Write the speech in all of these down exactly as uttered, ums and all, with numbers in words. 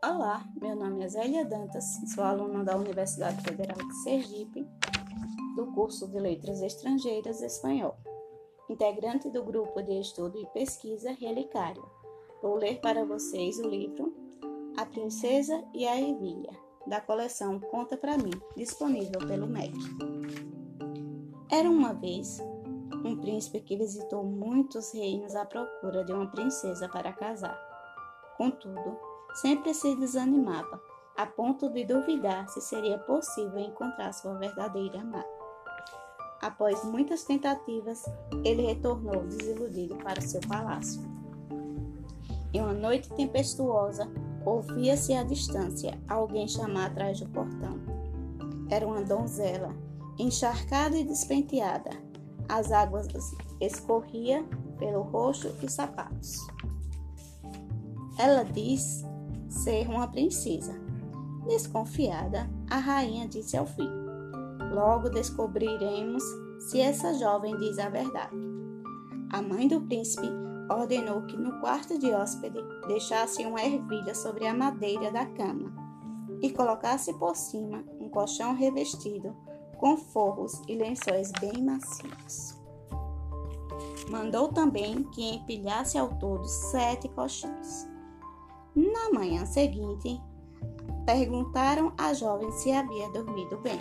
Olá, meu nome é Zélia Dantas, sou aluna da Universidade Federal de Sergipe, do curso de Letras Estrangeiras Espanhol, integrante do grupo de estudo e pesquisa Relicário. Vou ler para vocês o livro A Princesa e a Ervilha, da coleção Conta Pra Mim, disponível pelo M E C. Era uma vez um príncipe que visitou muitos reinos à procura de uma princesa para casar. Contudo, sempre se desanimava, a ponto de duvidar se seria possível encontrar sua verdadeira amada. Após muitas tentativas, ele retornou desiludido para seu palácio. Em uma noite tempestuosa, ouvia-se à distância alguém chamar atrás do portão. Era uma donzela, encharcada e despenteada. As águas escorriam pelo rosto e sapatos. Ela diz ser uma princesa. Desconfiada, a rainha disse ao filho: logo descobriremos se essa jovem diz a verdade. A mãe do príncipe ordenou que no quarto de hóspede deixasse uma ervilha sobre a madeira da cama e colocasse por cima um colchão revestido com forros e lençóis bem macios. Mandou também que empilhasse ao todo sete colchões. Na manhã seguinte, perguntaram à jovem se havia dormido bem.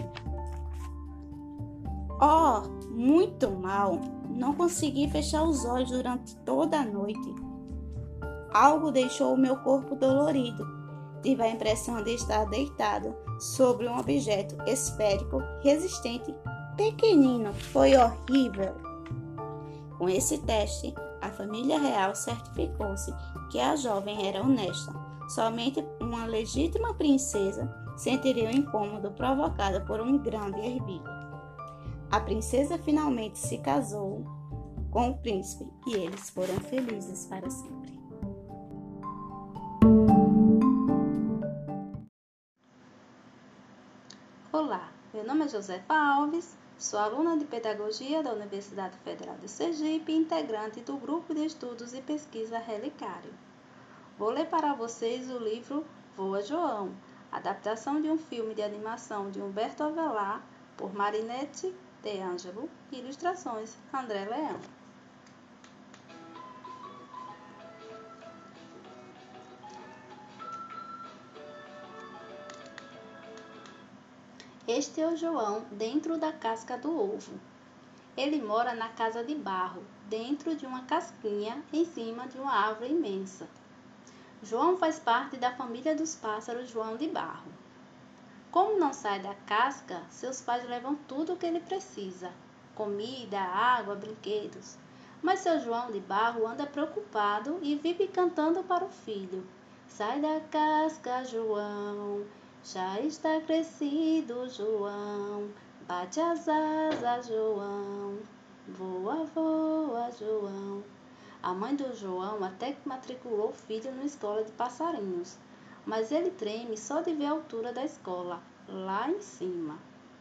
Oh, muito mal! Não consegui fechar os olhos durante toda a noite. Algo deixou o meu corpo dolorido. Tive a impressão de estar deitado sobre um objeto esférico, resistente, pequenino. Foi horrível. Com esse teste, a família real certificou-se que a jovem era honesta. Somente uma legítima princesa sentiria o incômodo provocado por um grande ervilha. A princesa finalmente se casou com o príncipe e eles foram felizes para sempre. Olá, meu nome é Josefa Alves, sou aluna de Pedagogia da Universidade Federal de Sergipe e integrante do Grupo de Estudos e Pesquisa Relicário. Vou ler para vocês o livro Voa João, adaptação de um filme de animação de Humberto Avelar por Marinette de Angelo e ilustrações André Leão. Este é o João dentro da casca do ovo. Ele mora na casa de barro, dentro de uma casquinha em cima de uma árvore imensa. João faz parte da família dos pássaros João de Barro. Como não sai da casca, seus pais levam tudo o que ele precisa: comida, água, brinquedos. Mas seu João de Barro anda preocupado e vive cantando para o filho: sai da casca, João, já está crescido, João, bate as asas, João, voa, voa, João. A mãe do João até que matriculou o filho numa escola de passarinhos, mas ele treme só de ver a altura da escola, lá em cima.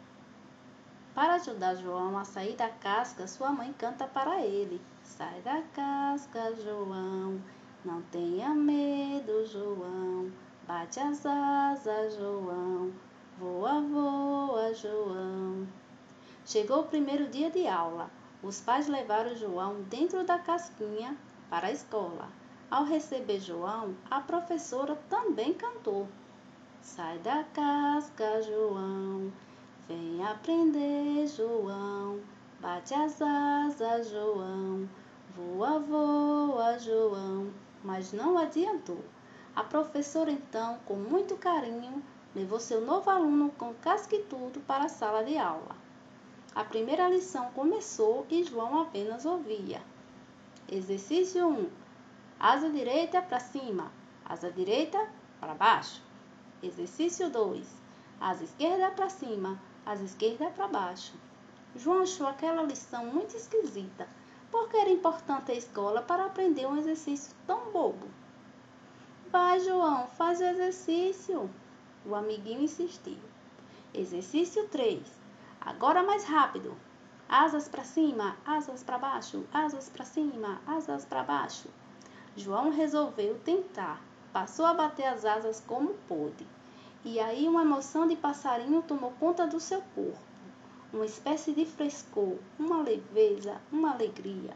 Para ajudar João a sair da casca, sua mãe canta para ele: sai da casca, João, não tenha medo, João, bate as asas, João, voa, voa, João. Chegou o primeiro dia de aula. Os pais levaram João dentro da casquinha para a escola. Ao receber João, a professora também cantou: sai da casca, João, vem aprender, João, bate as asas, João, voa, voa, João. Mas não adiantou. A professora então, com muito carinho, levou seu novo aluno com casca e tudo para a sala de aula. A primeira lição começou e João apenas ouvia. Exercício um. Asa direita para cima, asa direita para baixo. Exercício dois. Asa esquerda para cima, asa esquerda para baixo. João achou aquela lição muito esquisita, porque era importante a escola para aprender um exercício tão bobo. Vai, João, faz o exercício. O amiguinho insistiu. Exercício três. Agora mais rápido. Asas para cima, asas para baixo, asas para cima, asas para baixo. João resolveu tentar. passou a bater as asas como pôde. E aí uma emoção de passarinho tomou conta do seu corpo. Uma espécie de frescor, uma leveza, uma alegria.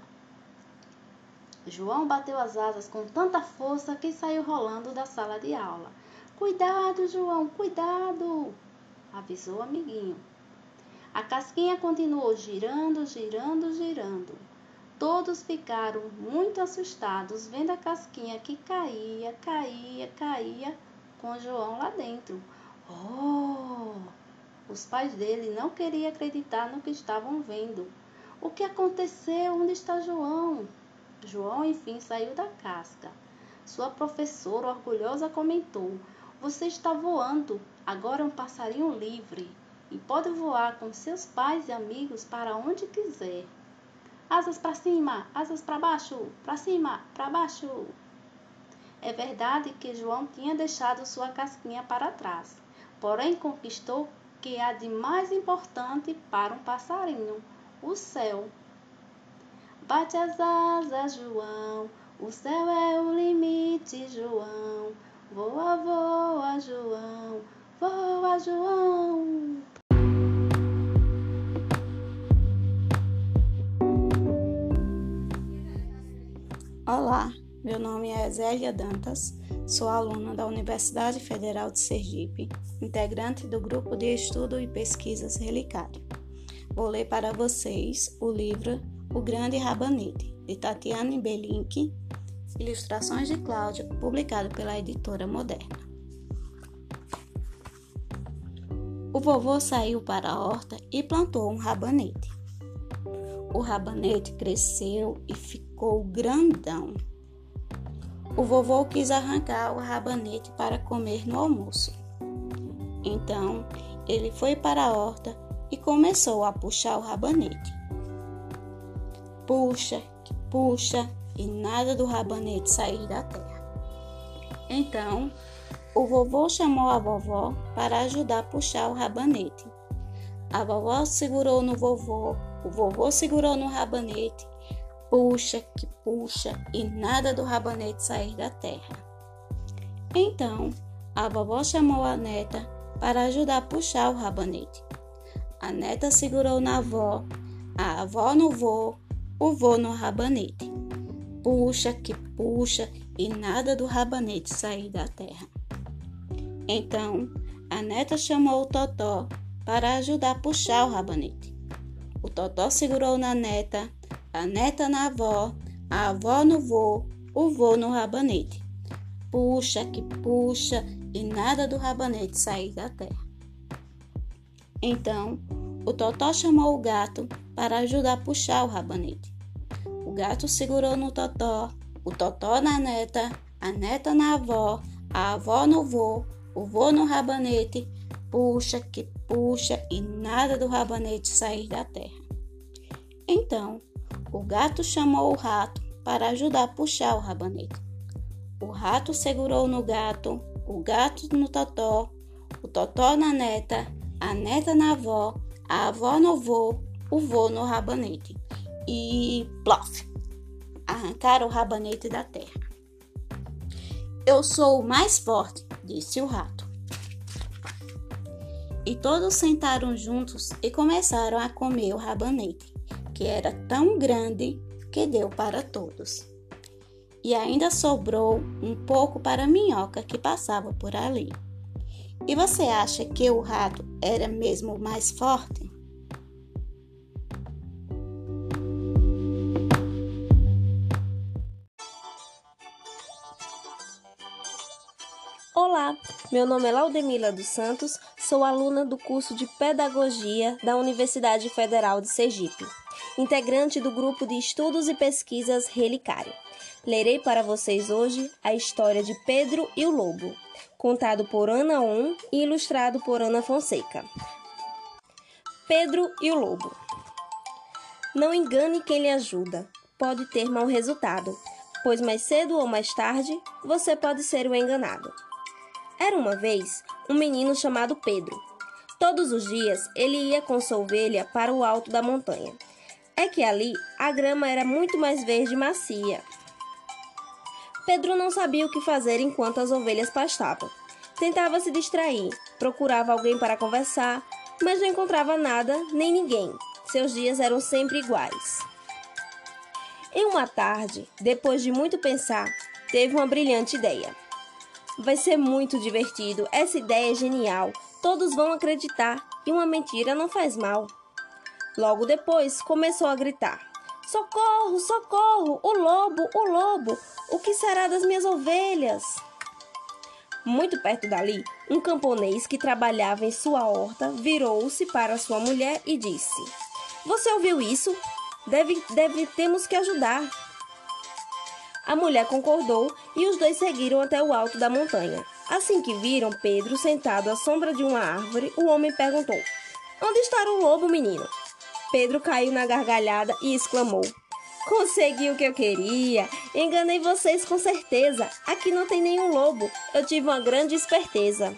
João bateu as asas com tanta força que saiu rolando da sala de aula. Cuidado, João, cuidado! Avisou o amiguinho. A casquinha continuou girando, girando, girando. Todos ficaram muito assustados vendo a casquinha que caía, caía, caía com João lá dentro. Oh! Os pais dele não queriam acreditar no que estavam vendo. O que aconteceu? Onde está João? João, enfim, saiu da casca. Sua professora, orgulhosa, comentou: Você está voando, agora é um passarinho livre e pode voar com seus pais e amigos para onde quiser. Asas para cima, asas para baixo, para cima, para baixo. É verdade que João tinha deixado sua casquinha para trás, porém conquistou o que há de mais importante para um passarinho: o céu. Bate as asas, João, o céu é o limite, João. Voa, voa, João, voa, João. Olá, meu nome é Zélia Dantas, sou aluna da Universidade Federal de Sergipe, integrante do Grupo de Estudo e Pesquisas Relicário. Vou ler para vocês o livro O Grande Rabanete, de Tatiane Belink, ilustrações de Cláudia, publicado pela editora Moderna. O vovô saiu para a horta e plantou um rabanete. O rabanete cresceu e ficou grandão. O vovô quis arrancar o rabanete para comer no almoço. Então, ele foi para a horta e começou a puxar o rabanete. Puxa, puxa, e nada do rabanete sair da terra. Então, o vovô chamou a vovó para ajudar a puxar o rabanete. A vovó segurou no vovô, o vovô segurou no rabanete. Puxa, que puxa, e nada do rabanete sair da terra. Então, a vovó chamou a neta para ajudar a puxar o rabanete. A neta segurou na avó, a avó no vô, o vô no rabanete. Puxa, que puxa, e nada do rabanete sair da terra. Então, a neta chamou o totó para ajudar a puxar o rabanete. O totó segurou na neta, a neta na avó, a avó no vô, o vô no rabanete. Puxa, que puxa, e nada do rabanete sair da terra. Então, o totó chamou o gato para ajudar a puxar o rabanete. O gato segurou no totó, o totó na neta, a neta na avó, a avó no vô, o vô no rabanete. Puxa, que puxa, e nada do rabanete sair da terra. Então, o gato chamou o rato para ajudar a puxar o rabanete. O rato segurou no gato, o gato no totó, o totó na neta, a neta na avó, a avó no vô, o vô no rabanete. E plof! Arrancaram o rabanete da terra. Eu sou o mais forte, disse o rato. E todos sentaram juntos e começaram a comer o rabanete, que era tão grande que deu para todos. E ainda sobrou um pouco para a minhoca que passava por ali. E você acha que o rato era mesmo o mais forte? Olá, meu nome é Laudemila dos Santos, sou aluna do curso de Pedagogia da Universidade Federal de Sergipe, integrante do Grupo de Estudos e Pesquisas Relicário. Lerei para vocês hoje a história de Pedro e o Lobo, contado por Ana On e ilustrado por Ana Fonseca. Pedro e o Lobo. Não engane quem lhe ajuda, pode ter mau resultado, pois mais cedo ou mais tarde você pode ser o enganado. Era uma vez um menino chamado Pedro. Todos os dias ele ia com sua ovelha para o alto da montanha. É que ali a grama era muito mais verde e macia. Pedro não sabia o que fazer enquanto as ovelhas pastavam. Tentava se distrair, procurava alguém para conversar, mas não encontrava nada nem ninguém. Seus dias eram sempre iguais. Em uma tarde, depois de muito pensar, teve uma brilhante ideia. Vai ser muito divertido, essa ideia é genial, todos vão acreditar e uma mentira não faz mal. Logo depois, começou a gritar: socorro, socorro, o lobo, o lobo, o que será das minhas ovelhas? Muito perto dali, um camponês que trabalhava em sua horta virou-se para sua mulher e disse: você ouviu isso? Deve, deve, temos que ajudar. A mulher concordou e os dois seguiram até o alto da montanha. Assim que viram Pedro sentado à sombra de uma árvore, o homem perguntou: onde está o lobo, menino? Pedro caiu na gargalhada e exclamou: consegui o que eu queria. Enganei vocês com certeza. Aqui não tem nenhum lobo. Eu tive uma grande esperteza.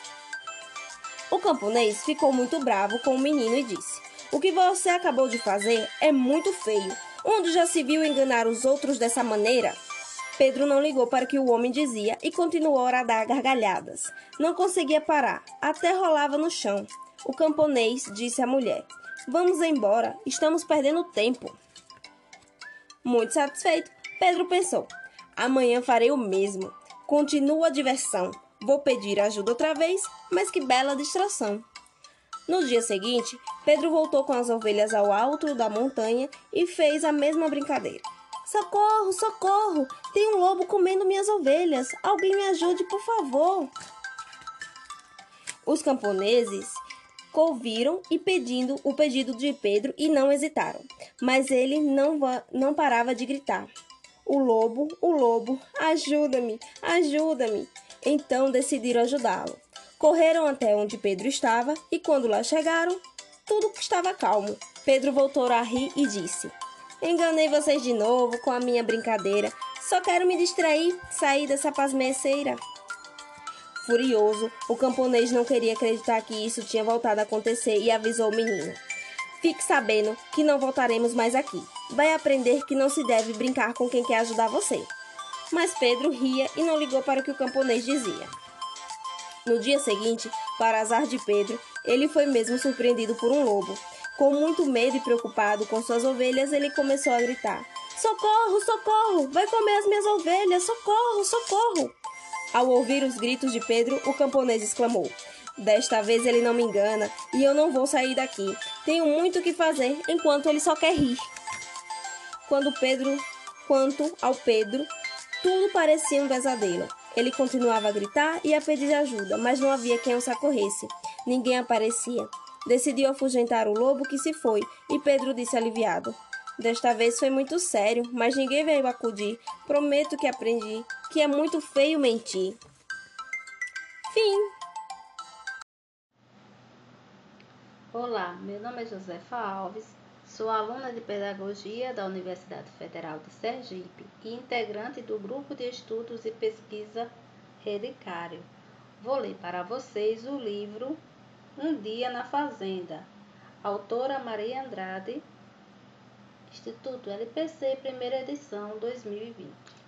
O camponês ficou muito bravo com o menino e disse: o que você acabou de fazer é muito feio. Onde já se viu enganar os outros dessa maneira? Pedro não ligou para o que o homem dizia e continuou a dar gargalhadas. Não conseguia parar, até rolava no chão. O camponês disse à mulher: vamos embora, estamos perdendo tempo. Muito satisfeito, Pedro pensou: amanhã farei o mesmo. Continua a diversão. Vou pedir ajuda outra vez, mas que bela distração. No dia seguinte, Pedro voltou com as ovelhas ao alto da montanha e fez a mesma brincadeira. Socorro, socorro! Tem um lobo comendo minhas ovelhas. Alguém me ajude, por favor. Os camponeses ouviram e pedindo o pedido de Pedro e não hesitaram. Mas ele não, não parava de gritar: o lobo, o lobo, ajuda-me, ajuda-me. Então decidiram ajudá-lo. Correram até onde Pedro estava e quando lá chegaram, tudo estava calmo. Pedro voltou a rir e disse: enganei vocês de novo com a minha brincadeira. Só quero me distrair, sair dessa pasmeceira. Furioso, o camponês não queria acreditar que isso tinha voltado a acontecer e avisou o menino: fique sabendo que não voltaremos mais aqui. Vai aprender que não se deve brincar com quem quer ajudar você. Mas Pedro ria e não ligou para o que o camponês dizia. No dia seguinte, para azar de Pedro, ele foi mesmo surpreendido por um lobo. Com muito medo e preocupado com suas ovelhas, ele começou a gritar: socorro, socorro! Vai comer as minhas ovelhas! Socorro, socorro! Ao ouvir os gritos de Pedro, o camponês exclamou: desta vez ele não me engana e eu não vou sair daqui. Tenho muito o que fazer enquanto ele só quer rir. Quando Pedro, quanto ao Pedro, tudo parecia um pesadelo. Ele continuava a gritar e a pedir ajuda, mas não havia quem o socorresse. Ninguém aparecia. Decidiu afugentar o lobo, que se foi, e Pedro disse aliviado: desta vez foi muito sério, mas ninguém veio acudir. Prometo que aprendi que é muito feio mentir. Fim. Olá, meu nome é Josefa Alves, sou aluna de Pedagogia da Universidade Federal de Sergipe e integrante do Grupo de Estudos e Pesquisa Relicário. Vou ler para vocês o livro Um Dia na Fazenda, autora Maria Andrade, Instituto L P C, primeira edição, dois mil e vinte.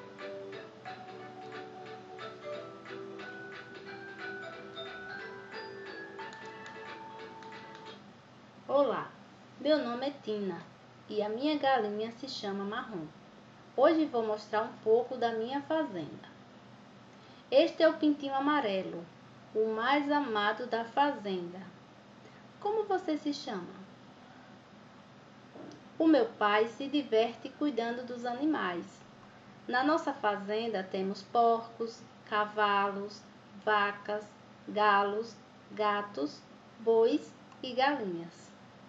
Olá, meu nome é Tina e a minha galinha se chama Marrom. Hoje vou mostrar um pouco da minha fazenda. Este é o pintinho amarelo, o mais amado da fazenda. Como você se chama? O meu pai se diverte cuidando dos animais. Na nossa fazenda temos porcos, cavalos, vacas, galos, gatos, bois e galinhas.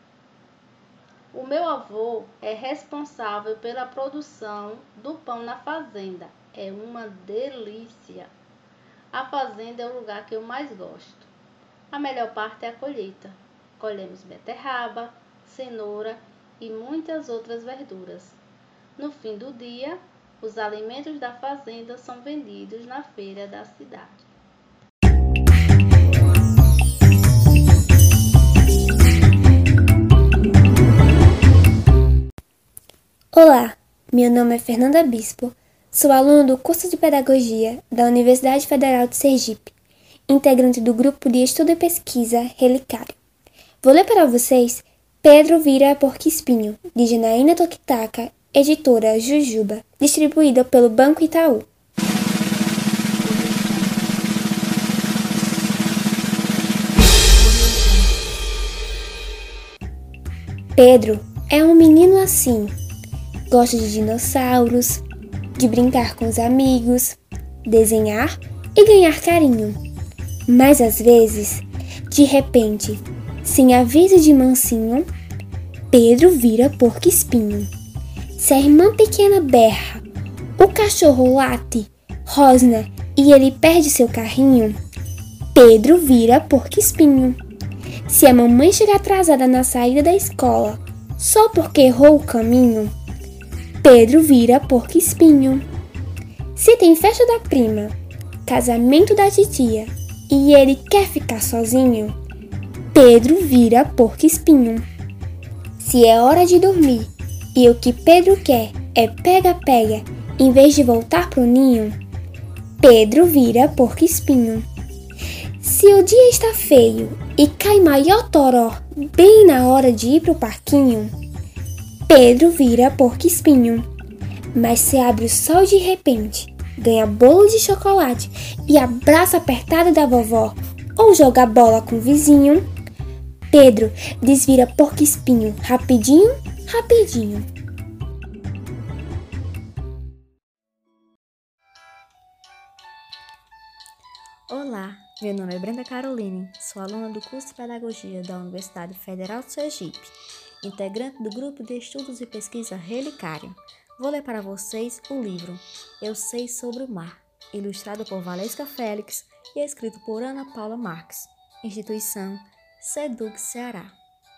O meu avô é responsável pela produção do pão na fazenda. É uma delícia. A fazenda é o lugar que eu mais gosto. A melhor parte é a colheita. Colhemos beterraba, cenoura e muitas outras verduras. No fim do dia, os alimentos da fazenda são vendidos na feira da cidade. Olá, meu nome é Fernanda Bispo, Sou aluno do curso de Pedagogia da Universidade Federal de Sergipe, integrante do grupo de estudo e pesquisa Relicário. Vou ler para vocês Pedro vira Porco-Espinho, de Janaína Tokitaka, editora Jujuba, distribuída pelo Banco Itaú. Pedro é um menino assim, gosta de dinossauros, de brincar com os amigos, desenhar e ganhar carinho. Mas às vezes, de repente, sem aviso de mansinho, Pedro vira porco-espinho. Se a irmã pequena berra, o cachorro late, rosna e ele perde seu carrinho, Pedro vira porco-espinho. Se a mamãe chega atrasada na saída da escola só porque errou o caminho, Pedro vira porco-espinho. Se tem festa da prima, casamento da titia e ele quer ficar sozinho, Pedro vira porco-espinho. Se é hora de dormir e o que Pedro quer é pega-pega em vez de voltar pro ninho, Pedro vira porco-espinho. Se o dia está feio e cai maior toró bem na hora de ir pro parquinho, Pedro vira porco-espinho. Mas se abre o sol de repente, ganha bolo de chocolate e abraço apertado da vovó ou joga bola com o vizinho, Pedro desvira porco-espinho rapidinho, rapidinho. Olá, meu nome é Brenda Caroline, sou aluna do curso de Pedagogia da Universidade Federal de Sergipe, integrante do grupo de estudos e pesquisa Relicário. Vou ler para vocês o livro Eu Sei Sobre o Mar, ilustrado por Valesca Félix e escrito por Ana Paula Marques, instituição SEDUC Ceará.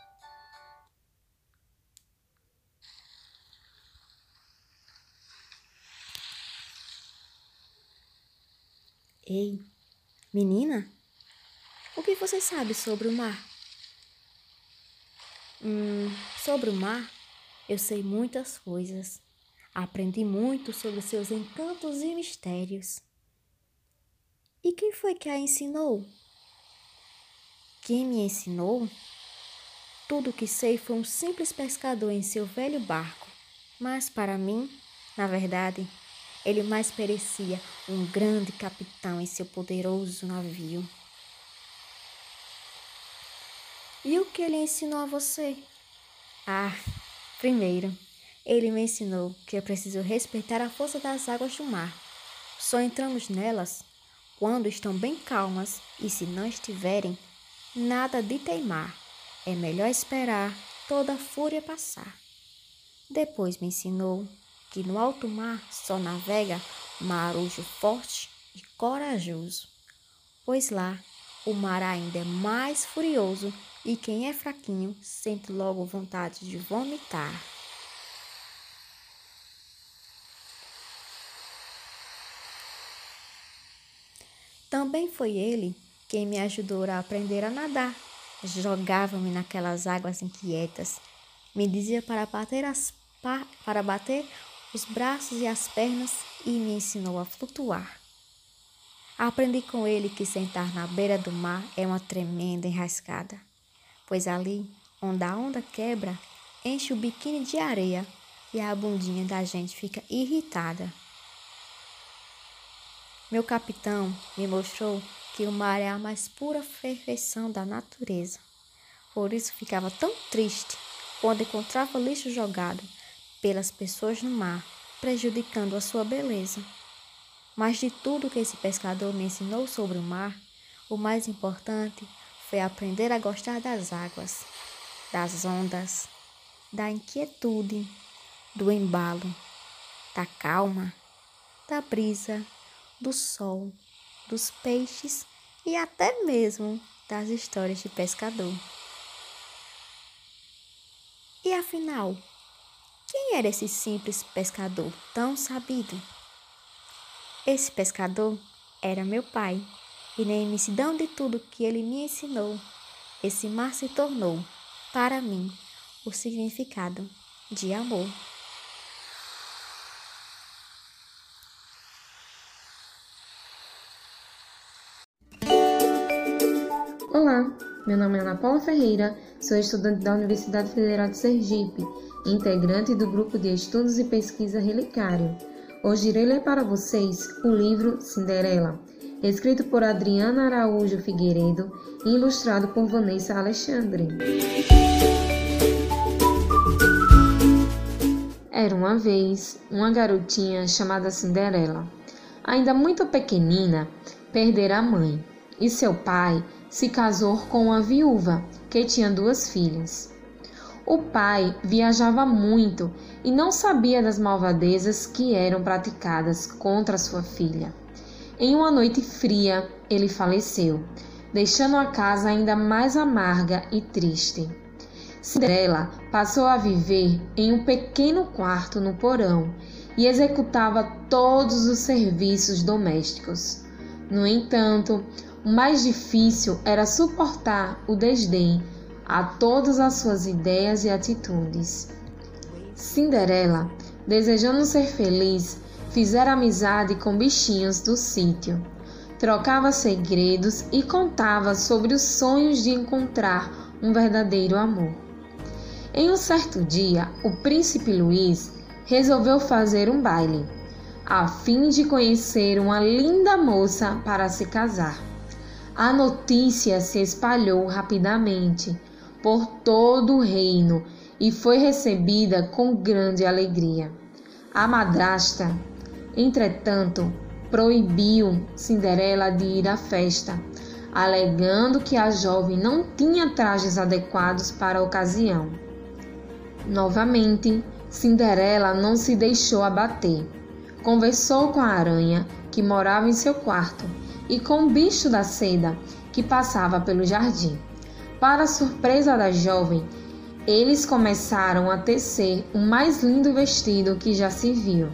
Ei, menina, o que você sabe sobre o mar? Hum, sobre o mar, eu sei muitas coisas. Aprendi muito sobre seus encantos e mistérios. E quem foi que a ensinou? Quem me ensinou? Tudo o que sei foi um simples pescador em seu velho barco. Mas para mim, na verdade, ele mais parecia um grande capitão em seu poderoso navio. E o que ele ensinou a você? Ah, primeiro, ele me ensinou que é preciso respeitar a força das águas do mar. Só entramos nelas quando estão bem calmas e se não estiverem, nada de teimar. É melhor esperar toda a fúria passar. Depois me ensinou que no alto mar só navega marujo forte e corajoso, pois lá o mar ainda é mais furioso e quem é fraquinho sente logo vontade de vomitar. Também foi ele quem me ajudou a aprender a nadar. Jogava-me naquelas águas inquietas, me dizia para bater, as pa- para bater os braços e as pernas e me ensinou a flutuar. Aprendi com ele que sentar na beira do mar é uma tremenda enrascada, pois ali, onde a onda quebra, enche o biquíni de areia e a bundinha da gente fica irritada. Meu capitão me mostrou que o mar é a mais pura perfeição da natureza. Por isso ficava tão triste quando encontrava lixo jogado pelas pessoas no mar, prejudicando a sua beleza. Mas de tudo que esse pescador me ensinou sobre o mar, o mais importante foi aprender a gostar das águas, das ondas, da inquietude, do embalo, da calma, da brisa, do sol, dos peixes e até mesmo das histórias de pescador. E afinal, quem era esse simples pescador tão sabido? Esse pescador era meu pai, e na imensidão de tudo que ele me ensinou, esse mar se tornou, para mim, o significado de amor. Olá, meu nome é Ana Paula Ferreira, sou estudante da Universidade Federal de Sergipe, integrante do Grupo de Estudos e Pesquisa Relicário. Hoje irei ler para vocês o livro Cinderela, escrito por Adriana Araújo Figueiredo e ilustrado por Vanessa Alexandre. Era uma vez uma garotinha chamada Cinderela. Ainda muito pequenina, perdera a mãe, e seu pai se casou com uma viúva que tinha duas filhas. O pai viajava muito e não sabia das malvadezas que eram praticadas contra sua filha. Em uma noite fria, ele faleceu, deixando a casa ainda mais amarga e triste. Cinderela passou a viver em um pequeno quarto no porão e executava todos os serviços domésticos. No entanto, o mais difícil era suportar o desdém a todas as suas ideias e atitudes. Cinderela, desejando ser feliz, fizera amizade com bichinhos do sítio, trocava segredos e contava sobre os sonhos de encontrar um verdadeiro amor. Em um certo dia, o príncipe Luís resolveu fazer um baile, a fim de conhecer uma linda moça para se casar. A notícia se espalhou rapidamente por todo o reino e foi recebida com grande alegria. A madrasta, entretanto, proibiu Cinderela de ir à festa, alegando que a jovem não tinha trajes adequados para a ocasião. Novamente, Cinderela não se deixou abater. Conversou com a aranha, que morava em seu quarto, e com o bicho da seda, que passava pelo jardim. Para a surpresa da jovem, eles começaram a tecer o mais lindo vestido que já se viu.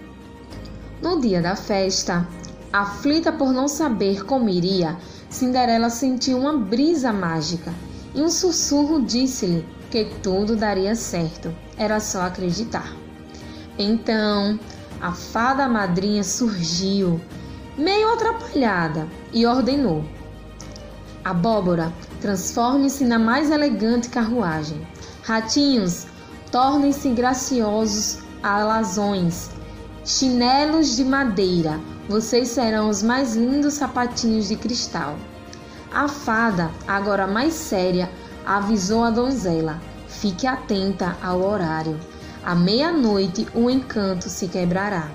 No dia da festa, aflita por não saber como iria, Cinderela sentiu uma brisa mágica e um sussurro disse-lhe que tudo daria certo, era só acreditar. Então, a fada madrinha surgiu, meio atrapalhada, e ordenou: Abóbora, transforme-se na mais elegante carruagem. Ratinhos, tornem-se graciosos alazões. Chinelos de madeira, vocês serão os mais lindos sapatinhos de cristal. A fada, agora mais séria, avisou a donzela: fique atenta ao horário. À meia-noite o encanto se quebrará.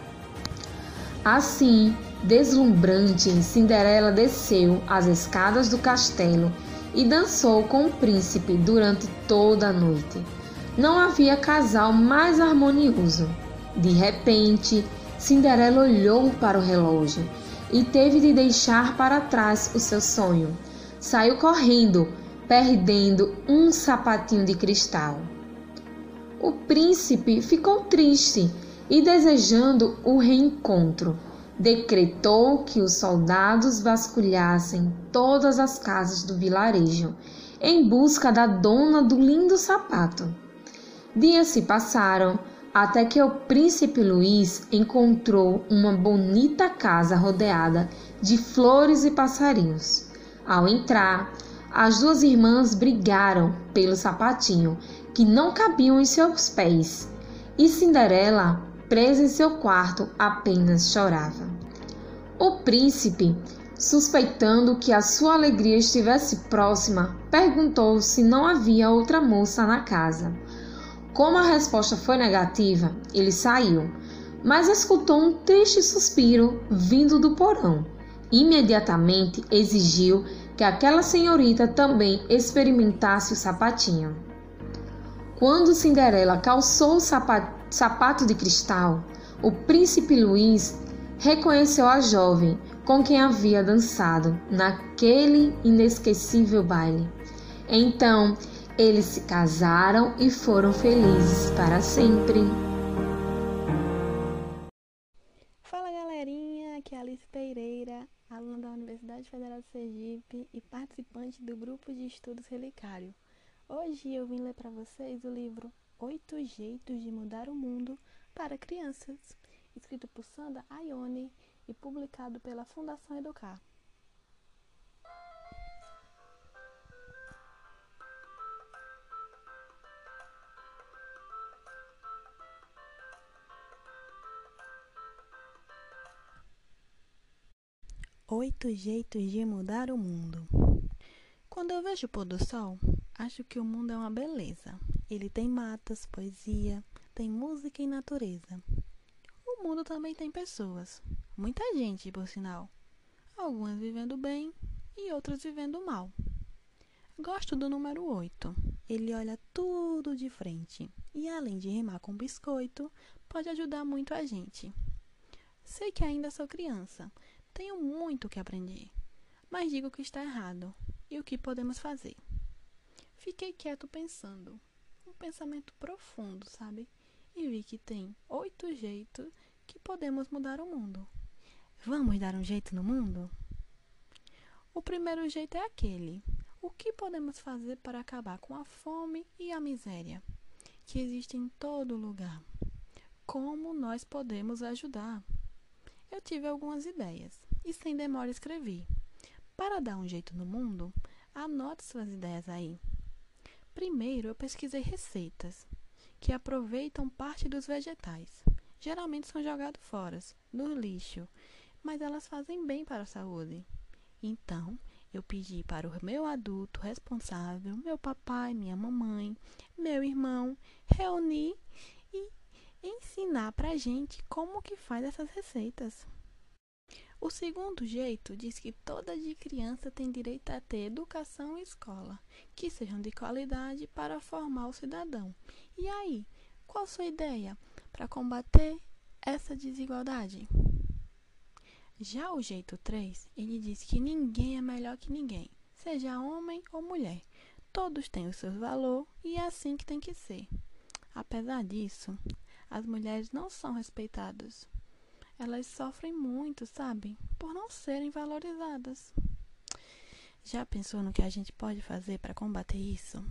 Assim, deslumbrante, Cinderela desceu as escadas do castelo e dançou com o príncipe durante toda a noite. Não havia casal mais harmonioso. De repente, Cinderela olhou para o relógio e teve de deixar para trás o seu sonho. Saiu correndo, perdendo um sapatinho de cristal. O príncipe ficou triste e, desejando o reencontro, decretou que os soldados vasculhassem todas as casas do vilarejo em busca da dona do lindo sapato. Dias se passaram até que o príncipe Luís encontrou uma bonita casa rodeada de flores e passarinhos. Ao entrar, as duas irmãs brigaram pelo sapatinho que não cabiam em seus pés, e Cinderela, presa em seu quarto, apenas chorava. O príncipe, suspeitando que a sua alegria estivesse próxima, perguntou se não havia outra moça na casa. Como a resposta foi negativa, ele saiu, mas escutou um triste suspiro vindo do porão. Imediatamente exigiu que aquela senhorita também experimentasse o sapatinho. Quando Cinderela calçou o sapato, sapato de cristal, o príncipe Luís reconheceu a jovem com quem havia dançado naquele inesquecível baile. Então, eles se casaram e foram felizes para sempre. Fala galerinha, aqui é Alice Pereira, aluna da Universidade Federal de Sergipe e participante do Grupo de Estudos Relicário. Hoje eu vim ler para vocês o livro Oito Jeitos de Mudar o Mundo para Crianças, escrito por Sandra Aione e publicado pela Fundação Educar. Oito jeitos de mudar o mundo. Quando eu vejo o pôr do sol, acho que o mundo é uma beleza. Ele tem matas, poesia, tem música e natureza. O mundo também tem pessoas. Muita gente, por sinal. Algumas vivendo bem e outras vivendo mal. Gosto do número oito. Ele olha tudo de frente. E além de rimar com biscoito, pode ajudar muito a gente. Sei que ainda sou criança. Tenho muito o que aprender, mas digo que está errado. E o que podemos fazer? Fiquei quieto pensando, um pensamento profundo, sabe? E vi que tem oito jeitos que podemos mudar o mundo. Vamos dar um jeito no mundo? O primeiro jeito é aquele. O que podemos fazer para acabar com a fome e a miséria que existem em todo lugar? Como nós podemos ajudar? Eu tive algumas ideias e sem demora escrevi. Para dar um jeito no mundo, anote suas ideias aí. Primeiro, eu pesquisei receitas que aproveitam parte dos vegetais. Geralmente são jogados fora, no lixo, mas elas fazem bem para a saúde. Então, eu pedi para o meu adulto responsável, meu papai, minha mamãe, meu irmão, reunir e ensinar pra gente como que faz essas receitas. O segundo jeito diz que toda de criança tem direito a ter educação e escola, que sejam de qualidade para formar o cidadão. E aí, qual a sua ideia para combater essa desigualdade? Já o jeito três, ele diz que ninguém é melhor que ninguém, seja homem ou mulher. Todos têm o seu valor e é assim que tem que ser. Apesar disso, as mulheres não são respeitadas. Elas sofrem muito, sabe? Por não serem valorizadas. Já pensou no que a gente pode fazer para combater isso?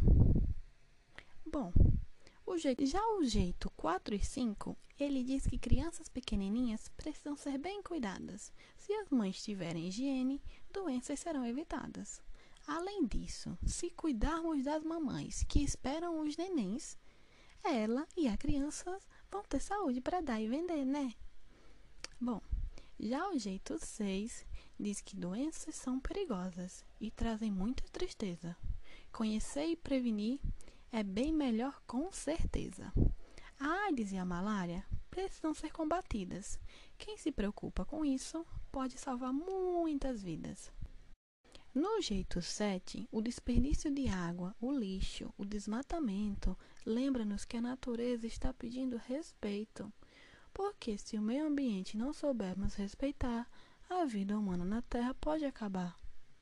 Bom, o jeito, já o jeito quatro e cinco, ele diz que crianças pequenininhas precisam ser bem cuidadas. Se as mães tiverem higiene, doenças serão evitadas. Além disso, se cuidarmos das mamães que esperam os nenéns, ela e a criança vão ter saúde para dar e vender, né? Bom, já o jeito seis diz que doenças são perigosas e trazem muita tristeza. Conhecer e prevenir é bem melhor com certeza. A AIDS e a malária precisam ser combatidas. Quem se preocupa com isso pode salvar muitas vidas. No jeito sete, o desperdício de água, o lixo, o desmatamento, lembra-nos que a natureza está pedindo respeito. Porque se o meio ambiente não soubermos respeitar, a vida humana na Terra pode acabar.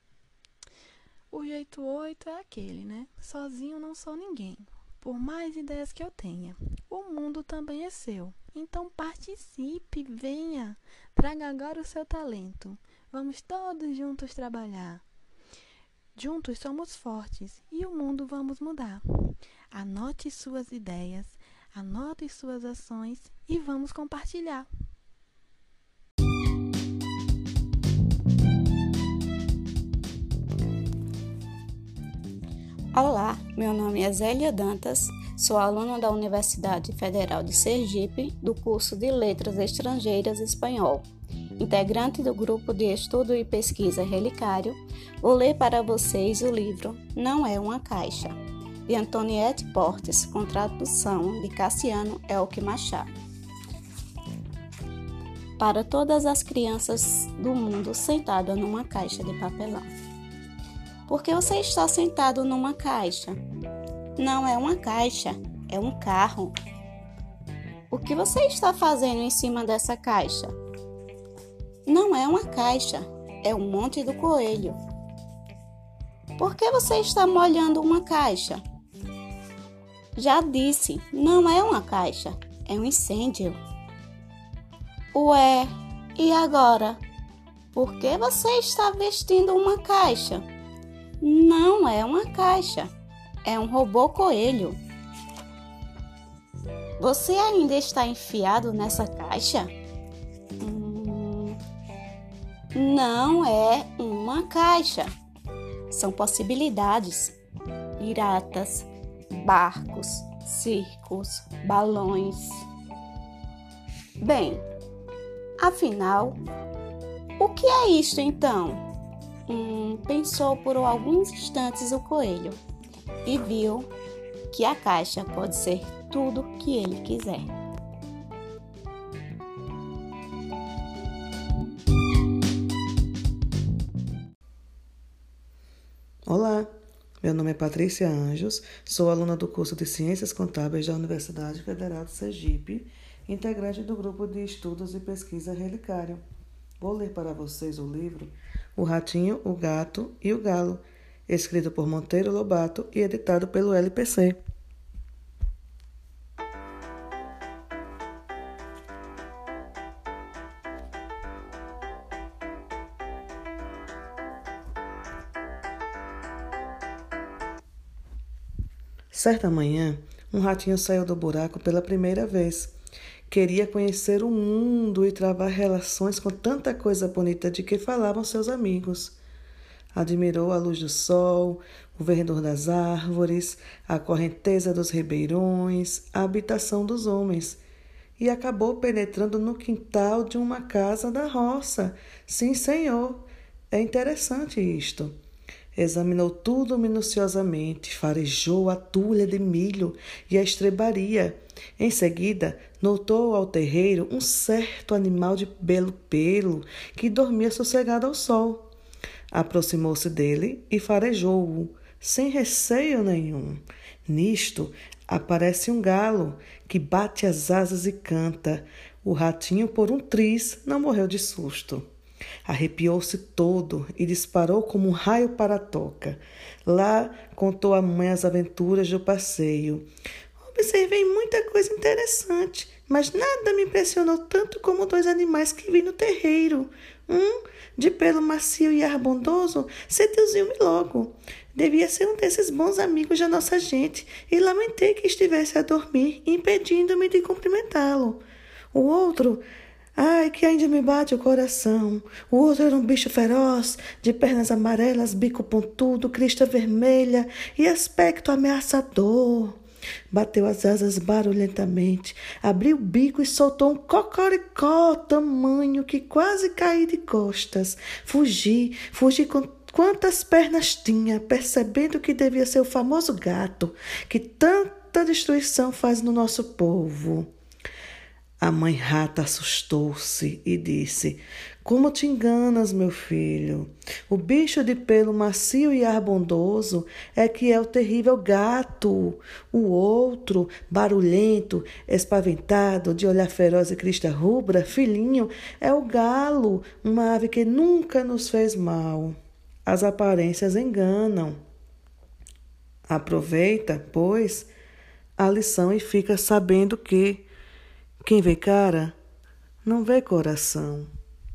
O jeito oito é aquele, né? Sozinho não sou ninguém. Por mais ideias que eu tenha, o mundo também é seu. Então participe, venha, traga agora o seu talento. Vamos todos juntos trabalhar. Juntos somos fortes e o mundo vamos mudar. Anote suas ideias, anote suas ações e vamos compartilhar. Olá, meu nome é Zélia Dantas, sou aluna da Universidade Federal de Sergipe, do curso de Letras Estrangeiras Espanhol. Integrante do grupo de estudo e pesquisa Relicário, vou ler para vocês o livro Não é uma Caixa, de Antoniette Portes, com tradução de Cassiano Elque Machado. Para todas as crianças do mundo sentadas numa caixa de papelão. Por que você está sentado numa caixa? Não é uma caixa, é um carro. O que você está fazendo em cima dessa caixa? Não é uma caixa, é um monte do coelho. Por que você está molhando uma caixa? Já disse, não é uma caixa, é um incêndio. Ué, e agora? Por que você está vestindo uma caixa? Não é uma caixa, é um robô coelho. Você ainda está enfiado nessa caixa? Hum, não é uma caixa. São possibilidades. Piratas, barcos, circos, balões. Bem, afinal, O que é isto então? Hum, pensou por alguns instantes o coelho e viu que a caixa pode ser tudo que ele quiser. Olá, meu nome é Patrícia Anjos, sou aluna do curso de Ciências Contábeis da Universidade Federal de Sergipe, integrante do grupo de estudos e pesquisa Relicário. Vou ler para vocês o livro O Ratinho, o Gato e o Galo, escrito por Monteiro Lobato e editado pelo L P C. Certa manhã, um ratinho saiu do buraco pela primeira vez. Queria conhecer o mundo e travar relações com tanta coisa bonita de que falavam seus amigos. Admirou a luz do sol, o verdor das árvores, a correnteza dos ribeirões, a habitação dos homens, e acabou penetrando no quintal de uma casa da roça. Sim, senhor, é interessante isto. Examinou tudo minuciosamente, farejou a tulha de milho e a estrebaria. Em seguida, notou ao terreiro um certo animal de belo pelo que dormia sossegado ao sol. Aproximou-se dele e farejou-o, sem receio nenhum. Nisto, aparece um galo que bate as asas e canta. O ratinho, por um triz, não morreu de susto. Arrepiou-se todo e disparou como um raio para a toca. Lá contou à mãe as aventuras do passeio. Observei muita coisa interessante, mas nada me impressionou tanto como dois animais que vi no terreiro. Um, de pelo macio e ar bondoso, seduziu-me logo. Devia ser um desses bons amigos da nossa gente, e lamentei que estivesse a dormir, impedindo-me de cumprimentá-lo. O outro... Ai, que ainda me bate o coração. O outro era um bicho feroz, de pernas amarelas, bico pontudo, crista vermelha e aspecto ameaçador. Bateu as asas barulhentamente, abriu o bico e soltou um cocoricó tamanho que quase caí de costas. Fugi, fugi com quantas pernas tinha, percebendo que devia ser o famoso gato, que tanta destruição faz no nosso povo. A mãe rata assustou-se e disse: Como te enganas, meu filho? O bicho de pelo macio e ar bondoso é que é o terrível gato. O outro, barulhento, espaventado, de olhar feroz e crista rubra, filhinho, é o galo, uma ave que nunca nos fez mal. As aparências enganam. Aproveita, pois, a lição e fica sabendo que quem vê cara, não vê coração.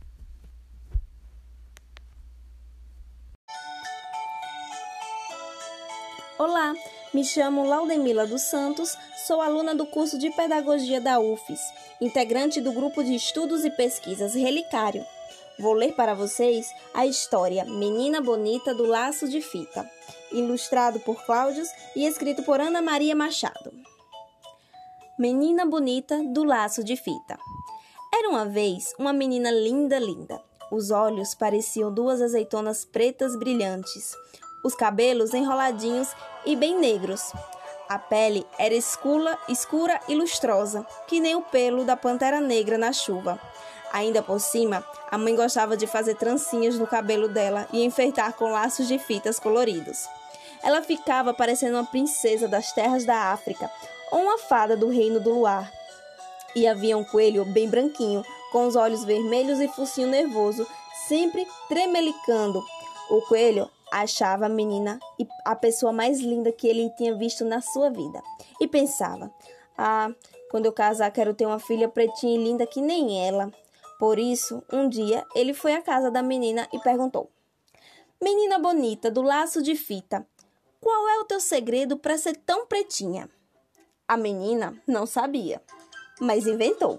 Olá, me chamo Laudemila dos Santos, sou aluna do curso de Pedagogia da U F E S, integrante do grupo de estudos e pesquisas Relicário. Vou ler para vocês a história Menina Bonita do Laço de Fita, ilustrado por Cláudios e escrito por Ana Maria Machado. Menina Bonita do Laço de Fita. Era uma vez uma menina linda, linda. Os olhos pareciam duas azeitonas pretas brilhantes, os cabelos enroladinhos e bem negros. A pele era escura, escura e lustrosa, que nem o pelo da pantera negra na chuva. Ainda por cima, a mãe gostava de fazer trancinhas no cabelo dela e enfeitar com laços de fitas coloridos. Ela ficava parecendo uma princesa das terras da África, ou uma fada do reino do luar. E havia um coelho bem branquinho, com os olhos vermelhos e focinho nervoso, sempre tremelicando. O coelho achava a menina a pessoa mais linda que ele tinha visto na sua vida. E pensava, ah, quando eu casar quero ter uma filha pretinha e linda que nem ela. Por isso, um dia, ele foi à casa da menina e perguntou: Menina bonita do laço de fita, qual é o teu segredo para ser tão pretinha? A menina não sabia, mas inventou.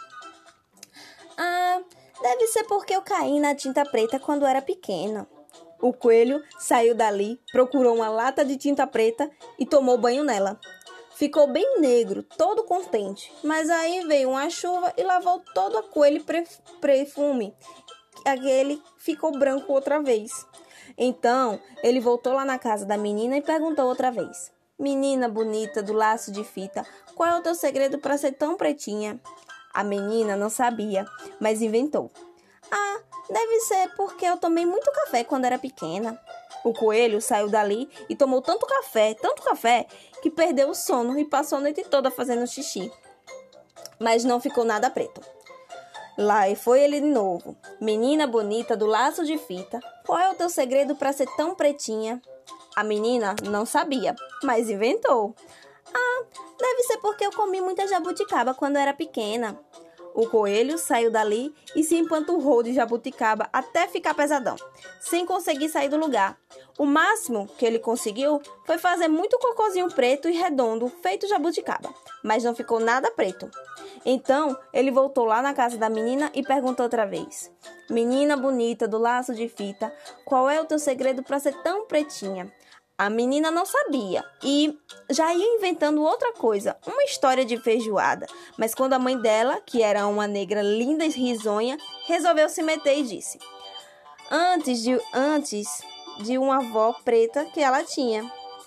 Ah, deve ser porque eu caí na tinta preta quando era pequena. O coelho saiu dali, procurou uma lata de tinta preta e tomou banho nela. Ficou bem negro, todo contente, mas aí veio uma chuva e lavou todo aquele perfume aquele ficou branco outra vez. Então, ele voltou lá na casa da menina e perguntou outra vez: Menina bonita do laço de fita, qual é o teu segredo para ser tão pretinha? A menina não sabia, mas inventou: Ah, deve ser porque eu tomei muito café quando era pequena. O coelho saiu dali e tomou tanto café, tanto café, que perdeu o sono e passou a noite toda fazendo xixi. Mas não ficou nada preto. Lá e foi ele de novo. Menina bonita do laço de fita, qual é o teu segredo para ser tão pretinha? A menina não sabia, mas inventou: Ah, deve ser porque eu comi muita jabuticaba quando era pequena. O coelho saiu dali e se empanturrou de jabuticaba até ficar pesadão, sem conseguir sair do lugar. O máximo que ele conseguiu foi fazer muito cocôzinho preto e redondo, feito jabuticaba, mas não ficou nada preto. Então, ele voltou lá na casa da menina e perguntou outra vez: Menina bonita do laço de fita, qual é o teu segredo para ser tão pretinha? A menina não sabia e já ia inventando outra coisa, uma história de feijoada. Mas quando a mãe dela, que era uma negra linda e risonha, resolveu se meter e disse: Antes de, antes de uma avó preta que ela tinha.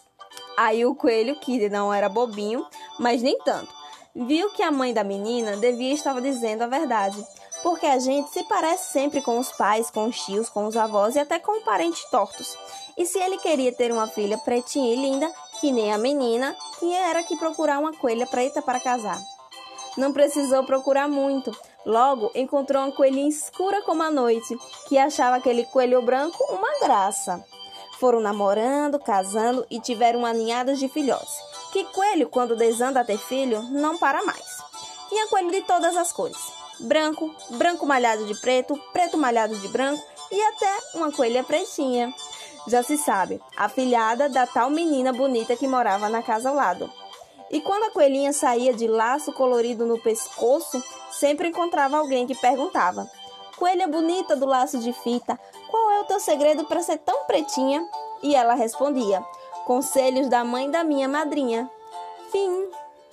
Aí o coelho, que não era bobinho, mas nem tanto, viu que a mãe da menina devia estar dizendo a verdade, porque a gente se parece sempre com os pais, com os tios, com os avós e até com parentes tortos. E se ele queria ter uma filha pretinha e linda, que nem a menina, tinha era que procurar uma coelha preta para casar. Não precisou procurar muito. Logo, encontrou uma coelhinha escura como a noite, que achava aquele coelho branco uma graça. Foram namorando, casando e tiveram uma ninhada de filhotes. Que coelho, quando desanda a ter filho, não para mais. Tinha coelho de todas as cores: branco, branco malhado de preto, preto malhado de branco e até uma coelha pretinha. Já se sabe, a filhada da tal menina bonita que morava na casa ao lado. E quando a coelhinha saía de laço colorido no pescoço, sempre encontrava alguém que perguntava: Coelha bonita do laço de fita, qual é o teu segredo para ser tão pretinha? E ela respondia: Conselhos da mãe da minha madrinha. Fim.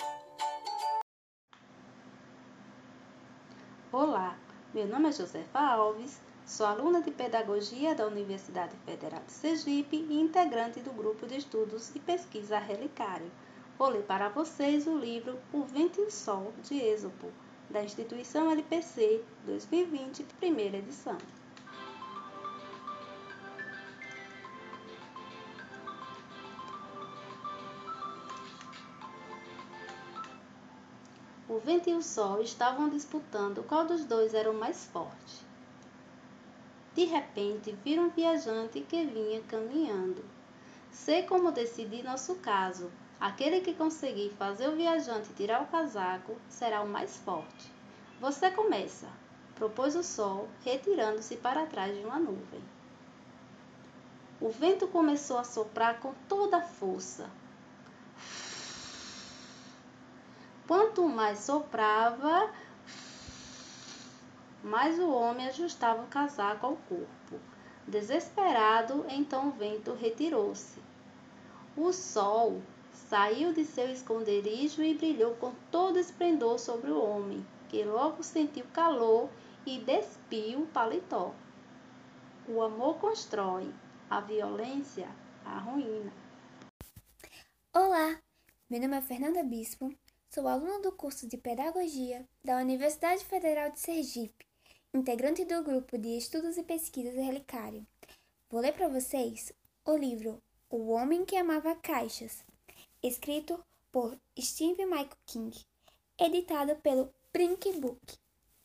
Olá, meu nome é Josefa Alves, sou aluna de Pedagogia da Universidade Federal de Sergipe e integrante do Grupo de Estudos e Pesquisa Relicário. Vou ler para vocês o livro O Vento e o Sol, de Êxopo, da Instituição L P C dois mil e vinte, primeira edição. O vento e o sol estavam disputando qual dos dois era o mais forte. De repente, viram um viajante que vinha caminhando. Sei como decidir nosso caso. Aquele que conseguir fazer o viajante tirar o casaco será o mais forte. Você começa, propôs o sol, retirando-se para trás de uma nuvem. O vento começou a soprar com toda a força. Quanto mais soprava, mais o homem ajustava o casaco ao corpo. Desesperado, então o vento retirou-se. O sol saiu de seu esconderijo e brilhou com todo esplendor sobre o homem, que logo sentiu calor e despiu o paletó. O amor constrói, a violência arruína. Olá, meu nome é Fernanda Bispo, sou aluna do curso de Pedagogia da Universidade Federal de Sergipe, integrante do grupo de Estudos e Pesquisas Relicário. Vou ler para vocês o livro O Homem que Amava Caixas, escrito por Stephen Michael King, editado pelo Brink Book.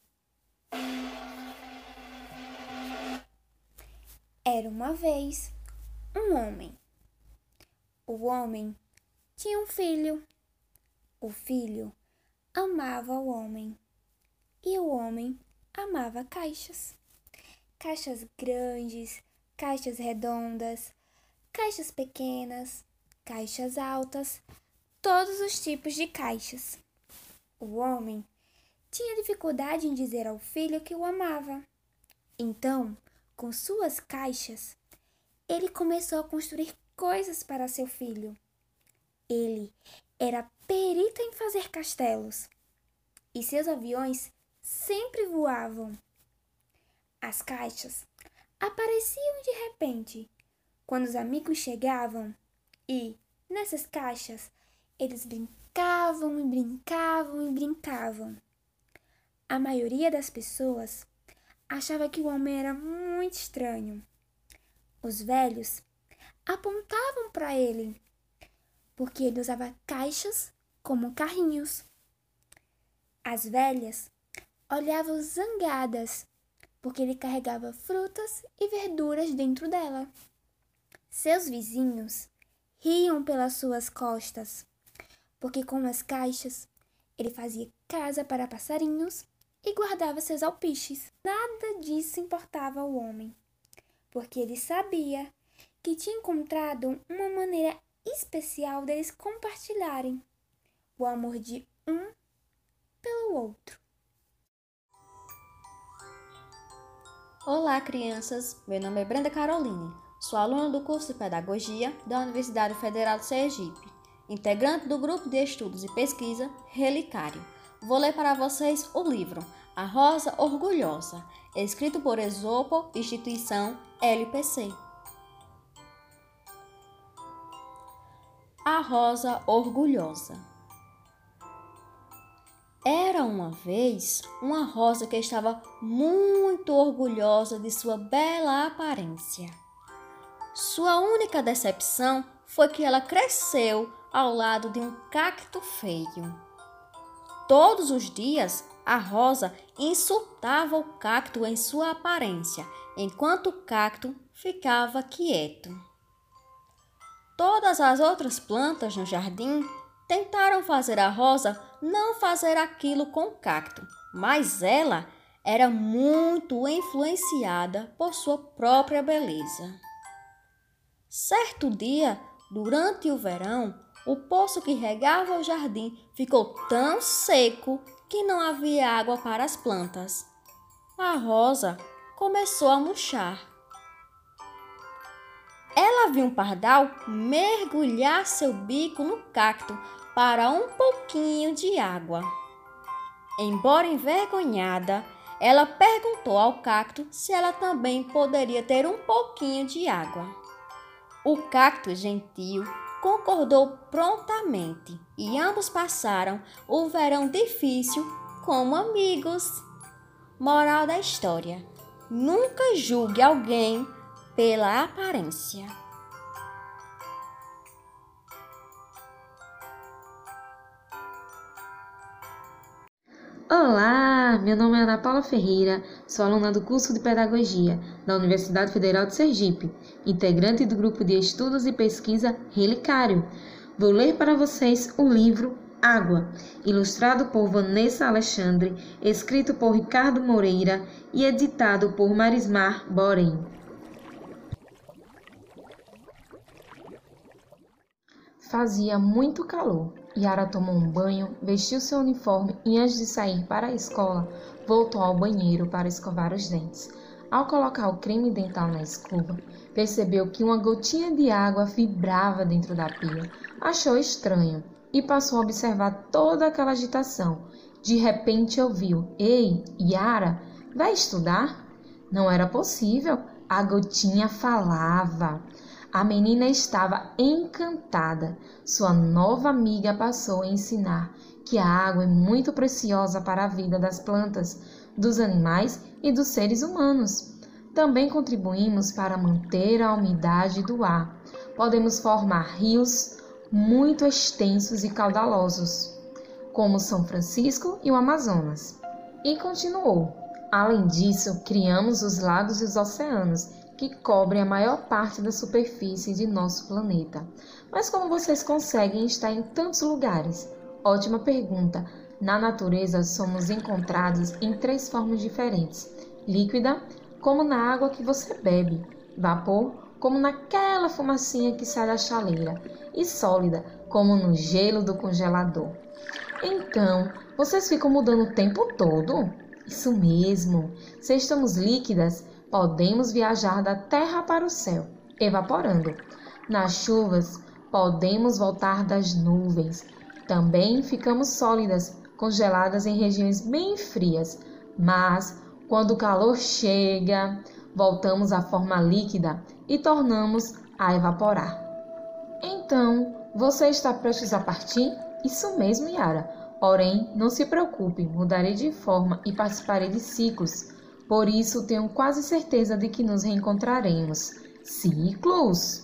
Era uma vez um homem. O homem tinha um filho. O filho amava o homem. E o homem amava caixas. Caixas grandes, caixas redondas, caixas pequenas, caixas altas, todos os tipos de caixas. O homem tinha dificuldade em dizer ao filho que o amava. Então, com suas caixas, ele começou a construir coisas para seu filho. Ele era perito em fazer castelos e seus aviões sempre voavam. As caixas apareciam de repente quando os amigos chegavam e, nessas caixas, eles brincavam e brincavam e brincavam. A maioria das pessoas achava que o homem era muito estranho. Os velhos apontavam para ele, porque ele usava caixas como carrinhos. As velhas olhavam zangadas, porque ele carregava frutas e verduras dentro dela. Seus vizinhos riam pelas suas costas, porque com as caixas ele fazia casa para passarinhos e guardava seus alpiches. Nada disso importava ao homem, porque ele sabia que tinha encontrado uma maneira especial deles compartilharem o amor de um pelo outro. Olá, crianças! Meu nome é Brenda Caroline. Sou aluna do curso de Pedagogia da Universidade Federal de Sergipe, integrante do grupo de estudos e pesquisa Relicário. Vou ler para vocês o livro A Rosa Orgulhosa, escrito por Esopo, instituição L P C. A Rosa Orgulhosa. Era uma vez uma rosa que estava muito orgulhosa de sua bela aparência. Sua única decepção foi que ela cresceu ao lado de um cacto feio. Todos os dias, a rosa insultava o cacto em sua aparência, enquanto o cacto ficava quieto. Todas as outras plantas no jardim tentaram fazer a rosa não fazer aquilo com o cacto, mas ela era muito influenciada por sua própria beleza. Certo dia, durante o verão, o poço que regava o jardim ficou tão seco que não havia água para as plantas. A rosa começou a murchar. Ela viu um pardal mergulhar seu bico no cacto para um pouquinho de água. Embora envergonhada, ela perguntou ao cacto se ela também poderia ter um pouquinho de água. O cacto gentil concordou prontamente e ambos passaram o verão difícil como amigos. Moral da história: nunca julgue alguém pela aparência. Olá, meu nome é Ana Paula Ferreira, sou aluna do curso de Pedagogia da Universidade Federal de Sergipe, integrante do grupo de estudos e pesquisa Relicário. Vou ler para vocês o livro Água, ilustrado por Vanessa Alexandre, escrito por Ricardo Moreira e editado por Marismar Borém. Fazia muito calor. Yara tomou um banho, vestiu seu uniforme e, antes de sair para a escola, voltou ao banheiro para escovar os dentes. Ao colocar o creme dental na escova, percebeu que uma gotinha de água vibrava dentro da pia. Achou estranho e passou a observar toda aquela agitação. De repente ouviu: "Ei, Yara, vai estudar?" Não era possível, a gotinha falava. A menina estava encantada. Sua nova amiga passou a ensinar que a água é muito preciosa para a vida das plantas, dos animais e dos seres humanos. Também contribuímos para manter a umidade do ar. Podemos formar rios muito extensos e caudalosos, como o São Francisco e o Amazonas. E continuou: além disso, criamos os lagos e os oceanos, que cobrem a maior parte da superfície de nosso planeta. Mas como vocês conseguem estar em tantos lugares? Ótima pergunta. Na natureza, somos encontrados em três formas diferentes: líquida, como na água que você bebe; vapor, como naquela fumacinha que sai da chaleira; e sólida, como no gelo do congelador. Então, vocês ficam mudando o tempo todo? Isso mesmo. Se estamos líquidas, podemos viajar da terra para o céu, evaporando. Nas chuvas, podemos voltar das nuvens. Também ficamos sólidas, congeladas em regiões bem frias. Mas Quando o calor chega, voltamos à forma líquida e tornamos a evaporar. Então, você está prestes a partir? Isso mesmo, Yara. Porém, não se preocupe, mudarei de forma e participarei de ciclos. Por isso, tenho quase certeza de que nos reencontraremos. Ciclos?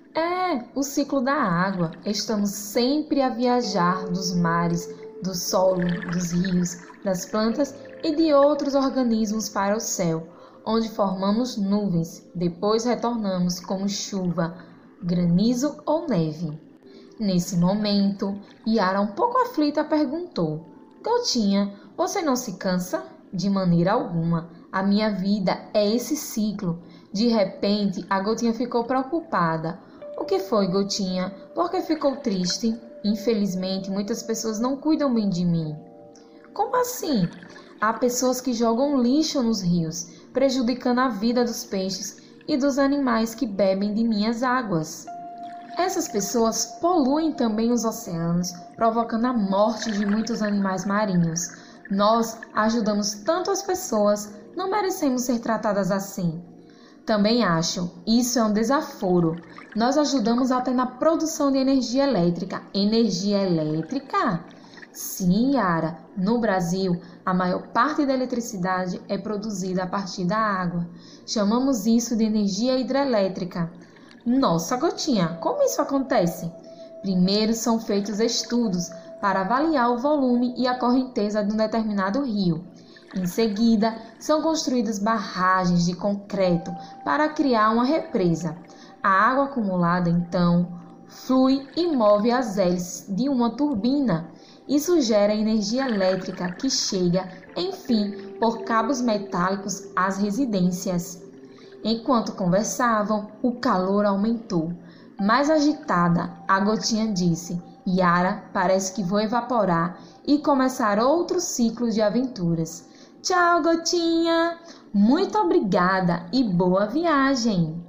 É, o ciclo da água. Estamos sempre a viajar dos mares, do solo, dos rios, das plantas e de outros organismos para o céu, onde formamos nuvens, depois retornamos como chuva, granizo ou neve. Nesse momento, Yara, um pouco aflita, perguntou: Gotinha, você não se cansa? De maneira alguma. A minha vida é esse ciclo. De repente, a Gotinha ficou preocupada. O que foi, Gotinha? Por que ficou triste? Infelizmente, muitas pessoas não cuidam bem de mim. Como assim? Há pessoas que jogam lixo nos rios, prejudicando a vida dos peixes e dos animais que bebem de minhas águas. Essas pessoas poluem também os oceanos, provocando a morte de muitos animais marinhos. Nós ajudamos tanto as pessoas, não merecemos ser tratadas assim. Também acho, isso é um desaforo. Nós ajudamos até na produção de energia elétrica. Energia elétrica? Sim, Yara. No Brasil, a maior parte da eletricidade é produzida a partir da água. Chamamos isso de energia hidrelétrica. Nossa, Gotinha, como isso acontece? Primeiro são feitos estudos para avaliar o volume e a correnteza de um determinado rio. Em seguida, são construídas barragens de concreto para criar uma represa. A água acumulada, então, flui e move as hélices de uma turbina. Isso gera energia elétrica que chega, enfim, por cabos metálicos às residências. Enquanto conversavam, o calor aumentou. Mais agitada, a Gotinha disse: Yara, parece que vou evaporar e começar outro ciclo de aventuras. Tchau, Gotinha! Muito obrigada e boa viagem!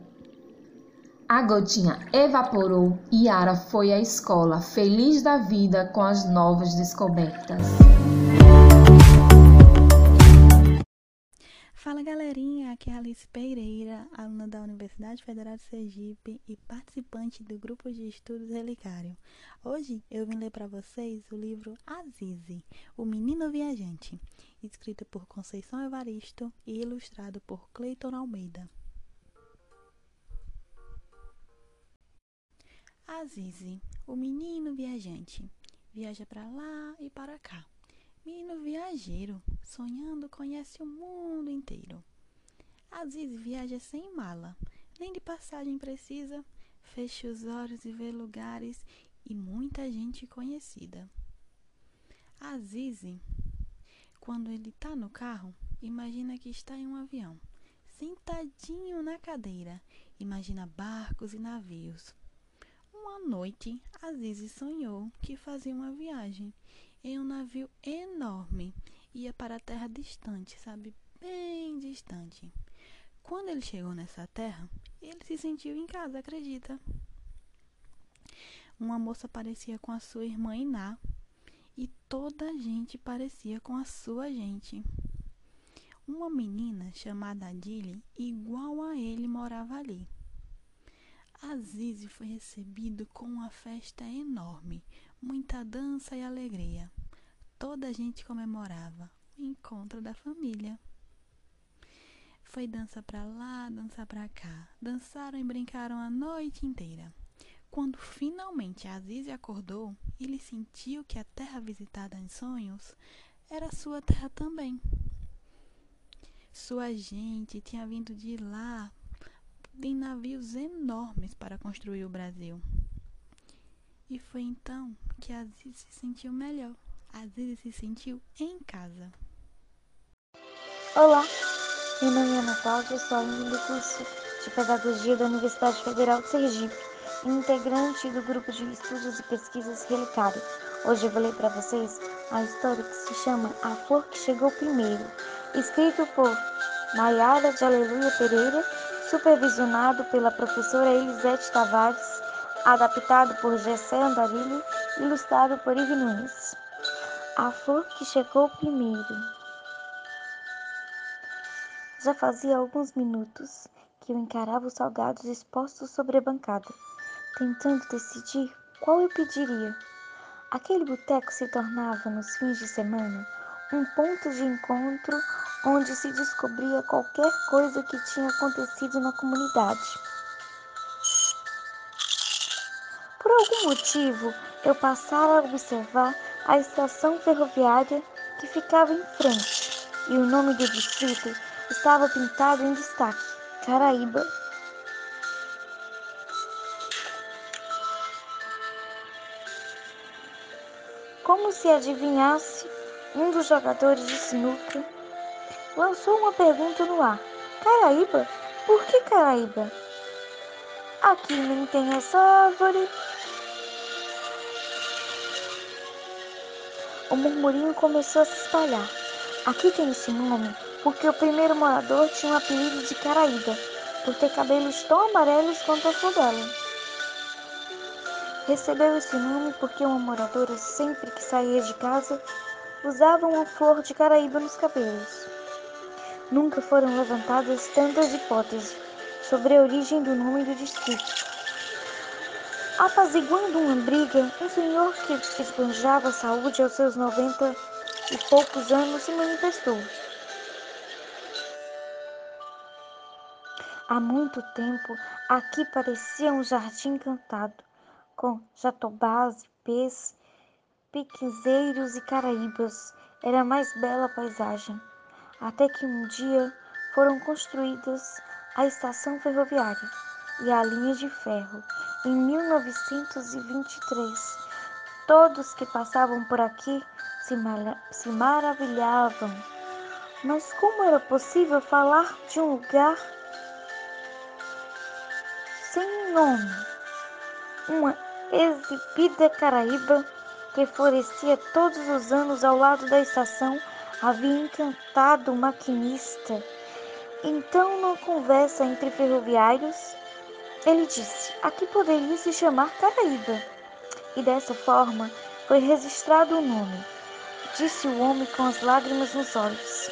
A Gotinha evaporou e Yara foi à escola, feliz da vida com as novas descobertas. Fala, galerinha, aqui é a Alice Pereira, aluna da Universidade Federal de Sergipe e participante do grupo de estudos Relicário. Hoje eu vim ler para vocês o livro Azize, o Menino Viajante, escrito por Conceição Evaristo e ilustrado por Cleiton Almeida. Azize, o menino viajante, viaja para lá e para cá. Menino viajeiro, sonhando conhece o mundo inteiro. Azize viaja sem mala, nem de passagem precisa, fecha os olhos e vê lugares e muita gente conhecida. Azize, quando ele tá no carro, imagina que está em um avião, sentadinho na cadeira, imagina barcos e navios. Uma noite, Azize sonhou que fazia uma viagem em um navio enorme, ia para a terra distante, sabe, bem distante. Quando ele chegou nessa terra, ele se sentiu em casa, acredita? Uma moça parecia com a sua irmã Iná e toda a gente parecia com a sua gente. Uma menina chamada Adile, igual a ele, morava ali. Azize foi recebido com uma festa enorme, muita dança e alegria. Toda a gente comemorava o encontro da família. Foi dança pra lá, dança pra cá. Dançaram e brincaram a noite inteira. Quando finalmente Azize acordou, ele sentiu que a terra visitada em sonhos era sua terra também. Sua gente tinha vindo de lá em navios enormes para construir o Brasil. E foi então que Azize se sentiu melhor. Azize se sentiu em casa. Olá, meu nome é Ana Cláudia, sou aluna do curso de Pedagogia da Universidade Federal de Sergipe e integrante do grupo de estudos e pesquisas Relicário. Hoje eu vou ler para vocês a história que se chama A Flor que Chegou Primeiro, escrito por Maiara de Aleluia Pereira, supervisionado pela professora Elisete Tavares, adaptado por Gessé Andarilho, ilustrado por Ive Nunes. A flor que chegou primeiro. Já fazia alguns minutos que eu encarava os salgados expostos sobre a bancada, tentando decidir qual eu pediria. Aquele boteco se tornava, nos fins de semana, um ponto de encontro onde se descobria qualquer coisa que tinha acontecido na comunidade. Por algum motivo, eu passara a observar a estação ferroviária que ficava em frente, e o nome do distrito estava pintado em destaque: Caraíba. Como se adivinhasse, um dos jogadores de sinuca lançou uma pergunta no ar: Caraíba? Por que Caraíba? Aqui nem tem essa árvore. O murmurinho começou a se espalhar. Aqui tem esse nome porque o primeiro morador tinha o apelido de Caraíba, por ter cabelos tão amarelos quanto a sua dela. Recebeu esse nome porque uma moradora, sempre que saía de casa, usava uma flor de caraíba nos cabelos. Nunca foram levantadas tantas hipóteses sobre a origem do nome do distrito. Apaziguando uma briga, um senhor que esbanjava saúde aos seus noventa e poucos anos se manifestou. Há muito tempo, aqui parecia um jardim encantado, com jatobás, ipês, piquezeiros e caraíbas. Era a mais bela paisagem. Até que um dia foram construídas a estação ferroviária e a linha de ferro, em mil novecentos e vinte e três. Todos que passavam por aqui se, mar... se maravilhavam. Mas como era possível falar de um lugar sem nome? Uma exibida caraíba que florescia todos os anos ao lado da estação havia encantado o maquinista. Então, numa conversa entre ferroviários, ele disse: aqui poderia se chamar Caraíba. E dessa forma foi registrado o nome, disse o homem com as lágrimas nos olhos.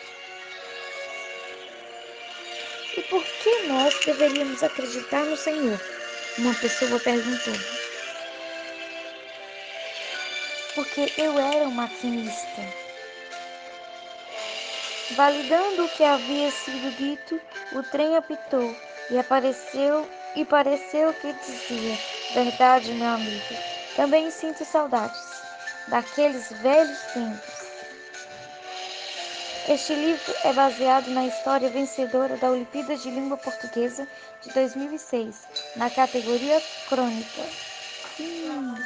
E por que nós deveríamos acreditar no Senhor? Uma pessoa perguntou. Porque eu era um maquinista. Validando o que havia sido dito, o trem apitou e apareceu e pareceu que dizia: verdade, meu amigo, também sinto saudades daqueles velhos tempos. Este livro é baseado na história vencedora da Olimpíada de Língua Portuguesa de dois mil e seis, na categoria Crônica. Hum.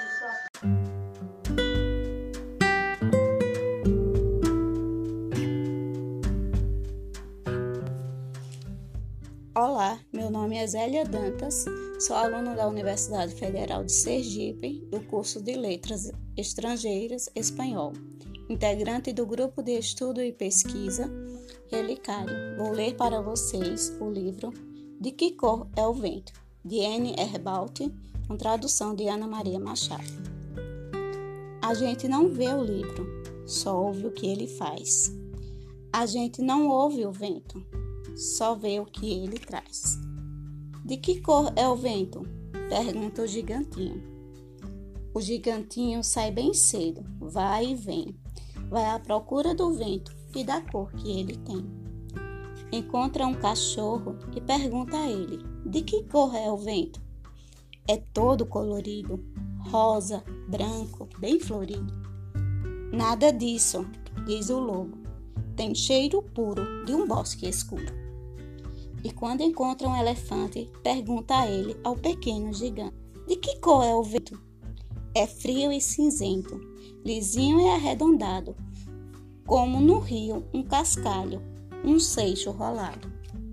Olá, meu nome é Zélia Dantas, sou aluna da Universidade Federal de Sergipe, do curso de Letras Estrangeiras Espanhol, integrante do grupo de estudo e pesquisa Relicário. Vou ler para vocês o livro De Que Cor é o Vento, de Anne Erbaut, com tradução de Ana Maria Machado. A gente não vê o livro, só ouve o que ele faz. A gente não ouve o vento, só vê o que ele traz. De que cor é o vento? Pergunta o gigantinho. O gigantinho sai bem cedo, vai e vem, vai à procura do vento e da cor que ele tem. Encontra um cachorro e pergunta a ele: de que cor é o vento? É todo colorido, rosa, branco, bem florido. Nada disso, diz o lobo. Tem cheiro puro de um bosque escuro. E quando encontra um elefante, pergunta a ele, ao pequeno gigante: de que cor é o vento? É frio e cinzento, lisinho e arredondado, como no rio um cascalho, um seixo rolado.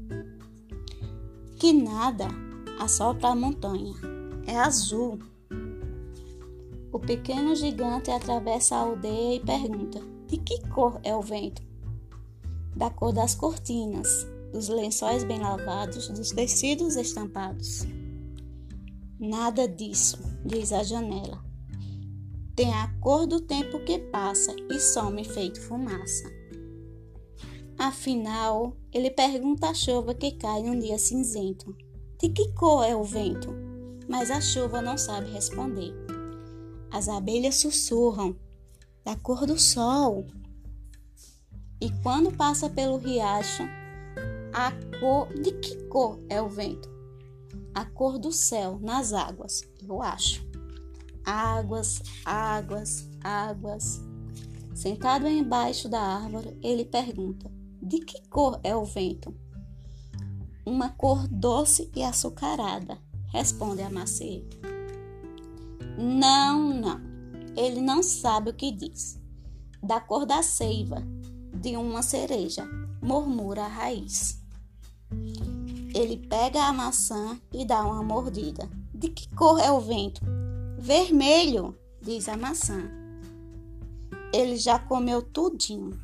Que nada, assopra a montanha, é azul. O pequeno gigante atravessa a aldeia e pergunta: de que cor é o vento? Da cor das cortinas, dos lençóis bem lavados, dos tecidos estampados. Nada disso, diz a janela. Tem a cor do tempo que passa e some feito fumaça. Afinal, ele pergunta à chuva que cai num dia cinzento: de que cor é o vento? Mas a chuva não sabe responder. As abelhas sussurram: da cor do sol. E quando passa pelo riacho, a cor... De que cor é o vento? A cor do céu nas águas, eu acho. Águas, águas, águas. Sentado embaixo da árvore, ele pergunta: de que cor é o vento? Uma cor doce e açucarada, responde a macieira. Não, não, ele não sabe o que diz. Da cor da seiva, de uma cereja, murmura a raiz. Ele pega a maçã e dá uma mordida. De que cor é o vento? Vermelho, diz a maçã. Ele já comeu tudinho.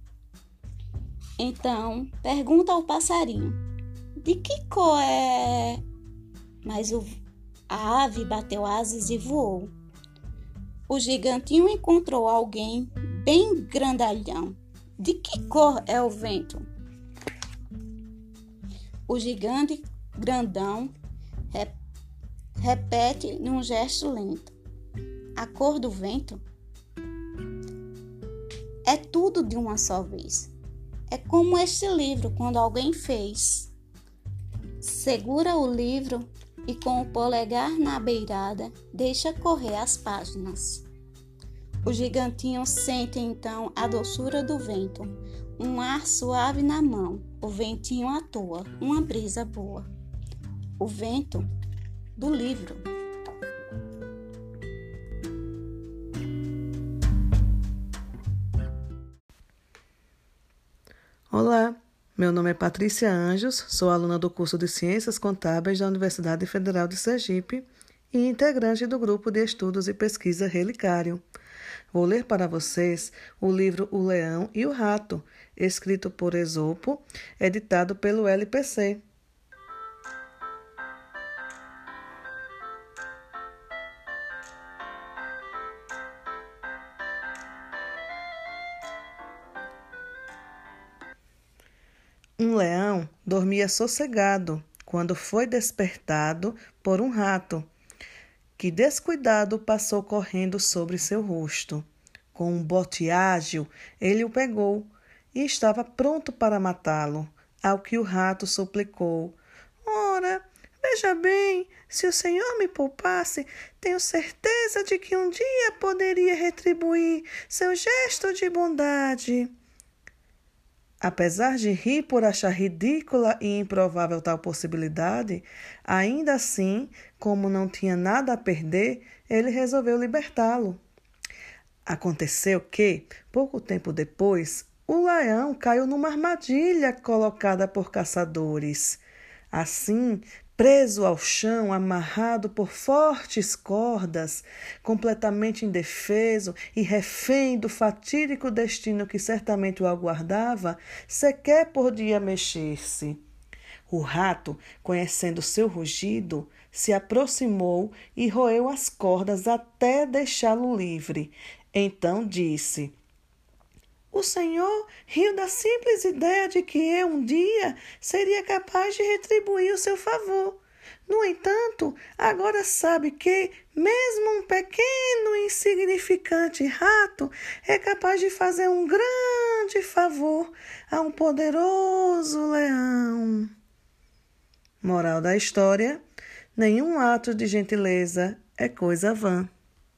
Então, pergunta ao passarinho: de que cor é? Mas o, a ave bateu asas e voou. O gigantinho encontrou alguém bem grandalhão. De que cor é o vento? O gigante grandão rep, repete num gesto lento: a cor do vento é tudo de uma só vez. É como este livro, quando alguém fez. Segura o livro e com o polegar na beirada, deixa correr as páginas. O gigantinho sente então a doçura do vento, um ar suave na mão, o ventinho à toa, uma brisa boa. O vento do livro. Olá, meu nome é Patrícia Anjos, sou aluna do curso de Ciências Contábeis da Universidade Federal de Sergipe e integrante do grupo de estudos e pesquisa Relicário. Vou ler para vocês o livro O Leão e o Rato, escrito por Esopo, editado pelo L P C. Um leão dormia sossegado quando foi despertado por um rato, que descuidado passou correndo sobre seu rosto. Com um bote ágil, ele o pegou e estava pronto para matá-lo, ao que o rato suplicou: Ora, veja bem, se o senhor me poupasse, tenho certeza de que um dia poderia retribuir seu gesto de bondade. Apesar de rir por achar ridícula e improvável tal possibilidade, ainda assim, como não tinha nada a perder, ele resolveu libertá-lo. Aconteceu que, pouco tempo depois, o leão caiu numa armadilha colocada por caçadores. Assim, preso ao chão, amarrado por fortes cordas, completamente indefeso e refém do fatídico destino que certamente o aguardava, sequer podia mexer-se. O rato, conhecendo seu rugido, se aproximou e roeu as cordas até deixá-lo livre. Então disse: O senhor riu da simples ideia de que eu, um dia, seria capaz de retribuir o seu favor. No entanto, agora sabe que, mesmo um pequeno e insignificante rato é capaz de fazer um grande favor a um poderoso leão. Moral da história: nenhum ato de gentileza é coisa vã.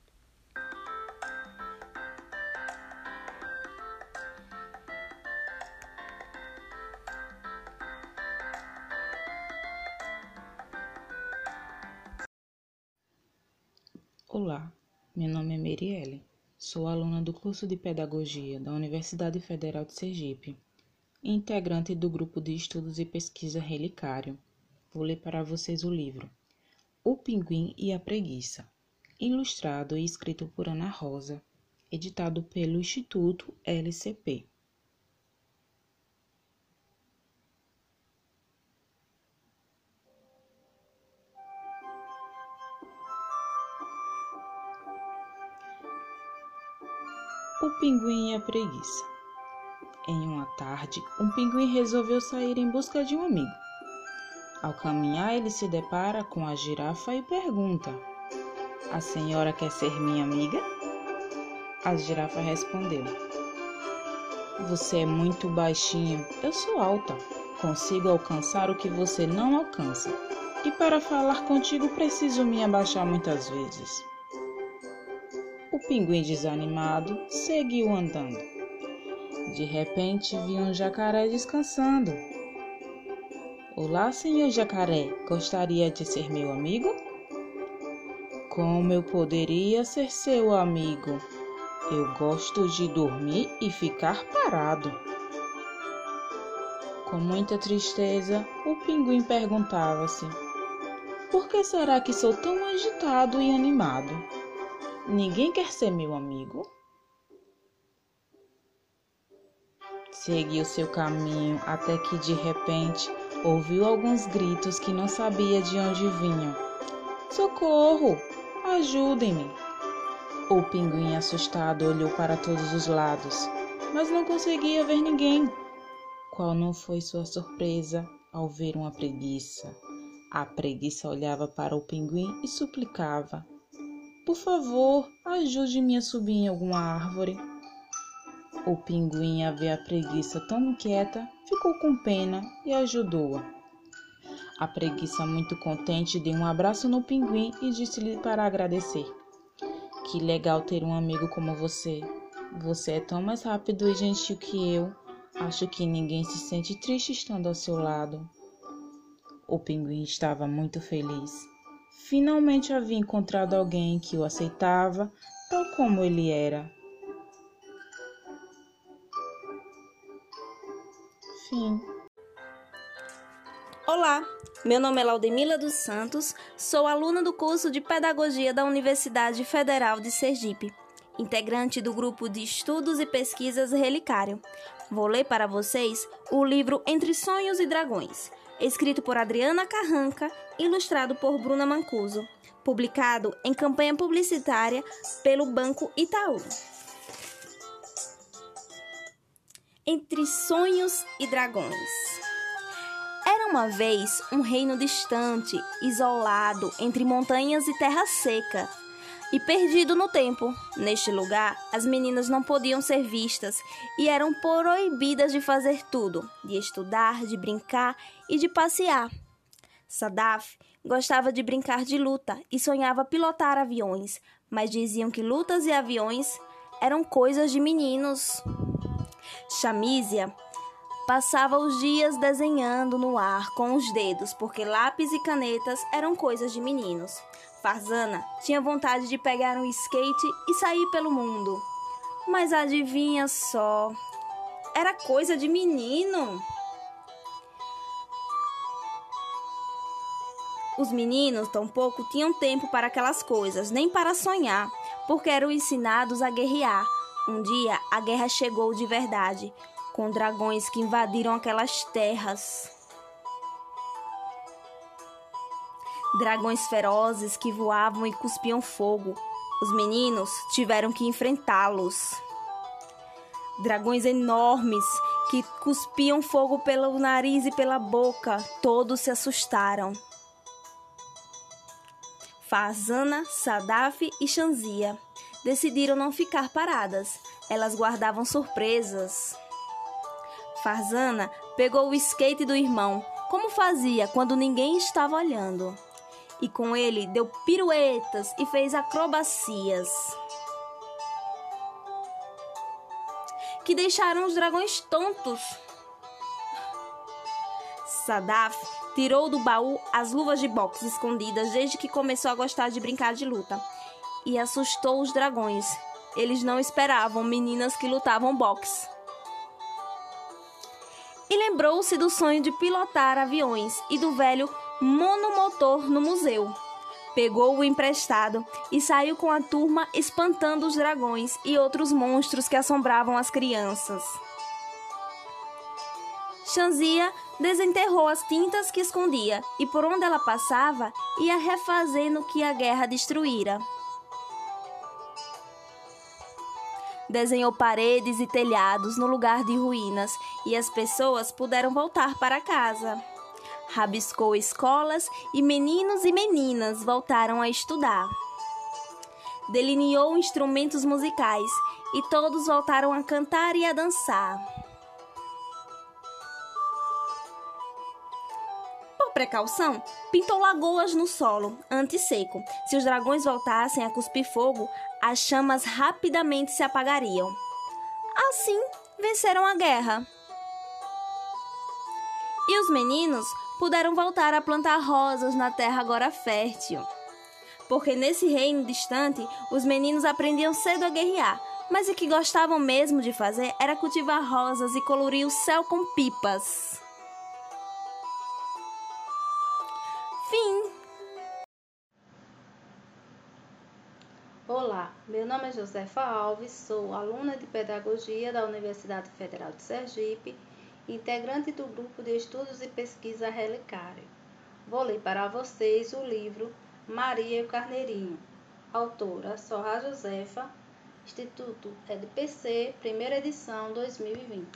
Olá, meu nome é Merielle, sou aluna do curso de Pedagogia da Universidade Federal de Sergipe e integrante do grupo de estudos e pesquisa Relicário. Vou ler para vocês o livro O Pinguim e a Preguiça, ilustrado e escrito por Ana Rosa, editado pelo Instituto L C P. O Pinguim e a Preguiça. Em uma tarde, um pinguim resolveu sair em busca de um amigo. Ao caminhar, ele se depara com a girafa e pergunta: "A senhora quer ser minha amiga?" A girafa respondeu: "Você é muito baixinho, eu sou alta. Consigo alcançar o que você não alcança. E para falar contigo preciso me abaixar muitas vezes." O pinguim, desanimado, seguiu andando. De repente, viu um jacaré descansando. "Olá, senhor jacaré, gostaria de ser meu amigo?" "Como eu poderia ser seu amigo? Eu gosto de dormir e ficar parado." Com muita tristeza, o pinguim perguntava-se: "Por que será que sou tão agitado e animado? Ninguém quer ser meu amigo?" Seguiu seu caminho até que de repente ouviu alguns gritos que não sabia de onde vinham. "Socorro! Ajudem-me!" O pinguim, assustado, olhou para todos os lados, mas não conseguia ver ninguém. Qual não foi sua surpresa ao ver uma preguiça? A preguiça olhava para o pinguim e suplicava: "Por favor, ajude-me a subir em alguma árvore." O pinguim, a ver a preguiça tão inquieta, ficou com pena e ajudou-a. A preguiça, muito contente, deu um abraço no pinguim e disse-lhe para agradecer: "Que legal ter um amigo como você. Você é tão mais rápido e gentil que eu. Acho que ninguém se sente triste estando ao seu lado." O pinguim estava muito feliz. Finalmente havia encontrado alguém que o aceitava tal como ele era. Fim. Olá, meu nome é Laudemila dos Santos, sou aluna do curso de Pedagogia da Universidade Federal de Sergipe, integrante do grupo de Estudos e Pesquisas Relicário. Vou ler para vocês o livro Entre Sonhos e Dragões, escrito por Adriana Carranca, ilustrado por Bruna Mancuso, publicado em campanha publicitária pelo Banco Itaú. Entre Sonhos e Dragões. Era uma vez um reino distante, isolado entre montanhas e terra seca, e perdido no tempo. Neste lugar, as meninas não podiam ser vistas e eram proibidas de fazer tudo, de estudar, de brincar e de passear. Sadaf gostava de brincar de luta e sonhava pilotar aviões, mas diziam que lutas e aviões eram coisas de meninos. Chamísia passava os dias desenhando no ar com os dedos, porque lápis e canetas eram coisas de meninos. Farzana tinha vontade de pegar um skate e sair pelo mundo. Mas adivinha só, era coisa de menino. Os meninos tampouco tinham tempo para aquelas coisas, nem para sonhar, porque eram ensinados a guerrear. Um dia, a guerra chegou de verdade, com dragões que invadiram aquelas terras. Dragões ferozes que voavam e cuspiam fogo. Os meninos tiveram que enfrentá-los. Dragões enormes que cuspiam fogo pelo nariz e pela boca. Todos se assustaram. Farzana, Sadaf e Shanzia decidiram não ficar paradas. Elas guardavam surpresas. Farzana pegou o skate do irmão, como fazia quando ninguém estava olhando, e com ele deu piruetas e fez acrobacias que deixaram os dragões tontos. Sadaf tirou do baú as luvas de boxe escondidas desde que começou a gostar de brincar de luta e assustou os dragões. Eles não esperavam meninas que lutavam boxe. E lembrou-se do sonho de pilotar aviões e do velho monomotor no museu. Pegou o emprestado e saiu com a turma espantando os dragões e outros monstros que assombravam as crianças. Shanzia desenterrou as tintas que escondia e por onde ela passava ia refazendo o que a guerra destruíra. Desenhou paredes e telhados no lugar de ruínas e as pessoas puderam voltar para casa. Rabiscou escolas e meninos e meninas voltaram a estudar. Delineou instrumentos musicais e todos voltaram a cantar e a dançar. Por precaução, pintou lagoas no solo, antes seco. Se os dragões voltassem a cuspir fogo, as chamas rapidamente se apagariam. Assim, venceram a guerra. E os meninos puderam voltar a plantar rosas na terra agora fértil. Porque nesse reino distante, os meninos aprendiam cedo a guerrear, mas o que gostavam mesmo de fazer era cultivar rosas e colorir o céu com pipas. Fim. Olá, meu nome é Josefa Alves, sou aluna de Pedagogia da Universidade Federal de Sergipe, integrante do Grupo de Estudos e Pesquisa Relicário. Vou ler para vocês o livro Maria e o Carneirinho, autora Sorra Josefa, Instituto E D P C, primeira edição dois mil e vinte.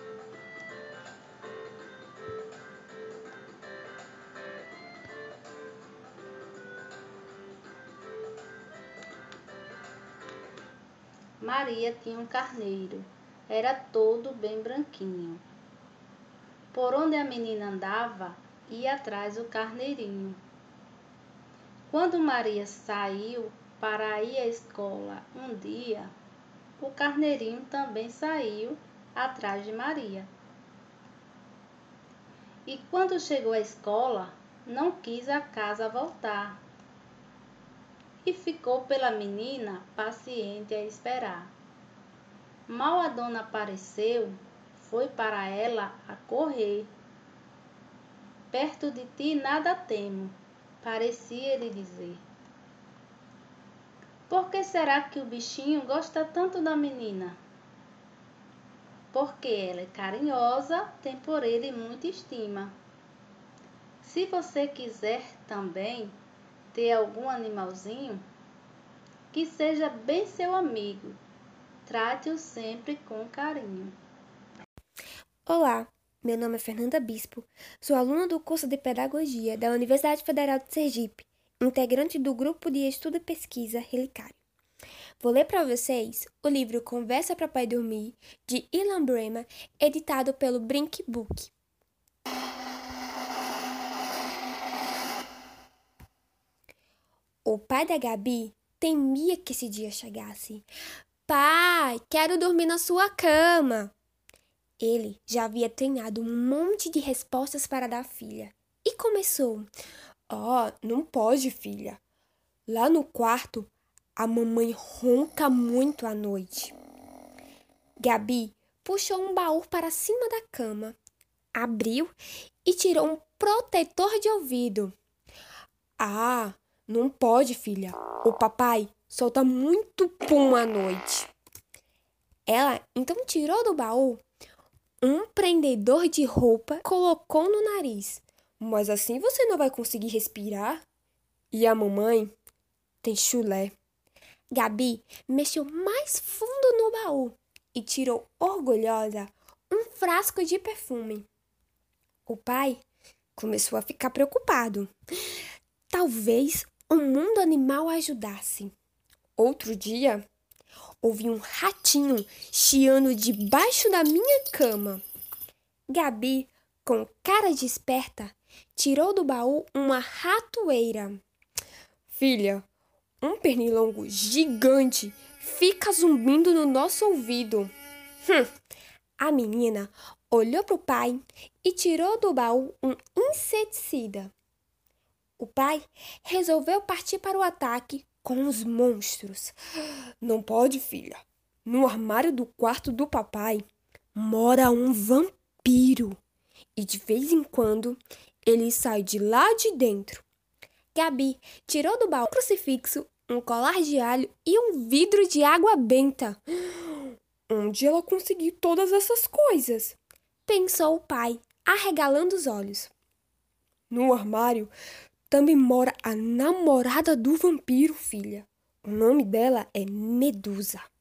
Maria tinha um carneiro, era todo bem branquinho. Por onde a menina andava, ia atrás o carneirinho. Quando Maria saiu para ir à escola um dia, o carneirinho também saiu atrás de Maria. E quando chegou à escola, não quis a casa voltar e ficou pela menina paciente a esperar. Mal a dona apareceu, foi para ela a correr. Perto de ti nada temo, parecia lhe dizer. Por que será que o bichinho gosta tanto da menina? Porque ela é carinhosa, tem por ele muita estima. Se você quiser também ter algum animalzinho, que seja bem seu amigo, trate-o sempre com carinho. Olá, meu nome é Fernanda Bispo, sou aluna do curso de Pedagogia da Universidade Federal de Sergipe, integrante do Grupo de Estudo e Pesquisa Relicário. Vou ler para vocês o livro Conversa para Pai Dormir, de Ilan Bremer, editado pelo Brink Book. O pai da Gabi temia que esse dia chegasse. Pai, quero dormir na sua cama. Ele já havia treinado um monte de respostas para dar à filha. E começou. Ah, não pode, filha. Lá no quarto, a mamãe ronca muito à noite. Gabi puxou um baú para cima da cama, abriu e tirou um protetor de ouvido. Ah, não pode, filha. O papai solta muito pum à noite. Ela então tirou do baú um prendedor de roupa, colocou no nariz. Mas assim você não vai conseguir respirar. E a mamãe tem chulé. Gabi mexeu mais fundo no baú e tirou orgulhosa um frasco de perfume. O pai começou a ficar preocupado. Talvez o mundo animal ajudasse. Outro dia, ouvi um ratinho chiando debaixo da minha cama. Gabi, com cara de esperta, tirou do baú uma ratoeira. Filha, um pernilongo gigante fica zumbindo no nosso ouvido. Hum. A menina olhou para o pai e tirou do baú um inseticida. O pai resolveu partir para o ataque com os monstros. Não pode, filha. No armário do quarto do papai mora um vampiro. E de vez em quando ele sai de lá de dentro. Gabi tirou do baú um crucifixo, um colar de alho e um vidro de água benta. Onde ela conseguiu todas essas coisas? Pensou o pai, arregalando os olhos. No armário também mora a namorada do vampiro, filha. O nome dela é Medusa.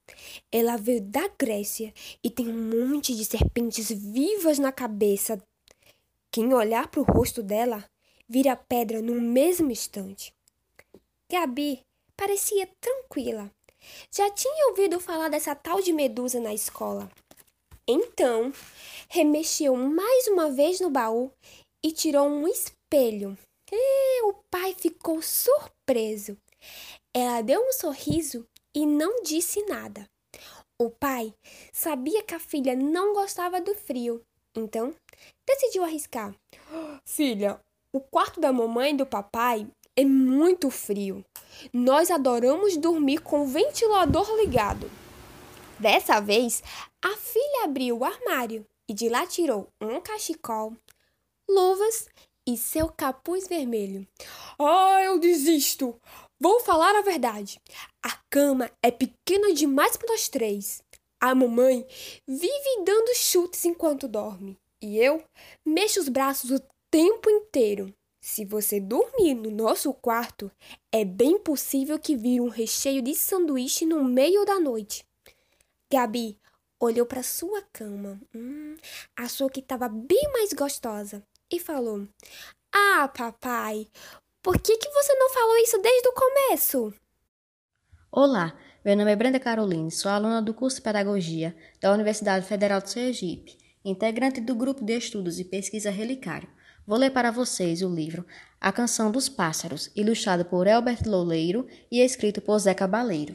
Ela veio da Grécia e tem um monte de serpentes vivas na cabeça. Quem olhar para o rosto dela vira pedra no mesmo instante. Gabi parecia tranquila. Já tinha ouvido falar dessa tal de Medusa na escola. Então, remexeu mais uma vez no baú e tirou um espelho. E o pai ficou surpreso. Ela deu um sorriso e não disse nada. O pai sabia que a filha não gostava do frio, então decidiu arriscar. Filha, o quarto da mamãe e do papai é muito frio. Nós adoramos dormir com o ventilador ligado. Dessa vez, a filha abriu o armário e de lá tirou um cachecol, luvas e seu capuz vermelho. Ah, eu desisto! Vou falar a verdade. A cama é pequena demais para nós três. A mamãe vive dando chutes enquanto dorme. E eu mexo os braços o tempo inteiro. Se você dormir no nosso quarto, é bem possível que vire um recheio de sanduíche no meio da noite. Gabi olhou para sua cama, hum, achou que estava bem mais gostosa e falou: Ah, papai, por que, que você não falou isso desde o começo? Olá, meu nome é Brenda Caroline, sou aluna do curso de Pedagogia da Universidade Federal de Sergipe, integrante do Grupo de Estudos e Pesquisa Relicário. Vou ler para vocês o livro A Canção dos Pássaros, ilustrado por Elbert Louleiro e escrito por Zé Cabaleiro.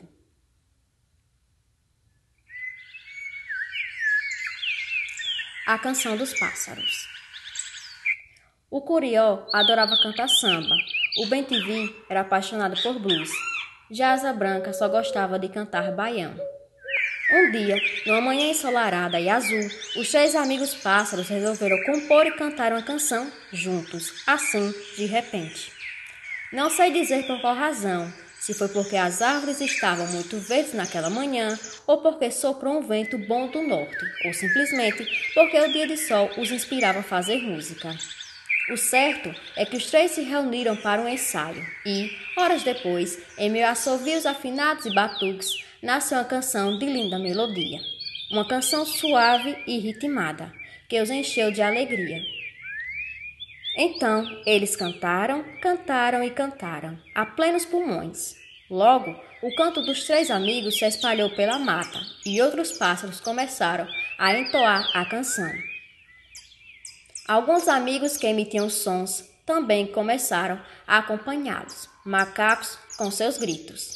A Canção dos Pássaros. O Curió adorava cantar samba, o Bem-te-vi era apaixonado por blues, já a Asa Branca só gostava de cantar baião. Um dia, numa manhã ensolarada e azul, os três amigos pássaros resolveram compor e cantar uma canção juntos, assim, de repente. Não sei dizer por qual razão, se foi porque as árvores estavam muito verdes naquela manhã, ou porque soprou um vento bom do norte, ou simplesmente porque o dia de sol os inspirava a fazer música. O certo é que os três se reuniram para um ensaio e, horas depois, em meio a assovios afinados e batuques, nasceu uma canção de linda melodia. Uma canção suave e ritmada, que os encheu de alegria. Então, eles cantaram, cantaram e cantaram, a plenos pulmões. Logo, o canto dos três amigos se espalhou pela mata e outros pássaros começaram a entoar a canção. Alguns amigos que emitiam sons também começaram a acompanhá-los, macacos com seus gritos.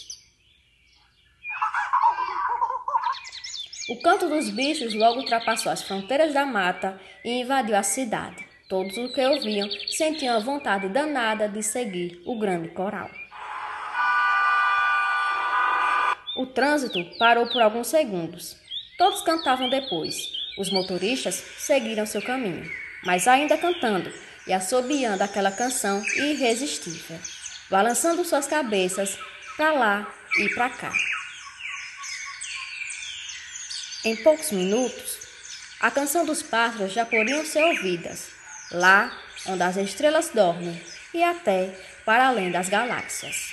O canto dos bichos logo ultrapassou as fronteiras da mata e invadiu a cidade. Todos os que ouviam sentiam a vontade danada de seguir o grande coral. O trânsito parou por alguns segundos. Todos cantavam depois. Os motoristas seguiram seu caminho, mas ainda cantando e assobiando aquela canção irresistível, balançando suas cabeças para lá e para cá. Em poucos minutos, a canção dos pássaros já podiam ser ouvidas, lá onde as estrelas dormem e até para além das galáxias.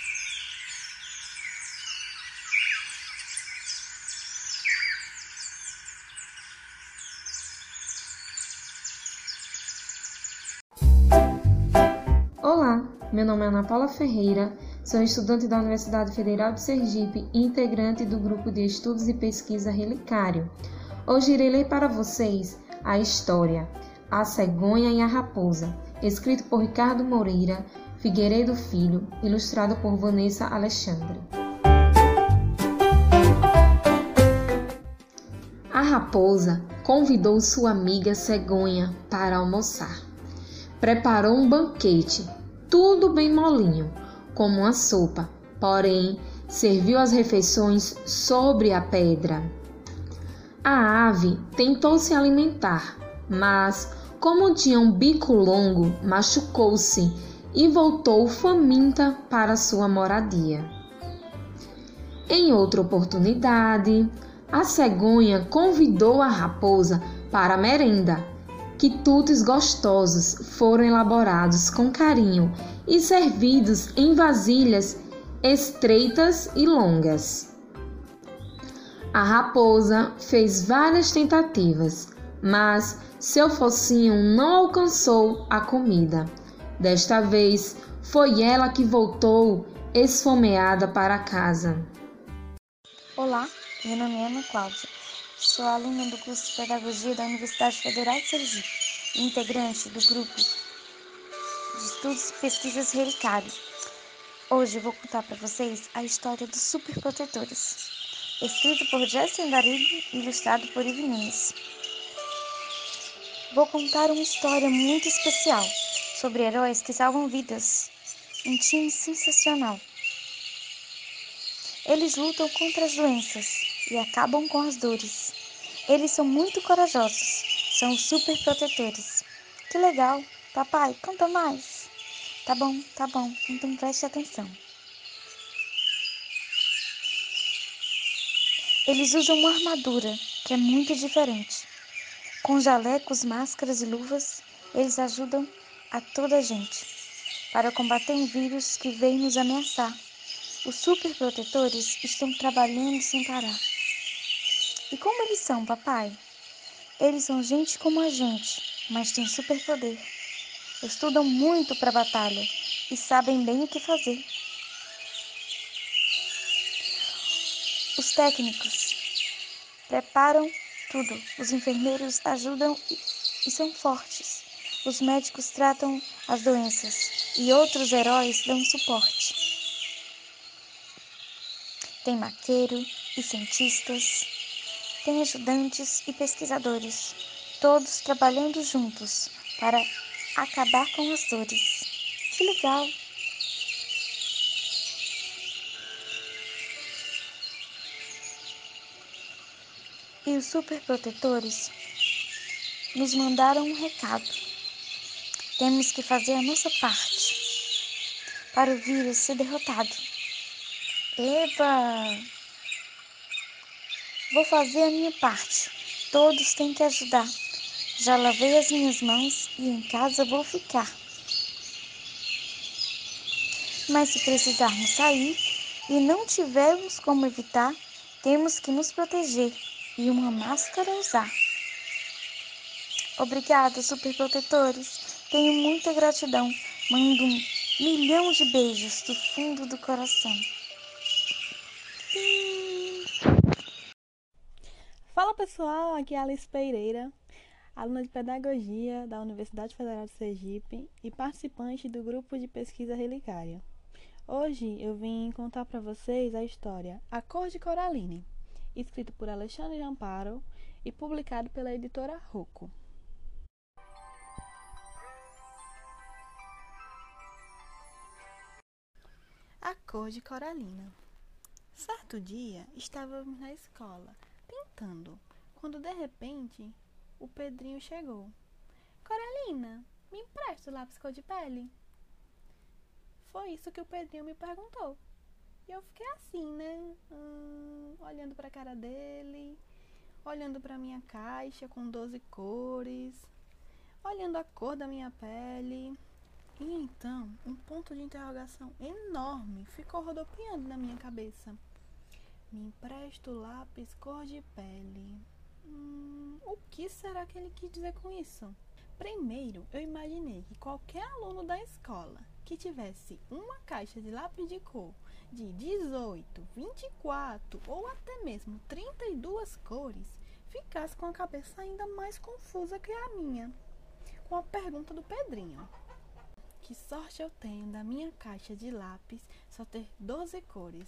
Olá, meu nome é Ana Paula Ferreira, sou estudante da Universidade Federal de Sergipe e integrante do Grupo de Estudos e Pesquisa Relicário. Hoje irei ler para vocês a história A Cegonha e a Raposa, escrito por Ricardo Moreira Figueiredo Filho, ilustrado por Vanessa Alexandre. A raposa convidou sua amiga Cegonha para almoçar. Preparou um banquete, tudo bem molinho, como uma sopa, porém serviu as refeições sobre a pedra. A ave tentou se alimentar, mas, como tinha um bico longo, machucou-se e voltou faminta para sua moradia. Em outra oportunidade, a cegonha convidou a raposa para a merenda. Quitutes gostosos foram elaborados com carinho e servidos em vasilhas estreitas e longas. A raposa fez várias tentativas, mas seu focinho não alcançou a comida. Desta vez, foi ela que voltou esfomeada para casa. Olá, meu nome é Ana Cláudia. Sou aluna do curso de Pedagogia da Universidade Federal de Sergipe e integrante do grupo de Estudos e Pesquisas Relicário. Hoje eu vou contar para vocês a história dos Superprotetores, escrito por Jesse Andarilho e ilustrado por Ive Nunes. Vou contar uma história muito especial sobre heróis que salvam vidas. Um time sensacional. Eles lutam contra as doenças e acabam com as dores. Eles são muito corajosos. São os superprotetores. Que legal! Papai, conta mais. Tá bom, tá bom. Então preste atenção. Eles usam uma armadura que é muito diferente. Com jalecos, máscaras e luvas, eles ajudam a toda a gente para combater um vírus que veio nos ameaçar. Os superprotetores estão trabalhando sem parar. E como eles são, papai? Eles são gente como a gente, mas têm superpoder. Estudam muito para a batalha e sabem bem o que fazer. Os técnicos preparam tudo. Os enfermeiros ajudam e são fortes. Os médicos tratam as doenças e outros heróis dão suporte. Tem maqueiro e cientistas, tem ajudantes e pesquisadores, todos trabalhando juntos para acabar com as dores. Que legal! E os superprotetores nos mandaram um recado. Temos que fazer a nossa parte para o vírus ser derrotado. Eba! Vou fazer a minha parte. Todos têm que ajudar. Já lavei as minhas mãos e em casa vou ficar. Mas se precisarmos sair e não tivermos como evitar, temos que nos proteger e uma máscara usar. Obrigada, superprotetores. Tenho muita gratidão. Mando um milhão de beijos do fundo do coração. Fala pessoal, aqui é a Alice Pereira, aluna de Pedagogia da Universidade Federal de Sergipe e participante do grupo de pesquisa Relicária. Hoje eu vim contar para vocês a história A Cor de Coraline, escrito por Alexandre de Amparo e publicado pela editora Rocco. A Cor de Coralina. Certo dia, estávamos na escola, pintando, quando de repente, o Pedrinho chegou. Coralina, me empresta o lápis cor de pele? Foi isso que o Pedrinho me perguntou. E eu fiquei assim, né? Hum, olhando para a cara dele, olhando para minha caixa com doze cores, olhando a cor da minha pele. E então, um ponto de interrogação enorme ficou rodopiando na minha cabeça. Me empresta o lápis cor de pele. Hum, o que será que ele quis dizer com isso? Primeiro, eu imaginei que qualquer aluno da escola que tivesse uma caixa de lápis de cor de dezoito, vinte e quatro ou até mesmo trinta e duas cores ficasse com a cabeça ainda mais confusa que a minha, com a pergunta do Pedrinho. Que sorte eu tenho da minha caixa de lápis só ter doze cores.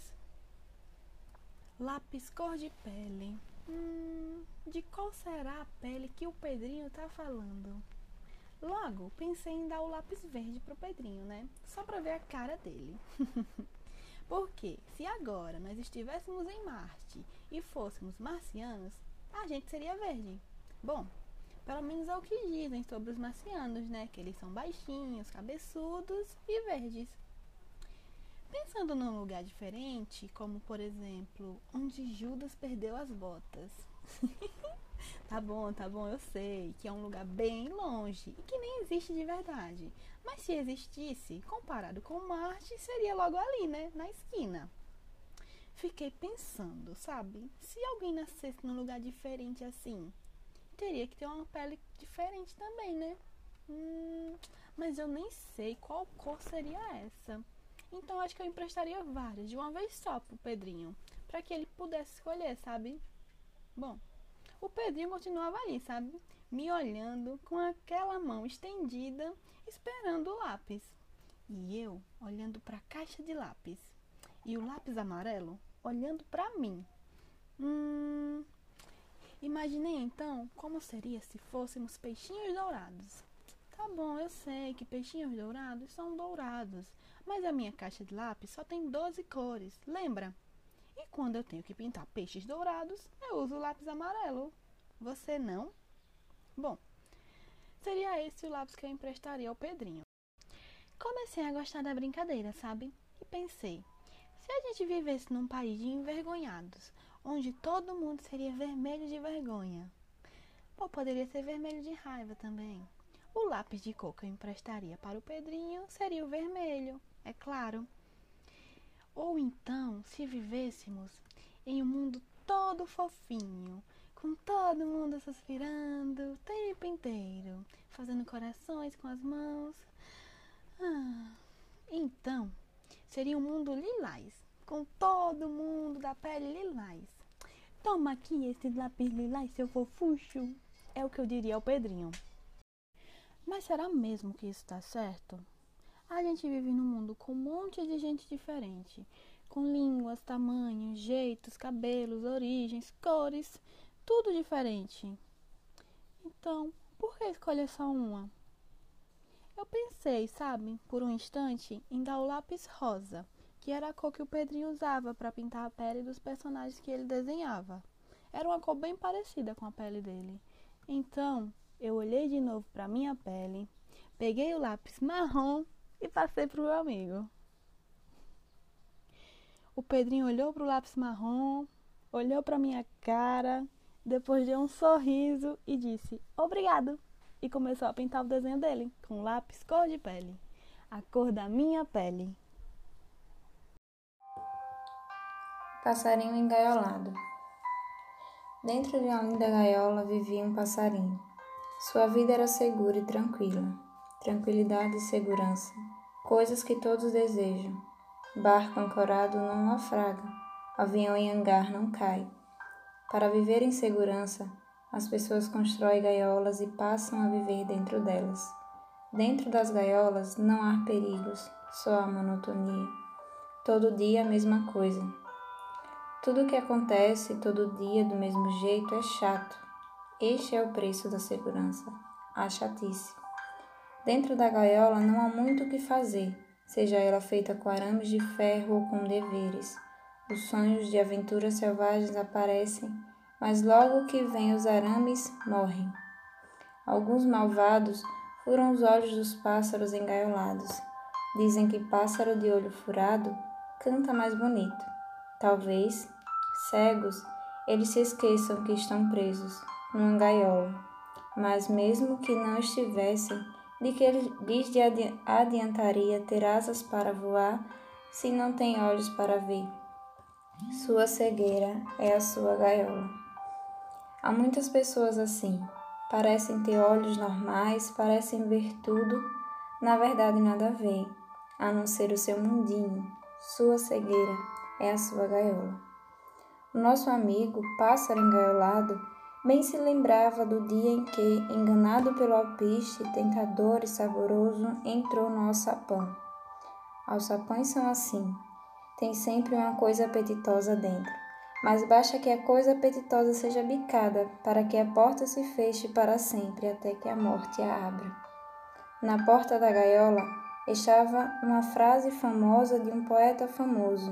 Lápis cor de pele. Hum, de qual será a pele que o Pedrinho tá falando? Logo, pensei em dar o lápis verde pro Pedrinho, né? Só pra ver a cara dele. Porque se agora nós estivéssemos em Marte e fôssemos marcianos, a gente seria verde. Bom, pelo menos é o que dizem sobre os marcianos, né? Que eles são baixinhos, cabeçudos e verdes. Pensando num lugar diferente, como por exemplo, onde Judas perdeu as botas. Tá bom, tá bom, eu sei que é um lugar bem longe e que nem existe de verdade. Mas se existisse, comparado com Marte, seria logo ali, né? Na esquina. fiquei pensando, sabe? Se alguém nascesse num lugar diferente assim, teria que ter uma pele diferente também, né? Hum, mas eu nem sei qual cor seria essa. Então acho que eu emprestaria várias de uma vez só pro Pedrinho, para que ele pudesse escolher, sabe? Bom, o Pedrinho continuava ali, sabe? Me olhando com aquela mão estendida, esperando o lápis. E eu olhando para a caixa de lápis. E o lápis amarelo olhando para mim. Hum, imaginei então como seria se fôssemos peixinhos dourados. Tá bom, eu sei que peixinhos dourados são dourados, mas a minha caixa de lápis só tem doze cores, lembra? E quando eu tenho que pintar peixes dourados, eu uso o lápis amarelo. Você não? Bom, seria esse o lápis que eu emprestaria ao Pedrinho. Comecei a gostar da brincadeira, sabe? E pensei, se a gente vivesse num país de envergonhados, onde todo mundo seria vermelho de vergonha, ou poderia ser vermelho de raiva também. O lápis de cor que eu emprestaria para o Pedrinho seria o vermelho, é claro. Ou então, se vivêssemos em um mundo todo fofinho, com todo mundo suspirando o tempo inteiro, fazendo corações com as mãos. Ah, então, seria um mundo lilás, com todo mundo da pele lilás. Toma aqui esse lápis lilás, seu fofucho, é o que eu diria ao Pedrinho. Mas será mesmo que isso tá certo? A gente vive num mundo com um monte de gente diferente, com línguas, tamanhos, jeitos, cabelos, origens, cores, tudo diferente. Então, por que escolher só uma? Eu pensei, sabe, por um instante, em dar o lápis rosa, que era a cor que o Pedrinho usava para pintar a pele dos personagens que ele desenhava. Era uma cor bem parecida com a pele dele. Então, eu olhei de novo para minha pele, peguei o lápis marrom e passei para o meu amigo. O Pedrinho olhou para o lápis marrom, olhou para minha cara, depois deu um sorriso e disse obrigado. E começou a pintar o desenho dele com lápis cor de pele, a cor da minha pele. Passarinho engaiolado. Dentro de uma linda gaiola vivia um passarinho. Sua vida era segura e tranquila. Tranquilidade e segurança, coisas que todos desejam. Barco ancorado não naufraga, avião em hangar não cai. Para viver em segurança, as pessoas constroem gaiolas e passam a viver dentro delas. Dentro das gaiolas não há perigos, só há monotonia. Todo dia a mesma coisa. Tudo o que acontece todo dia do mesmo jeito é chato. Este é o preço da segurança, a chatice. Dentro da gaiola não há muito o que fazer, seja ela feita com arames de ferro ou com deveres. Os sonhos de aventuras selvagens aparecem, mas logo que vêm os arames, morrem. Alguns malvados furam os olhos dos pássaros engaiolados. Dizem que pássaro de olho furado canta mais bonito. Talvez, cegos, eles se esqueçam que estão presos numa gaiola, mas mesmo que não estivessem, de que lhes adiantaria ter asas para voar se não têm olhos para ver? Sua cegueira é a sua gaiola. Há muitas pessoas assim, parecem ter olhos normais, parecem ver tudo, na verdade nada veem, a não ser o seu mundinho. Sua cegueira é a sua gaiola. O nosso amigo, pássaro engaiolado, bem se lembrava do dia em que, enganado pelo alpiste, tentador e saboroso, entrou no alçapão. Alçapões são assim, tem sempre uma coisa apetitosa dentro, mas basta que a coisa apetitosa seja bicada para que a porta se feche para sempre até que a morte a abra. Na porta da gaiola estava uma frase famosa de um poeta famoso: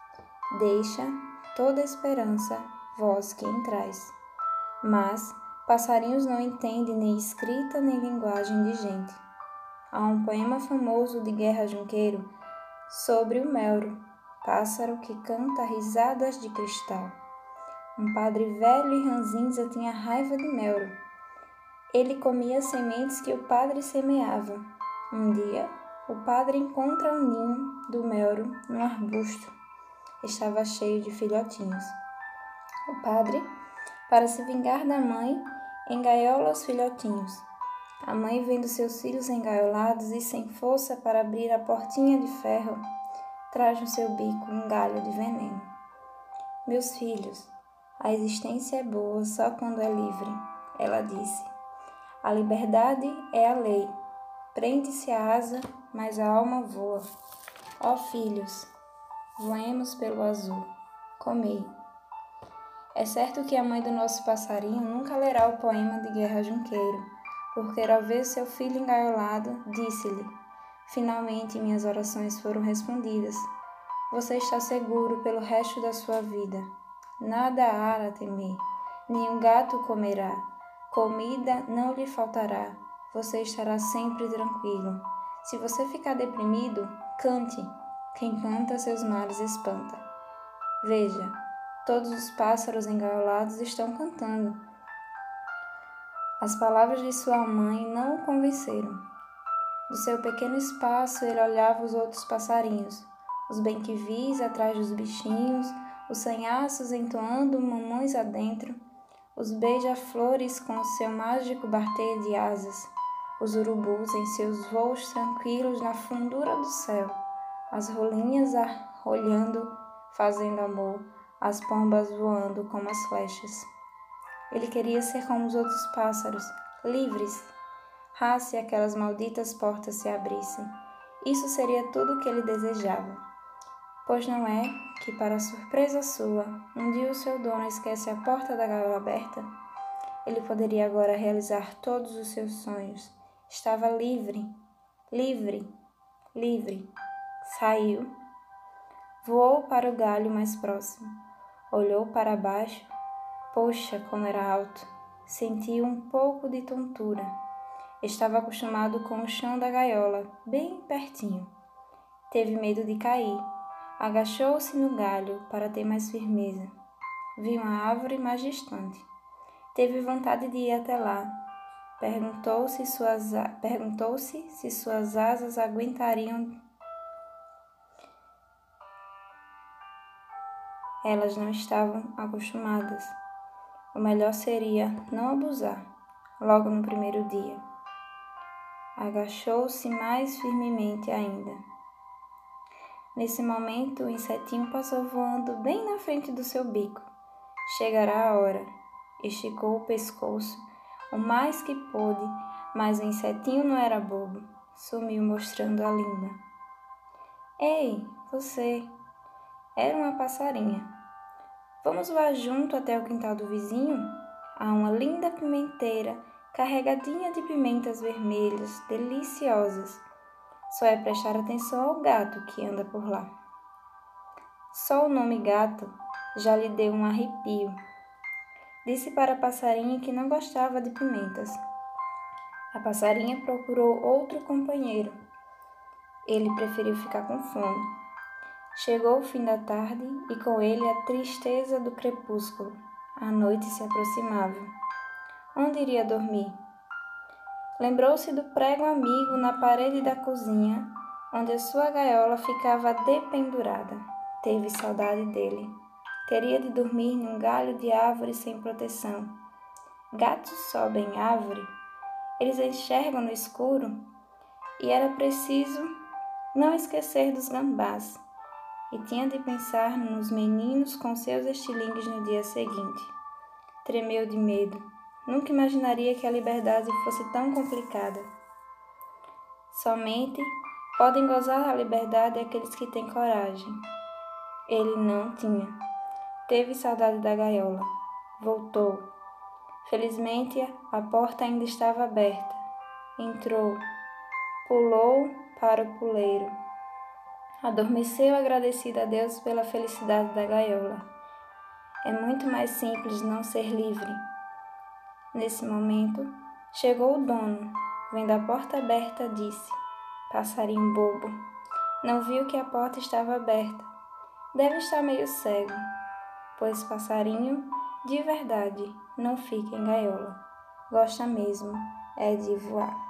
deixa toda esperança, vós que entrais. Mas passarinhos não entendem nem escrita nem linguagem de gente. Há um poema famoso de Guerra Junqueiro sobre o melro, pássaro que canta risadas de cristal. Um padre velho e ranzinza tinha raiva de melro. Ele comia as sementes que o padre semeava. Um dia, o padre encontra o ninho do melro num arbusto. estava cheio de filhotinhos. O padre, para se vingar da mãe, engaiola os filhotinhos. A mãe, vendo seus filhos engaiolados e sem força para abrir a portinha de ferro, traz no seu bico um galho de veneno. Meus filhos, a existência é boa só quando é livre, ela disse. A liberdade é a lei. Prende-se a asa, mas a alma voa. Ó filhos, voemos pelo azul. Comei. É certo que a mãe do nosso passarinho nunca lerá o poema de Guerra Junqueiro, porque ao ver seu filho engaiolado, disse-lhe: finalmente minhas orações foram respondidas. Você está seguro pelo resto da sua vida. Nada há a temer, nenhum gato comerá, comida não lhe faltará, você estará sempre tranquilo. Se você ficar deprimido, cante, quem canta seus males espanta. Veja, todos os pássaros engaiolados estão cantando. As palavras de sua mãe não o convenceram. Do seu pequeno espaço ele olhava os outros passarinhos, os bem-que-vis atrás dos bichinhos, os sanhaços entoando mamões adentro, os beija-flores com seu mágico bater de asas, os urubus em seus voos tranquilos na fundura do céu, as rolinhas arrolhando, fazendo amor, as pombas voando como as flechas. Ele queria ser como os outros pássaros, livres. Ah, se aquelas malditas portas se abrissem! Isso seria tudo o que ele desejava. Pois não é que, para surpresa sua, um dia o seu dono esquece a porta da gaiola aberta? Ele poderia agora realizar todos os seus sonhos. Estava livre, livre, livre. Saiu. Voou para o galho mais próximo. Olhou para baixo. Poxa, como era alto! Sentiu um pouco de tontura. Estava acostumado com o chão da gaiola, bem pertinho. Teve medo de cair. Agachou-se no galho para ter mais firmeza. Viu uma árvore mais distante. Teve vontade de ir até lá. Perguntou-se suas, perguntou-se se suas asas aguentariam. Elas não estavam acostumadas. O melhor seria não abusar, logo no primeiro dia. Agachou-se mais firmemente ainda. Nesse momento, o insetinho passou voando bem na frente do seu bico. Chegará a hora. Esticou o pescoço o mais que pôde, mas o insetinho não era bobo. Sumiu mostrando a linda. Ei, você! Era uma passarinha. Vamos voar junto até o quintal do vizinho? Há uma linda pimenteira carregadinha de pimentas vermelhas, deliciosas. Só é prestar atenção ao gato que anda por lá. Só o nome gato já lhe deu um arrepio. Disse para a passarinha que não gostava de pimentas. A passarinha procurou outro companheiro. Ele preferiu ficar com fome. Chegou o fim da tarde e com ele a tristeza do crepúsculo. A noite se aproximava. Onde iria dormir? Lembrou-se do prego amigo na parede da cozinha, onde a sua gaiola ficava dependurada. Teve saudade dele. Teria de dormir num galho de árvore sem proteção. Gatos sobem em árvore. Eles enxergam no escuro. E era preciso não esquecer dos gambás. E tinha de pensar nos meninos com seus estilingues no dia seguinte. Tremeu de medo. Nunca imaginaria que a liberdade fosse tão complicada. Somente podem gozar a liberdade aqueles que têm coragem. Ele não tinha. Teve saudade da gaiola. Voltou. Felizmente, a porta ainda estava aberta. Entrou. Pulou para o puleiro. Adormeceu agradecido a Deus pela felicidade da gaiola. É muito mais simples não ser livre. Nesse momento, chegou o dono. Vendo a porta aberta, disse: passarinho bobo, não viu que a porta estava aberta. Deve estar meio cego, pois passarinho, de verdade, não fica em gaiola. Gosta mesmo é de voar.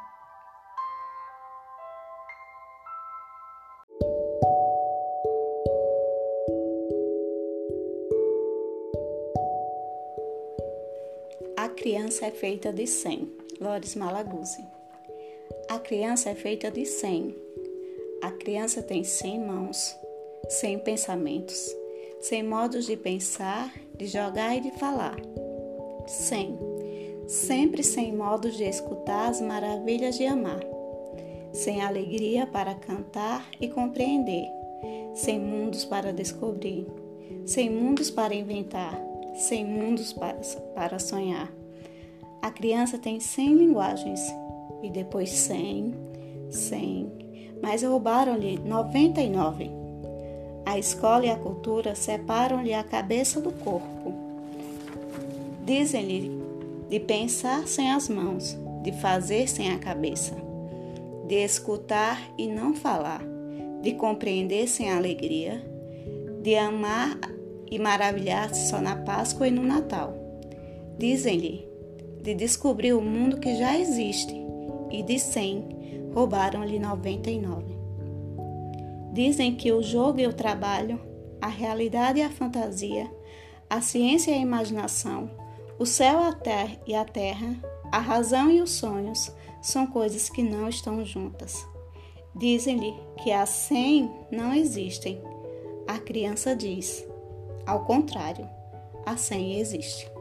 criança é feita de cem. Loris Malaguzzi. A criança é feita de cem. A criança tem cem mãos, cem pensamentos, cem modos de pensar, de jogar e de falar. Cem. Sempre cem modos de escutar as maravilhas de amar. Sem alegria para cantar e compreender. Sem mundos para descobrir. Sem mundos para inventar. Sem mundos para, para sonhar. A criança tem cem linguagens. E depois cem, cem. Mas roubaram-lhe noventa e nove. A escola e a cultura separam-lhe a cabeça do corpo. Dizem-lhe de pensar sem as mãos, de fazer sem a cabeça, de escutar e não falar, de compreender sem alegria, de amar e maravilhar-se só na Páscoa e no Natal. Dizem-lhe de descobrir o mundo que já existe, e de cem roubaram-lhe noventa e nove. Dizem que o jogo e o trabalho, a realidade e a fantasia, a ciência e a imaginação, o céu e a terra, a razão e os sonhos são coisas que não estão juntas. Dizem-lhe que as cem não existem. A criança diz, ao contrário, a cem existe.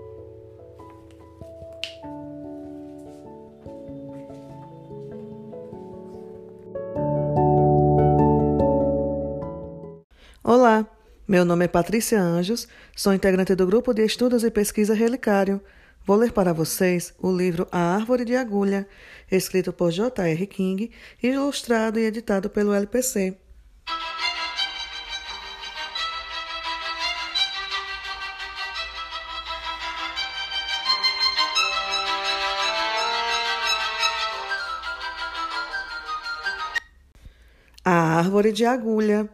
Olá, meu nome é Patrícia Anjos, sou integrante do Grupo de Estudos e Pesquisa Relicário. Vou ler para vocês o livro A Árvore de Agulha, escrito por J R King, ilustrado e editado pelo L P C. A Árvore de Agulha.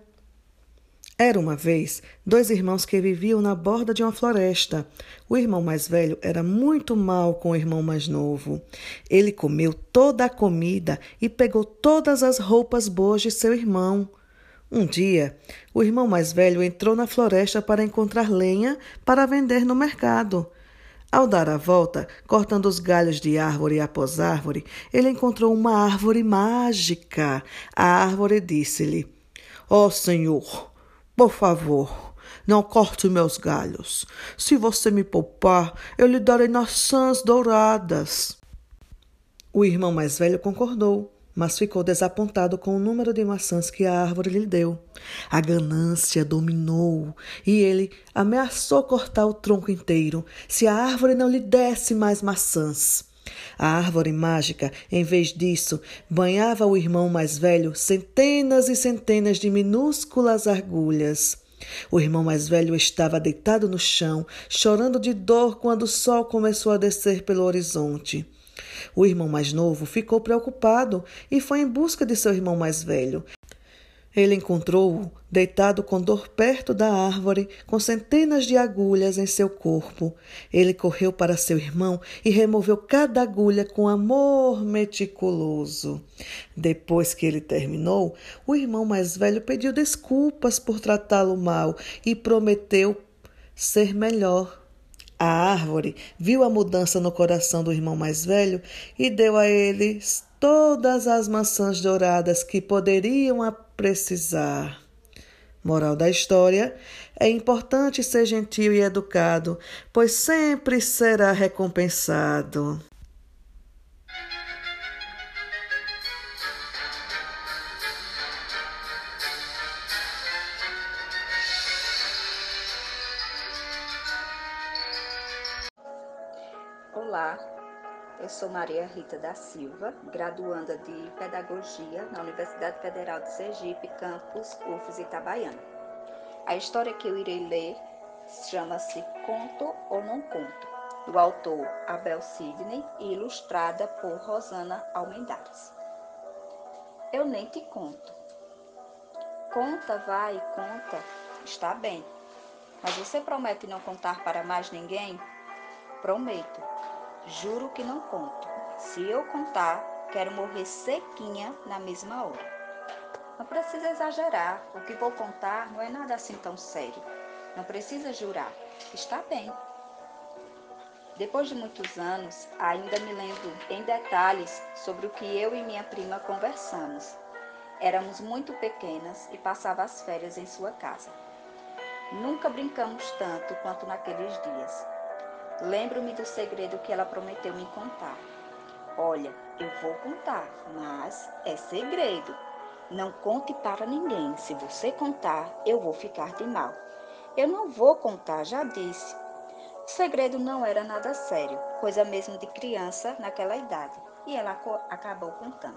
Era uma vez dois irmãos que viviam na borda de uma floresta. O irmão mais velho era muito mal com o irmão mais novo. Ele comeu toda a comida e pegou todas as roupas boas de seu irmão. Um dia, o irmão mais velho entrou na floresta para encontrar lenha para vender no mercado. Ao dar a volta, cortando os galhos de árvore após árvore, ele encontrou uma árvore mágica. A árvore disse-lhe: "Ó Senhor, por favor, não corte meus galhos. Se você me poupar, eu lhe darei maçãs douradas." O irmão mais velho concordou, mas ficou desapontado com o número de maçãs que a árvore lhe deu. A ganância dominou e ele ameaçou cortar o tronco inteiro se a árvore não lhe desse mais maçãs. A árvore mágica, em vez disso, banhava o irmão mais velho centenas e centenas de minúsculas agulhas. O irmão mais velho estava deitado no chão, chorando de dor quando o sol começou a descer pelo horizonte. O irmão mais novo ficou preocupado e foi em busca de seu irmão mais velho. Ele encontrou-o deitado com dor perto da árvore, com centenas de agulhas em seu corpo. Ele correu para seu irmão e removeu cada agulha com amor meticuloso. Depois que ele terminou, o irmão mais velho pediu desculpas por tratá-lo mal e prometeu ser melhor. A árvore viu a mudança no coração do irmão mais velho e deu a eles todas as maçãs douradas que poderiam precisar. Moral da história: é importante ser gentil e educado, pois sempre será recompensado. Olá, eu sou Maria Rita da Silva, graduanda de Pedagogia na Universidade Federal de Sergipe, campus U F S Itabaiana. A história que eu irei ler chama-se Conto ou Não Conto, do autor Abel Sidney e ilustrada por Rosana Almendares. Eu nem te conto. Conta, vai, conta, está bem. Mas você promete não contar para mais ninguém? Prometo. Juro que não conto. Se eu contar, quero morrer sequinha na mesma hora. Não precisa exagerar. O que vou contar não é nada assim tão sério. Não precisa jurar. Está bem. Depois de muitos anos, ainda me lembro em detalhes sobre o que eu e minha prima conversamos. Éramos muito pequenas e passava as férias em sua casa. Nunca brincamos tanto quanto naqueles dias. Lembro-me do segredo que ela prometeu me contar. Olha, eu vou contar, mas é segredo. Não conte para ninguém. Se você contar, eu vou ficar de mal. Eu não vou contar, já disse. O segredo não era nada sério, coisa mesmo de criança naquela idade, e ela acabou contando.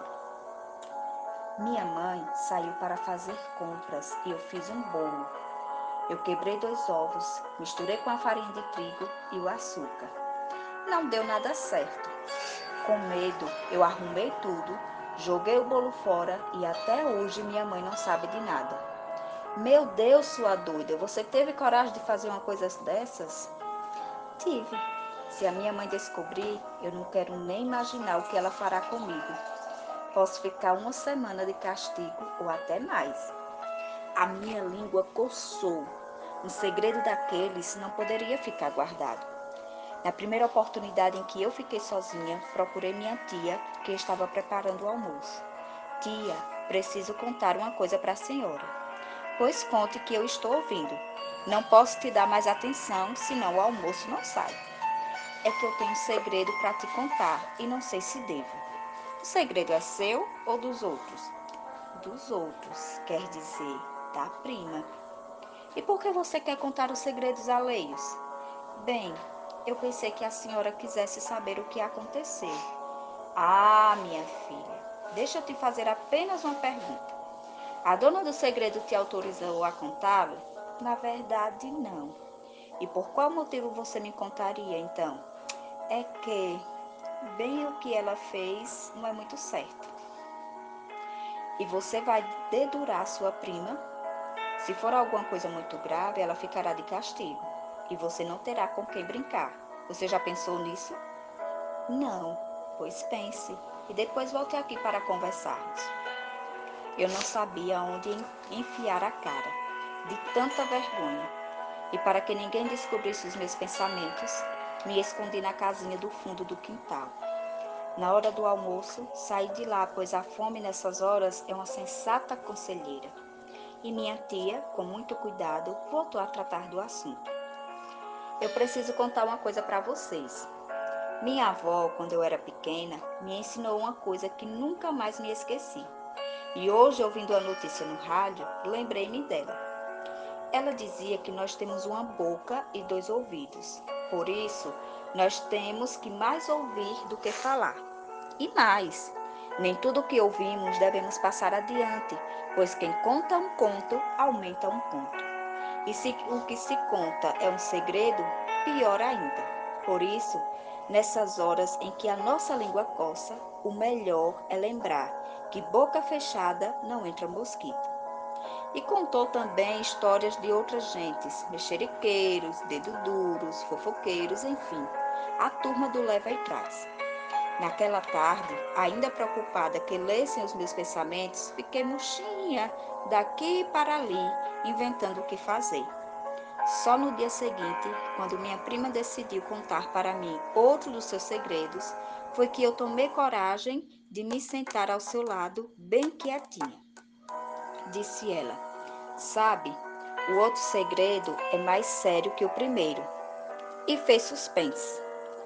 Minha mãe saiu para fazer compras e eu fiz um bolo. Eu quebrei dois ovos, misturei com a farinha de trigo e o açúcar. Não deu nada certo. Com medo, eu arrumei tudo, joguei o bolo fora e até hoje minha mãe não sabe de nada. Meu Deus, sua doida, você teve coragem de fazer uma coisa dessas? Tive. Se a minha mãe descobrir, eu não quero nem imaginar o que ela fará comigo. Posso ficar uma semana de castigo ou até mais. A minha língua coçou. Um segredo daqueles não poderia ficar guardado. Na primeira oportunidade em que eu fiquei sozinha, procurei minha tia, que estava preparando o almoço. Tia, preciso contar uma coisa para a senhora. Pois conte que eu estou ouvindo. Não posso te dar mais atenção, senão o almoço não sai. É que eu tenho um segredo para te contar e não sei se devo. O segredo é seu ou dos outros? Dos outros, quer dizer, da prima. E por que você quer contar os segredos alheios? Bem, eu pensei que a senhora quisesse saber o que aconteceu. Ah, minha filha, deixa eu te fazer apenas uma pergunta. A dona do segredo te autorizou a contá-lo? Na verdade, não. E por qual motivo você me contaria, então? É que, bem o que ela fez não é muito certo. E você vai dedurar sua prima? Se for alguma coisa muito grave, ela ficará de castigo. E você não terá com quem brincar. Você já pensou nisso? Não, pois pense. E depois volte aqui para conversarmos. Eu não sabia onde enfiar a cara, de tanta vergonha. E para que ninguém descobrisse os meus pensamentos, me escondi na casinha do fundo do quintal. Na hora do almoço, saí de lá, pois a fome nessas horas é uma sensata conselheira. E minha tia, com muito cuidado, voltou a tratar do assunto. Eu preciso contar uma coisa para vocês. Minha avó, quando eu era pequena, me ensinou uma coisa que nunca mais me esqueci. E hoje, ouvindo a notícia no rádio, lembrei-me dela. Ela dizia que nós temos uma boca e dois ouvidos. Por isso, nós temos que mais ouvir do que falar. E mais, nem tudo o que ouvimos devemos passar adiante, pois quem conta um conto, aumenta um ponto. E se o que se conta é um segredo, pior ainda. Por isso, nessas horas em que a nossa língua coça, o melhor é lembrar que boca fechada não entra mosquito. E contou também histórias de outras gentes, mexeriqueiros, dedo duros, fofoqueiros, enfim, a turma do leva e traz. Naquela tarde, ainda preocupada que lessem os meus pensamentos, fiquei murchinha daqui para ali, inventando o que fazer. Só no dia seguinte, quando minha prima decidiu contar para mim outro dos seus segredos, foi que eu tomei coragem de me sentar ao seu lado, bem quietinha. Disse ela, sabe, o outro segredo é mais sério que o primeiro. E fez suspense.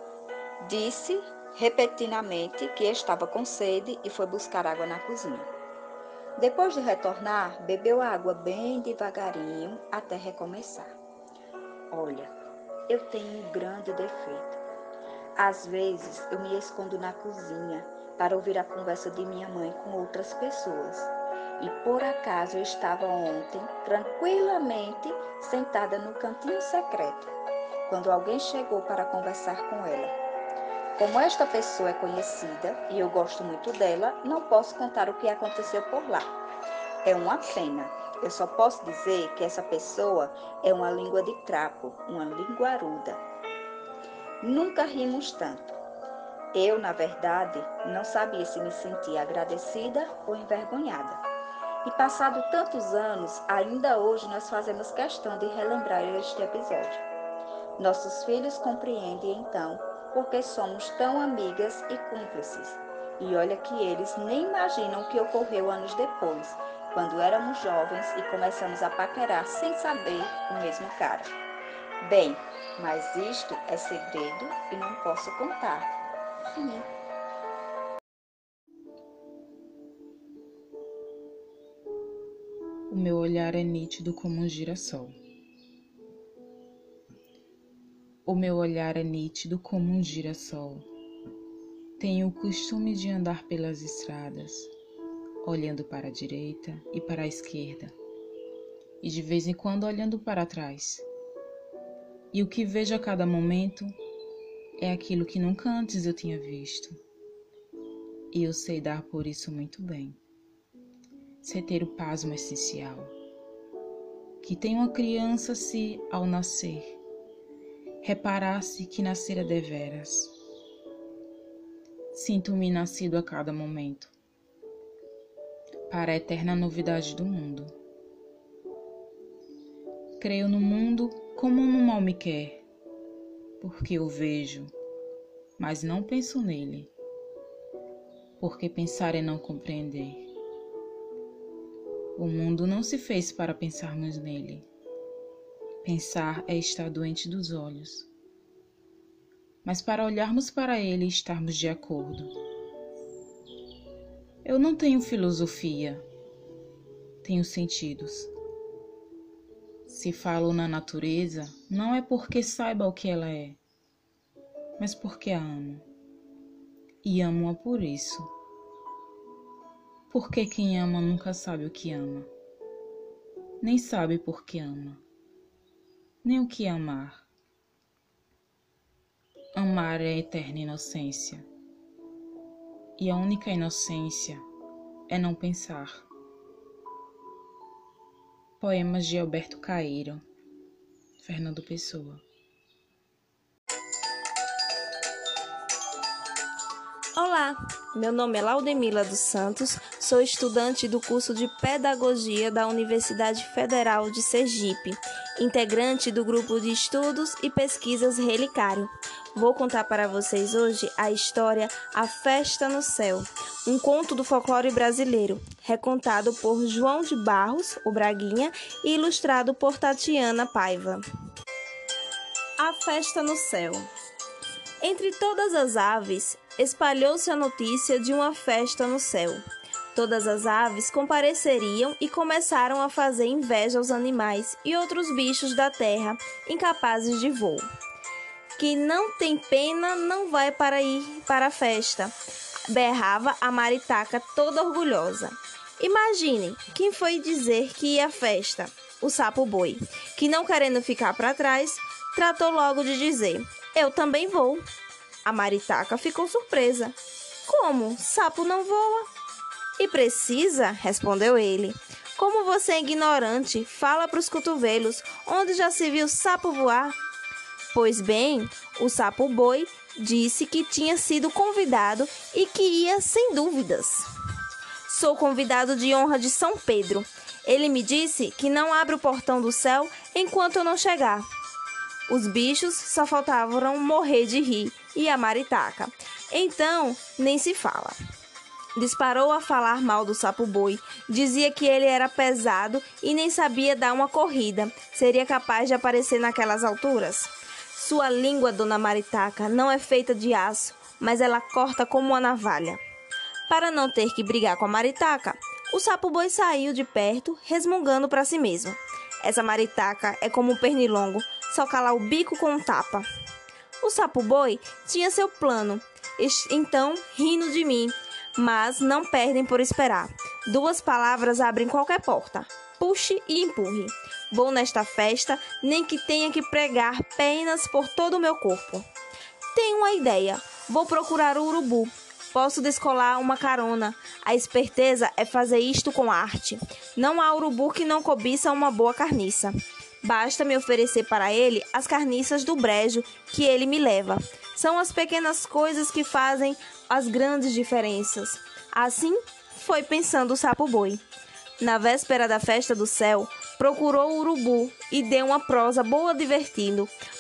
Disse repetidamente que estava com sede e foi buscar água na cozinha. Depois de retornar, bebeu a água bem devagarinho até recomeçar. Olha, eu tenho um grande defeito. Às vezes eu me escondo na cozinha para ouvir a conversa de minha mãe com outras pessoas. E por acaso eu estava ontem tranquilamente sentada no cantinho secreto, quando alguém chegou para conversar com ela. Como esta pessoa é conhecida e eu gosto muito dela, não posso contar o que aconteceu por lá. É uma pena. Eu só posso dizer que essa pessoa é uma língua de trapo, uma linguaruda. Nunca rimos tanto. Eu, na verdade, não sabia se me sentia agradecida ou envergonhada. E passado tantos anos, ainda hoje nós fazemos questão de relembrar este episódio. Nossos filhos compreendem então porque somos tão amigas e cúmplices. E olha que eles nem imaginam o que ocorreu anos depois, quando éramos jovens e começamos a paquerar sem saber o mesmo cara. Bem, mas isto é segredo e não posso contar. Fim. O meu olhar é nítido como um girassol. O meu olhar é nítido como um girassol. Tenho o costume de andar pelas estradas, olhando para a direita e para a esquerda, e de vez em quando olhando para trás. E o que vejo a cada momento é aquilo que nunca antes eu tinha visto. E eu sei dar por isso muito bem. Sei ter o pasmo essencial, que tem uma criança se, ao nascer, reparasse que nascera deveras. Sinto-me nascido a cada momento, para a eterna novidade do mundo. Creio no mundo como no mal me quer, porque o vejo, mas não penso nele, porque pensar é não compreender. O mundo não se fez para pensarmos nele. Pensar é estar doente dos olhos, mas para olharmos para ele e estarmos de acordo. Eu não tenho filosofia, tenho sentidos. Se falo na natureza, não é porque saiba o que ela é, mas porque a amo. E amo-a por isso. Porque quem ama nunca sabe o que ama, nem sabe por que ama, nem o que é amar. Amar é a eterna inocência, e a única inocência é não pensar. Poemas de Alberto Caeiro, Fernando Pessoa. Olá, meu nome é Laudemila dos Santos, sou estudante do curso de Pedagogia da Universidade Federal de Sergipe, integrante do grupo de estudos e pesquisas Relicário. Vou contar para vocês hoje a história A Festa no Céu, um conto do folclore brasileiro, recontado por João de Barros, o Braguinha, e ilustrado por Tatiana Paiva. A Festa no Céu. Entre todas as aves, espalhou-se a notícia de uma festa no céu. Todas as aves compareceriam e começaram a fazer inveja aos animais e outros bichos da terra, incapazes de voo. Que não tem pena não vai para ir para a festa, berrava a maritaca toda orgulhosa. Imaginem, quem foi dizer que ia à festa? O sapo boi, que não querendo ficar para trás, tratou logo de dizer: eu também vou. A maritaca ficou surpresa. Como? Sapo não voa? E precisa? Respondeu ele. Como você é ignorante, fala para os cotovelos, onde já se viu sapo voar? Pois bem, o sapo boi disse que tinha sido convidado e que ia sem dúvidas. Sou convidado de honra de São Pedro. Ele me disse que não abre o portão do céu enquanto eu não chegar. Os bichos só faltavam morrer de rir, e a maritaca. Então, nem se fala. Disparou a falar mal do sapo-boi, dizia que ele era pesado e nem sabia dar uma corrida, seria capaz de aparecer naquelas alturas. Sua língua, dona Maritaca, não é feita de aço, mas ela corta como uma navalha. Para não ter que brigar com a maritaca, o sapo-boi saiu de perto, resmungando para si mesmo. Essa maritaca é como um pernilongo, só calar o bico com um tapa. O sapo-boi tinha seu plano, então rindo de mim, mas não perdem por esperar. Duas palavras abrem qualquer porta: puxe e empurre. Vou nesta festa, nem que tenha que pregar penas por todo o meu corpo. Tenho uma ideia, vou procurar o urubu. Posso descolar uma carona. A esperteza é fazer isto com arte. Não há urubu que não cobiça uma boa carniça. Basta me oferecer para ele as carniças do brejo que ele me leva. São as pequenas coisas que fazem as grandes diferenças. Assim foi pensando o sapo-boi. Na véspera da festa do céu, procurou o urubu e deu uma prosa boa divertindo,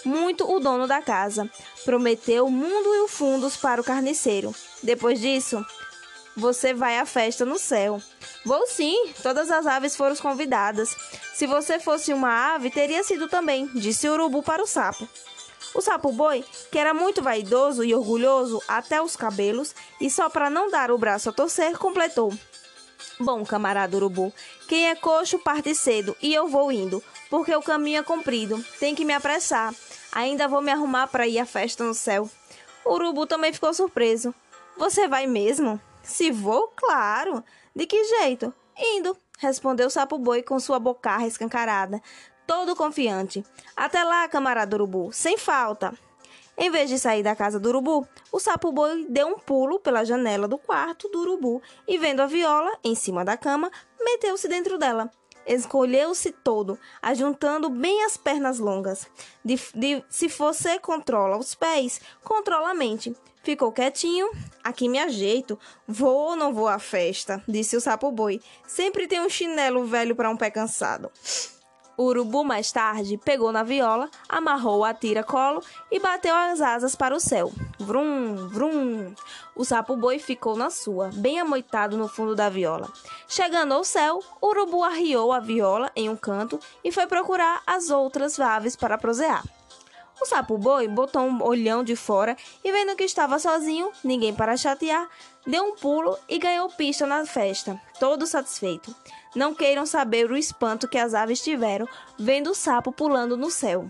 muito o dono da casa. Prometeu o mundo e o fundos para o carniceiro. Depois disso, você vai à festa no céu. Vou sim, todas as aves foram convidadas. Se você fosse uma ave, teria sido também, disse o urubu para o sapo. O sapo-boi, que era muito vaidoso e orgulhoso até os cabelos, e só para não dar o braço a torcer, completou. Bom, camarada urubu, quem é coxo parte cedo e eu vou indo, porque o caminho é comprido, tem que me apressar. Ainda vou me arrumar para ir à festa no céu. O urubu também ficou surpreso. Você vai mesmo? Se vou, claro. De que jeito? Indo, respondeu o sapo-boi com sua bocarra escancarada, todo confiante. Até lá, camarada urubu, sem falta. Em vez de sair da casa do urubu, o sapo-boi deu um pulo pela janela do quarto do urubu e, vendo a viola em cima da cama, meteu-se dentro dela. Escolheu-se todo, ajuntando bem as pernas longas. De, de, se você controla os pés, controla a mente. Ficou quietinho. Aqui me ajeito. Vou ou não vou à festa? Disse o sapo-boi. Sempre tem um chinelo velho para um pé cansado. O urubu, mais tarde, pegou na viola, amarrou a tira-colo e bateu as asas para o céu. Vrum, vrum. O sapo-boi ficou na sua, bem amoitado no fundo da viola. Chegando ao céu, o urubu arriou a viola em um canto e foi procurar as outras aves para prosear. O sapo-boi botou um olhão de fora e, vendo que estava sozinho, ninguém para chatear, deu um pulo e ganhou pista na festa, todo satisfeito. Não queiram saber o espanto que as aves tiveram vendo o sapo pulando no céu.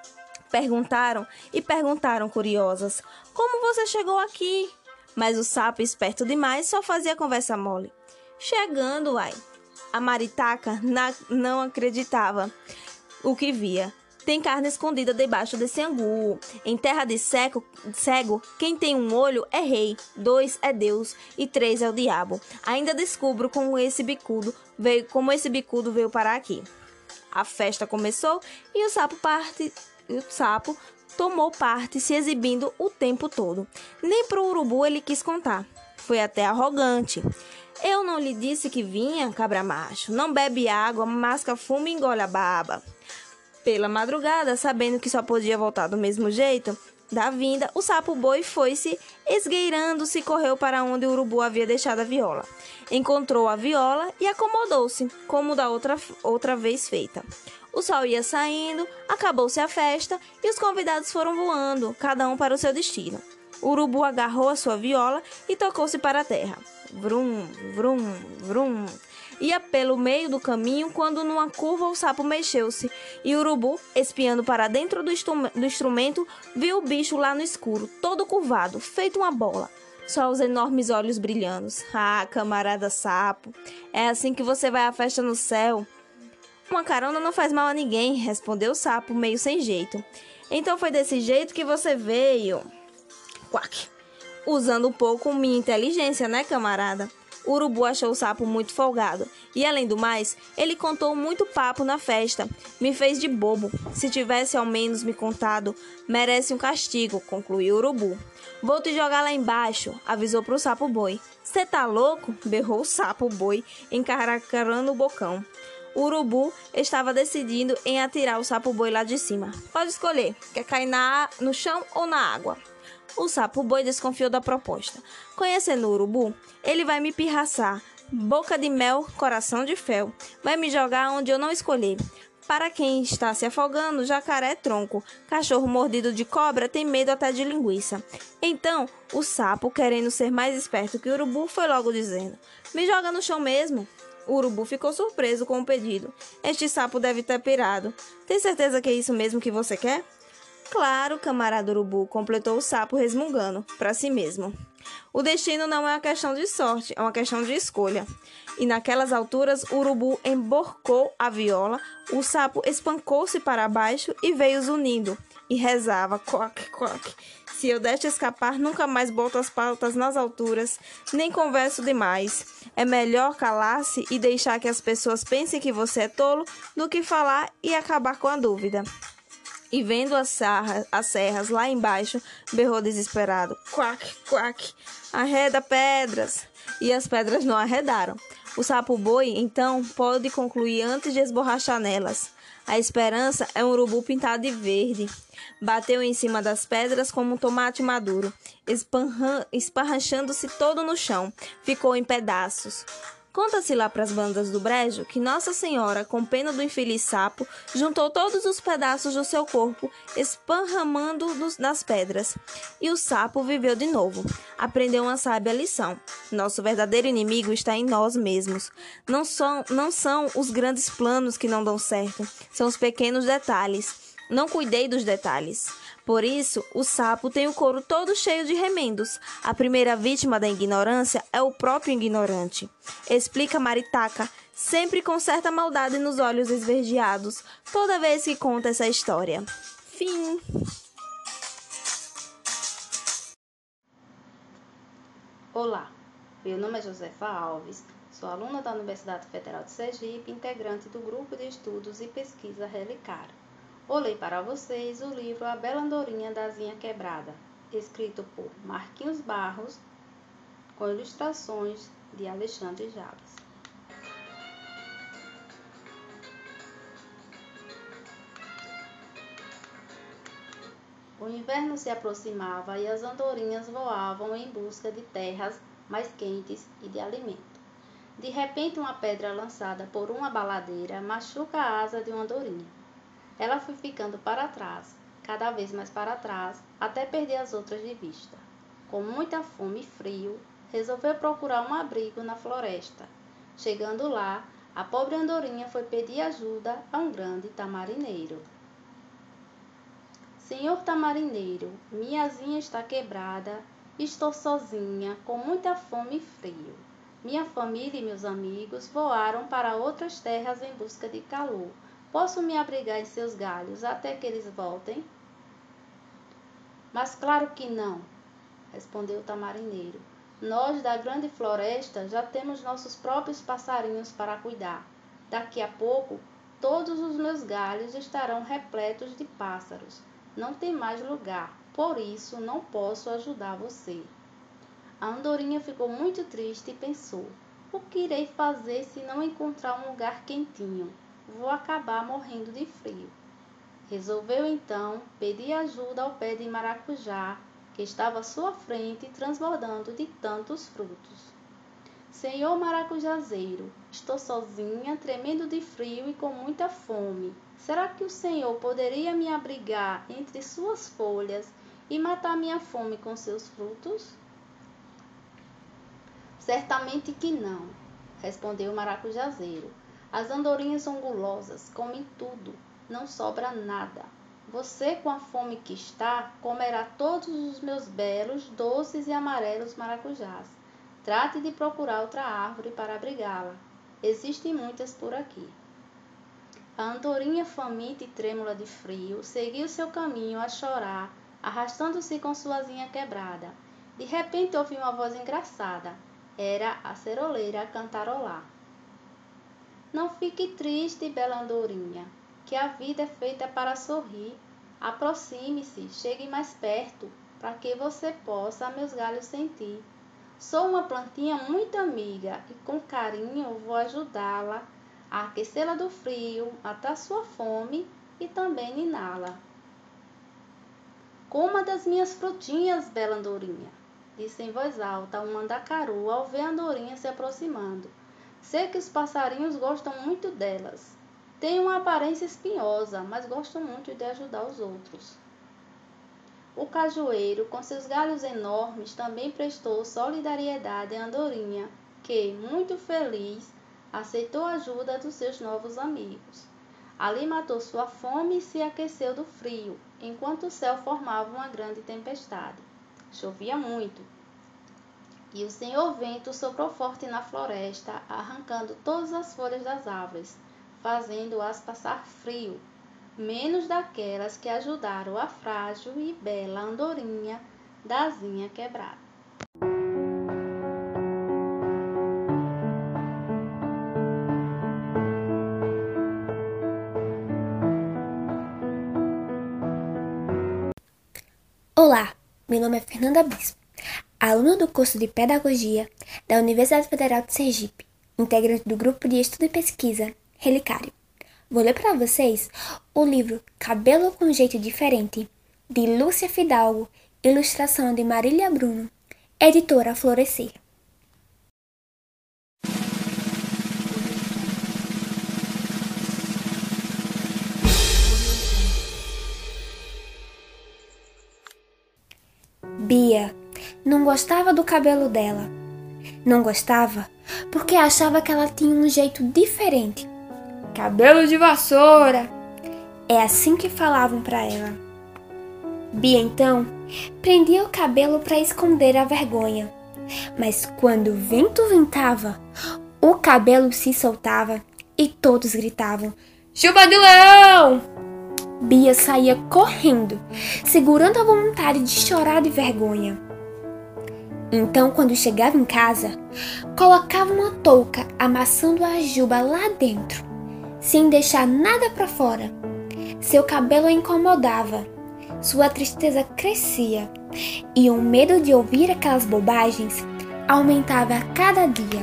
Perguntaram e perguntaram curiosas: como você chegou aqui? Mas o sapo, esperto demais, só fazia conversa mole. Chegando, uai. A maritaca na, não acreditava o que via. Tem carne escondida debaixo desse angu. Em terra de cego, cego, quem tem um olho é rei, dois é Deus e três é o diabo. Ainda descubro como esse bicudo veio, como esse bicudo veio parar aqui. A festa começou e o sapo, parte, o sapo tomou parte, se exibindo o tempo todo. Nem pro urubu ele quis contar. Foi até arrogante. Eu não lhe disse que vinha, cabra macho. Não bebe água, masca fumo e engole a baba. Pela madrugada, sabendo que só podia voltar do mesmo jeito da vinda, o sapo-boi foi-se esgueirando-se e correu para onde o urubu havia deixado a viola. Encontrou a viola e acomodou-se, como da outra, outra vez feita. O sol ia saindo, acabou-se a festa e os convidados foram voando, cada um para o seu destino. O urubu agarrou a sua viola e tocou-se para a terra. Vrum, vrum, vrum. Ia pelo meio do caminho quando, numa curva, o sapo mexeu-se e o urubu, espiando para dentro do, do instrumento, viu o bicho lá no escuro, todo curvado, feito uma bola. Só os enormes olhos brilhando. Ah, camarada sapo, é assim que você vai à festa no céu? Uma carona não faz mal a ninguém, respondeu o sapo, meio sem jeito. Então foi desse jeito que você veio. Quack. Usando um pouco minha inteligência, né, camarada? O urubu achou o sapo muito folgado e, além do mais, ele contou muito papo na festa. Me fez de bobo. Se tivesse ao menos me contado, merece um castigo, concluiu o urubu. Vou te jogar lá embaixo, avisou pro sapo-boi. Cê tá louco? Berrou o sapo-boi, encaracarando o bocão. O urubu estava decidindo em atirar o sapo-boi lá de cima. Pode escolher, quer cair na, no chão ou na água? O sapo-boi desconfiou da proposta. Conhecendo o urubu, ele vai me pirraçar. Boca de mel, coração de fel. Vai me jogar onde eu não escolher. Para quem está se afogando, jacaré é tronco. Cachorro mordido de cobra tem medo até de linguiça. Então, o sapo, querendo ser mais esperto que o urubu, foi logo dizendo: me joga no chão mesmo. O urubu ficou surpreso com o pedido. Este sapo deve ter pirado. Tem certeza que é isso mesmo que você quer? Claro, camarada urubu, completou o sapo resmungando para si mesmo. O destino não é uma questão de sorte, é uma questão de escolha. E naquelas alturas, o urubu emborcou a viola, o sapo espancou-se para baixo e veio zunindo. E rezava, quack, quack. Se eu deste escapar, nunca mais boto as patas nas alturas, nem converso demais. É melhor calar-se e deixar que as pessoas pensem que você é tolo do que falar e acabar com a dúvida. E vendo as, sarra, as serras lá embaixo, berrou desesperado. Quack, quack, arreda pedras. E as pedras não arredaram. O sapo-boi, então, pode concluir antes de esborrachar nelas. A esperança é um urubu pintado de verde. Bateu em cima das pedras como um tomate maduro, esparrachando-se todo no chão. Ficou em pedaços. Conta-se lá para as bandas do brejo que Nossa Senhora, com pena do infeliz sapo, juntou todos os pedaços do seu corpo, esparramando-nos nas pedras. E o sapo viveu de novo. Aprendeu uma sábia lição. Nosso verdadeiro inimigo está em nós mesmos. Não são, não são os grandes planos que não dão certo, são os pequenos detalhes. Não cuidei dos detalhes. Por isso, o sapo tem o couro todo cheio de remendos. A primeira vítima da ignorância é o próprio ignorante. Explica Maritaca, sempre com certa maldade nos olhos esverdeados, toda vez que conta essa história. Fim. Olá, meu nome é Josefa Alves, sou aluna da Universidade Federal de Sergipe, integrante do Grupo de Estudos e Pesquisa Relicário. Vou ler para vocês o livro A Bela Andorinha da Asinha Quebrada, escrito por Marquinhos Barros, com ilustrações de Alexandre Jabas. O inverno se aproximava e as andorinhas voavam em busca de terras mais quentes e de alimento. De repente, uma pedra lançada por uma baladeira machuca a asa de uma andorinha. Ela foi ficando para trás, cada vez mais para trás, até perder as outras de vista. Com muita fome e frio, resolveu procurar um abrigo na floresta. Chegando lá, a pobre andorinha foi pedir ajuda a um grande tamarineiro. Senhor tamarineiro, minha asinha está quebrada, estou sozinha, com muita fome e frio. Minha família e meus amigos voaram para outras terras em busca de calor. Posso me abrigar em seus galhos até que eles voltem? Mas claro que não, respondeu o tamarineiro. Nós da grande floresta já temos nossos próprios passarinhos para cuidar. Daqui a pouco, todos os meus galhos estarão repletos de pássaros. Não tem mais lugar, por isso não posso ajudar você. A andorinha ficou muito triste e pensou: o que irei fazer se não encontrar um lugar quentinho? Vou acabar morrendo de frio. Resolveu então pedir ajuda ao pé de maracujá, que estava à sua frente transbordando de tantos frutos. Senhor maracujazeiro, estou sozinha, tremendo de frio e com muita fome. Será que o senhor poderia me abrigar entre suas folhas e matar minha fome com seus frutos? Certamente que não, respondeu o maracujazeiro. As andorinhas são gulosas, comem tudo, não sobra nada. Você, com a fome que está, comerá todos os meus belos, doces e amarelos maracujás. Trate de procurar outra árvore para abrigá-la. Existem muitas por aqui. A andorinha, faminta e trêmula de frio, seguiu seu caminho a chorar, arrastando-se com sua asinha quebrada. De repente ouviu uma voz engraçada. Era a ceroleira a cantarolar. Não fique triste, bela andorinha, que a vida é feita para sorrir. Aproxime-se, chegue mais perto, para que você possa meus galhos sentir. Sou uma plantinha muito amiga e com carinho vou ajudá-la a aquecê-la do frio, matar sua fome e também niná-la. Coma das minhas frutinhas, bela andorinha, disse em voz alta um mandacaru ao ver a andorinha se aproximando. Sei que os passarinhos gostam muito delas. Têm uma aparência espinhosa, mas gostam muito de ajudar os outros. O cajueiro, com seus galhos enormes, também prestou solidariedade à andorinha, que, muito feliz, aceitou a ajuda dos seus novos amigos. Ali matou sua fome e se aqueceu do frio, enquanto o céu formava uma grande tempestade. Chovia muito. E o senhor vento soprou forte na floresta, arrancando todas as folhas das árvores, fazendo-as passar frio, menos daquelas que ajudaram a frágil e bela andorinha da asinha quebrada. Olá, meu nome é Fernanda Bispo, aluna do curso de Pedagogia da Universidade Federal de Sergipe, integrante do grupo de estudo e pesquisa Relicário. Vou ler para vocês o livro Cabelo com Jeito Diferente, de Lúcia Fidalgo, ilustração de Marília Bruno, editora Florescer. Bia não gostava do cabelo dela. Não gostava porque achava que ela tinha um jeito diferente. Cabelo de vassoura! É assim que falavam para ela. Bia então prendia o cabelo para esconder a vergonha. Mas quando o vento ventava, o cabelo se soltava e todos gritavam: Chuva de leão! Bia saía correndo, segurando a vontade de chorar de vergonha. Então, quando chegava em casa, colocava uma touca amassando a juba lá dentro, sem deixar nada para fora. Seu cabelo a incomodava, sua tristeza crescia e o medo de ouvir aquelas bobagens aumentava a cada dia.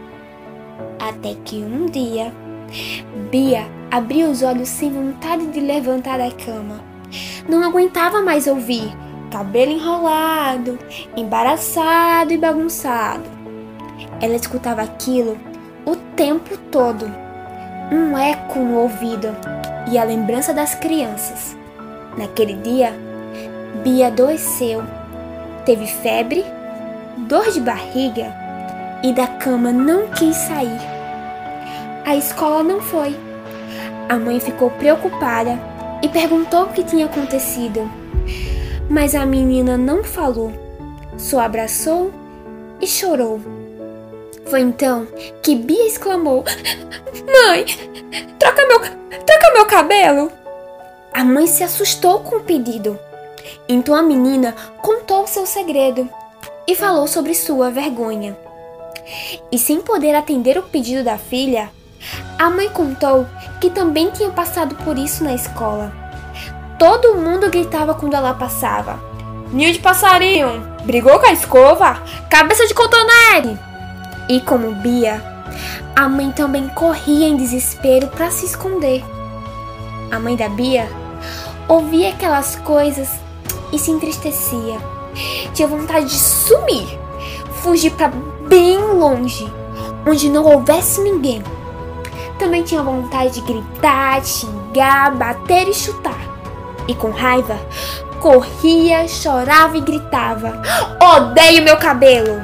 Até que um dia, Bia abriu os olhos sem vontade de levantar da cama. Não aguentava mais ouvir cabelo enrolado, embaraçado e bagunçado. Ela escutava aquilo o tempo todo, um eco no ouvido e a lembrança das crianças. Naquele dia, Bia adoeceu, teve febre, dor de barriga e da cama não quis sair. A escola não foi. A mãe ficou preocupada e perguntou o que tinha acontecido. Mas a menina não falou, só abraçou e chorou. Foi então que Bia exclamou: Mãe, troca meu, troca meu cabelo! A mãe se assustou com o pedido. Então a menina contou seu segredo e falou sobre sua vergonha. E sem poder atender o pedido da filha, a mãe contou que também tinha passado por isso na escola. Todo mundo gritava quando ela passava: Ninho de passarinho! Brigou com a escova? Cabeça de cotonete! E como Bia, a mãe também corria em desespero para se esconder. A mãe da Bia ouvia aquelas coisas e se entristecia. Tinha vontade de sumir, fugir para bem longe, onde não houvesse ninguém. Também tinha vontade de gritar, xingar, bater e chutar. E com raiva, corria, chorava e gritava: Odeio meu cabelo!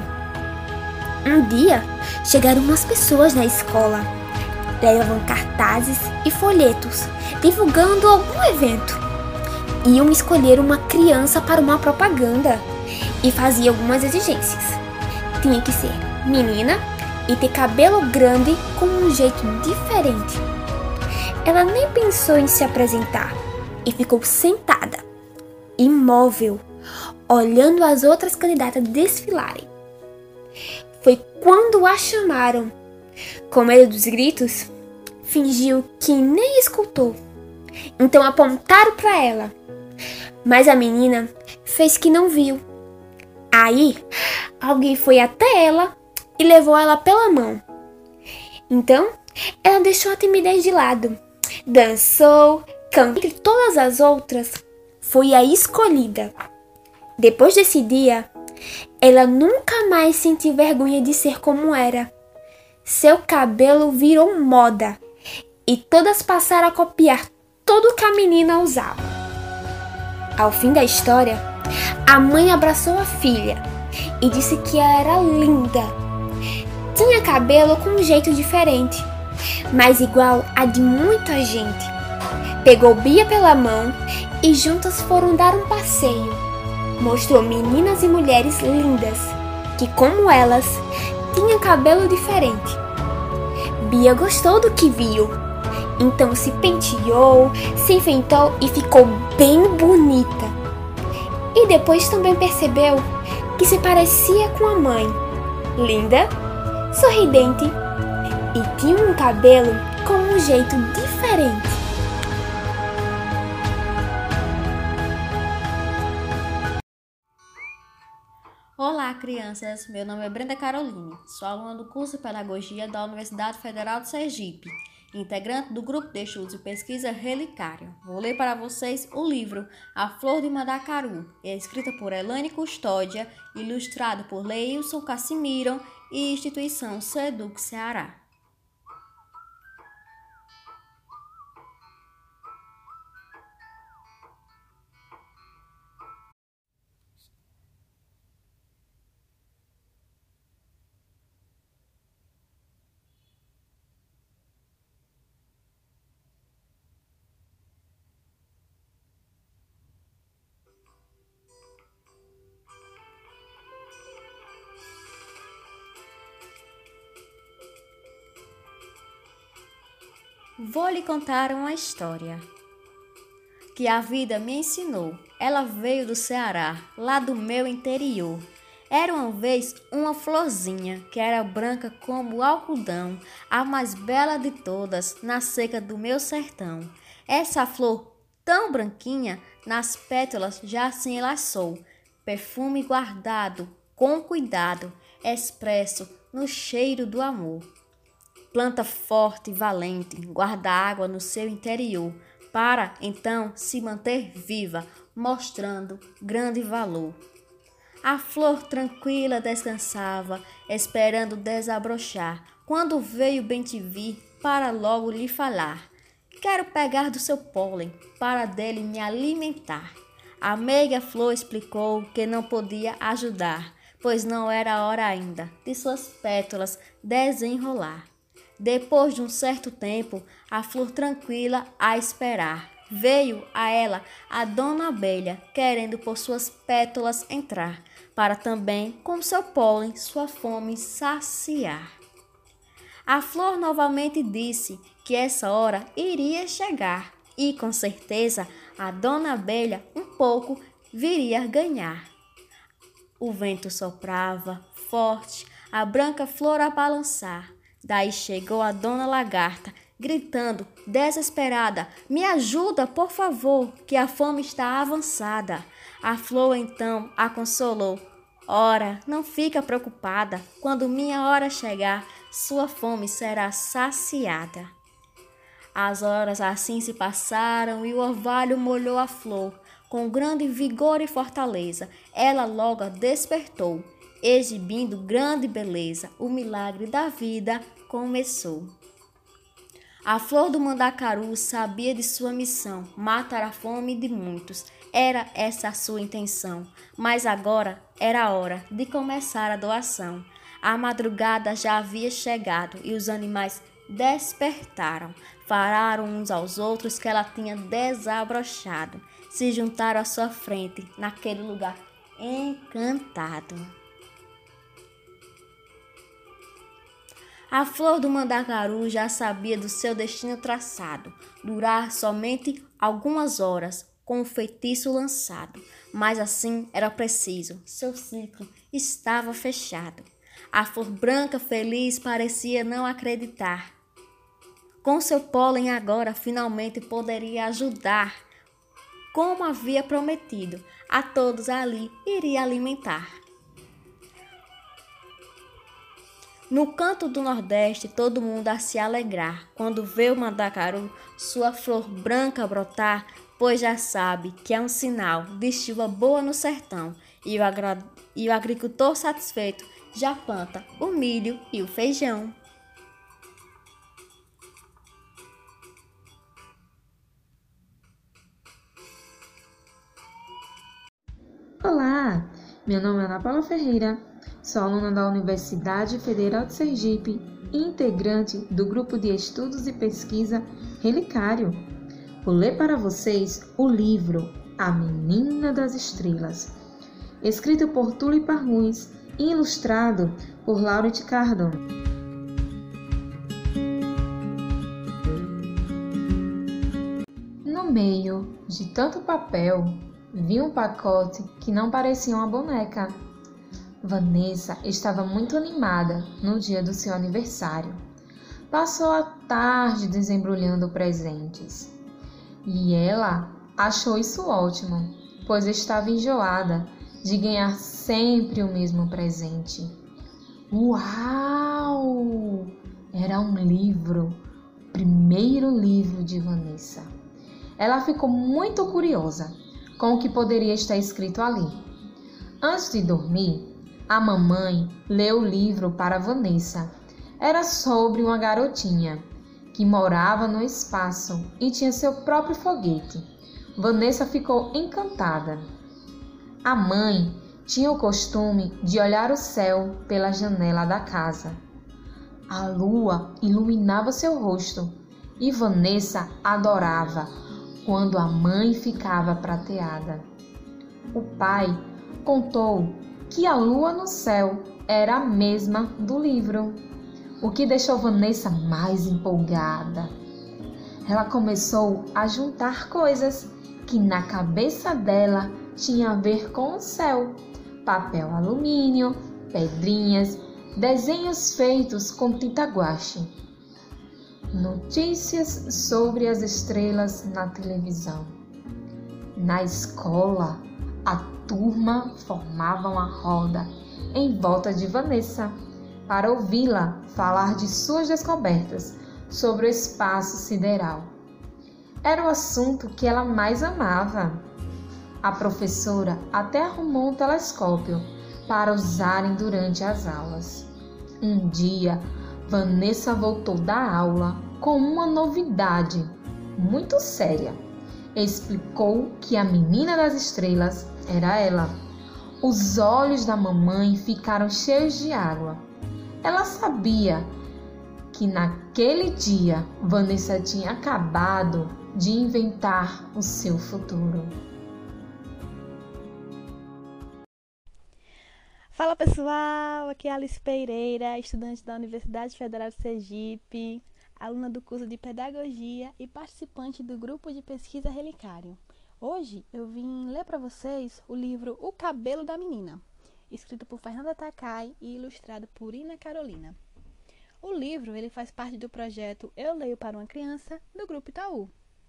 Um dia, chegaram umas pessoas na escola. Levavam cartazes e folhetos, divulgando algum evento. Iam escolher uma criança para uma propaganda e faziam algumas exigências. Tinha que ser menina e ter cabelo grande com um jeito diferente. Ela nem pensou em se apresentar e ficou sentada, imóvel, olhando as outras candidatas desfilarem. Foi quando a chamaram. Com medo dos gritos, fingiu que nem escutou. Então apontaram para ela, mas a menina fez que não viu. Aí, alguém foi até ela e levou ela pela mão. Então, ela deixou a timidez de lado, dançou, cantou. Entre todas as outras, foi a escolhida. Depois desse dia, ela nunca mais sentiu vergonha de ser como era. Seu cabelo virou moda e todas passaram a copiar tudo que a menina usava. Ao fim da história, a mãe abraçou a filha e disse que ela era linda. Tinha cabelo com um jeito diferente, mas igual a de muita gente. Pegou Bia pela mão e juntas foram dar um passeio. Mostrou meninas e mulheres lindas que, como elas, tinham cabelo diferente. Bia gostou do que viu, então se penteou, se enfeitou e ficou bem bonita. E depois também percebeu que se parecia com a mãe, linda, sorridente e tinha um cabelo com um jeito diferente. Olá, Olá, crianças! Meu nome é Brenda Caroline, sou aluna do curso de Pedagogia da Universidade Federal de Sergipe, integrante do Grupo de Estudos e Pesquisa Relicário. Vou ler para vocês o livro A Flor de Mandacaru, escrita por Elaine Custódia, ilustrado por Leilson Casimiro e Instituição Seduc Ceará. Vou lhe contar uma história que a vida me ensinou. Ela veio do Ceará, lá do meu interior. Era uma vez uma florzinha que era branca como o algodão, a mais bela de todas na seca do meu sertão. Essa flor tão branquinha, nas pétalas já se enlaçou, perfume guardado com cuidado, expresso no cheiro do amor. Planta forte e valente, guarda água no seu interior, para então se manter viva, mostrando grande valor. A flor tranquila descansava, esperando desabrochar, quando veio bem-te-vi para logo lhe falar. Quero pegar do seu pólen, para dele me alimentar. A meiga flor explicou que não podia ajudar, pois não era a hora ainda de suas pétalas desenrolar. Depois de um certo tempo, a flor tranquila a esperar. Veio a ela a dona abelha, querendo por suas pétalas entrar, para também, com seu pólen, sua fome saciar. A flor novamente disse que essa hora iria chegar, e com certeza a dona abelha um pouco viria ganhar. O vento soprava forte, a branca flor a balançar. Daí chegou a dona lagarta, gritando, desesperada, me ajuda, por favor, que a fome está avançada. A flor então a consolou. Ora, não fica preocupada, quando minha hora chegar, sua fome será saciada. As horas assim se passaram e o orvalho molhou a flor. Com grande vigor e fortaleza, ela logo despertou. Exibindo grande beleza, o milagre da vida começou. A flor do mandacaru sabia de sua missão, matar a fome de muitos. Era essa a sua intenção, mas agora era a hora de começar a doação. A madrugada já havia chegado e os animais despertaram. Falaram uns aos outros que ela tinha desabrochado. Se juntaram à sua frente, naquele lugar encantado. A flor do mandacaru já sabia do seu destino traçado, durar somente algumas horas com o feitiço lançado, mas assim era preciso, seu ciclo estava fechado. A flor branca feliz parecia não acreditar. Com seu pólen agora finalmente poderia ajudar, como havia prometido, a todos ali iria alimentar. No canto do Nordeste, todo mundo a se alegrar, quando vê o mandacaru, sua flor branca brotar, pois já sabe que é um sinal de chuva boa no sertão, e o, agra... e o agricultor satisfeito já planta o milho e o feijão. Olá, meu nome é Ana Paula Ferreira. Sou aluna da Universidade Federal de Sergipe e integrante do Grupo de Estudos e Pesquisa Relicário. Vou ler para vocês o livro A Menina das Estrelas, escrito por Tulipa Ruiz e ilustrado por Laurete Cardon. No meio de tanto papel, vi um pacote que não parecia uma boneca. Vanessa estava muito animada no dia do seu aniversário. Passou a tarde desembrulhando presentes. E ela achou isso ótimo, pois estava enjoada de ganhar sempre o mesmo presente. Uau! Era um livro, o primeiro livro de Vanessa. Ela ficou muito curiosa com o que poderia estar escrito ali. Antes de dormir, a mamãe leu o livro para Vanessa. Era sobre uma garotinha que morava no espaço e tinha seu próprio foguete. Vanessa ficou encantada. A mãe tinha o costume de olhar o céu pela janela da casa. A lua iluminava seu rosto e Vanessa adorava quando a mãe ficava prateada. O pai contou que a lua no céu era a mesma do livro, o que deixou Vanessa mais empolgada. Ela começou a juntar coisas que na cabeça dela tinha a ver com o céu: papel alumínio, pedrinhas, desenhos feitos com tinta guache, notícias sobre as estrelas na televisão. Na escola, a turma formava uma roda em volta de Vanessa para ouvi-la falar de suas descobertas sobre o espaço sideral. Era o assunto que ela mais amava. A professora até arrumou um telescópio para usarem durante as aulas. Um dia, Vanessa voltou da aula com uma novidade muito séria. Explicou que a menina das estrelas era ela. Os olhos da mamãe ficaram cheios de água. Ela sabia que naquele dia Vanessa tinha acabado de inventar o seu futuro. Fala pessoal, aqui é Alice Pereira, estudante da Universidade Federal de Sergipe, aluna do curso de Pedagogia e participante do grupo de pesquisa Relicário. Hoje eu vim ler para vocês o livro O Cabelo da Menina, escrito por Fernanda Takai e ilustrado por Ina Carolina. O livro ele faz parte do projeto Eu Leio para uma Criança, do Grupo Itaú.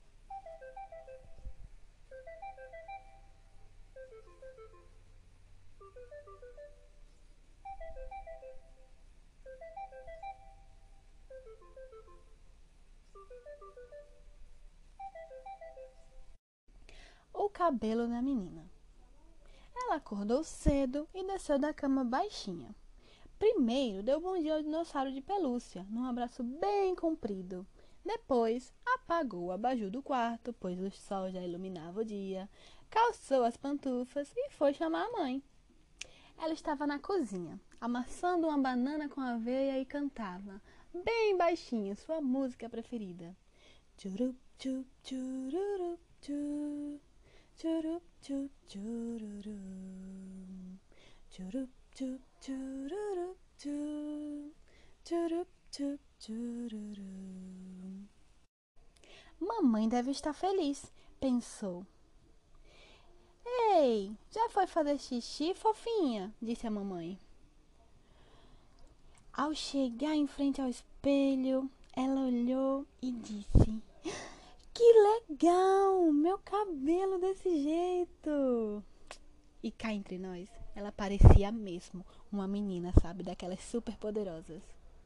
O cabelo da menina. Ela acordou cedo e desceu da cama baixinha. Primeiro deu bom dia ao dinossauro de pelúcia, num abraço bem comprido. Depois apagou o abajur do quarto, pois o sol já iluminava o dia, calçou as pantufas e foi chamar a mãe. Ela estava na cozinha, amassando uma banana com aveia e cantava, bem baixinho, sua música preferida. Tchurup, tchup, tchururup, tchu. Tchurup, tchup, tchururu. Tchurup, tchup, tchururup, tchu. Tchurup, tchup, tchururu. Mamãe deve estar feliz, pensou. Ei, já foi fazer xixi, fofinha? Disse a mamãe. Ao chegar em frente ao espelho, ela olhou e disse: que legal, meu cabelo desse jeito. E cá entre nós, ela parecia mesmo uma menina, sabe, daquelas super poderosas.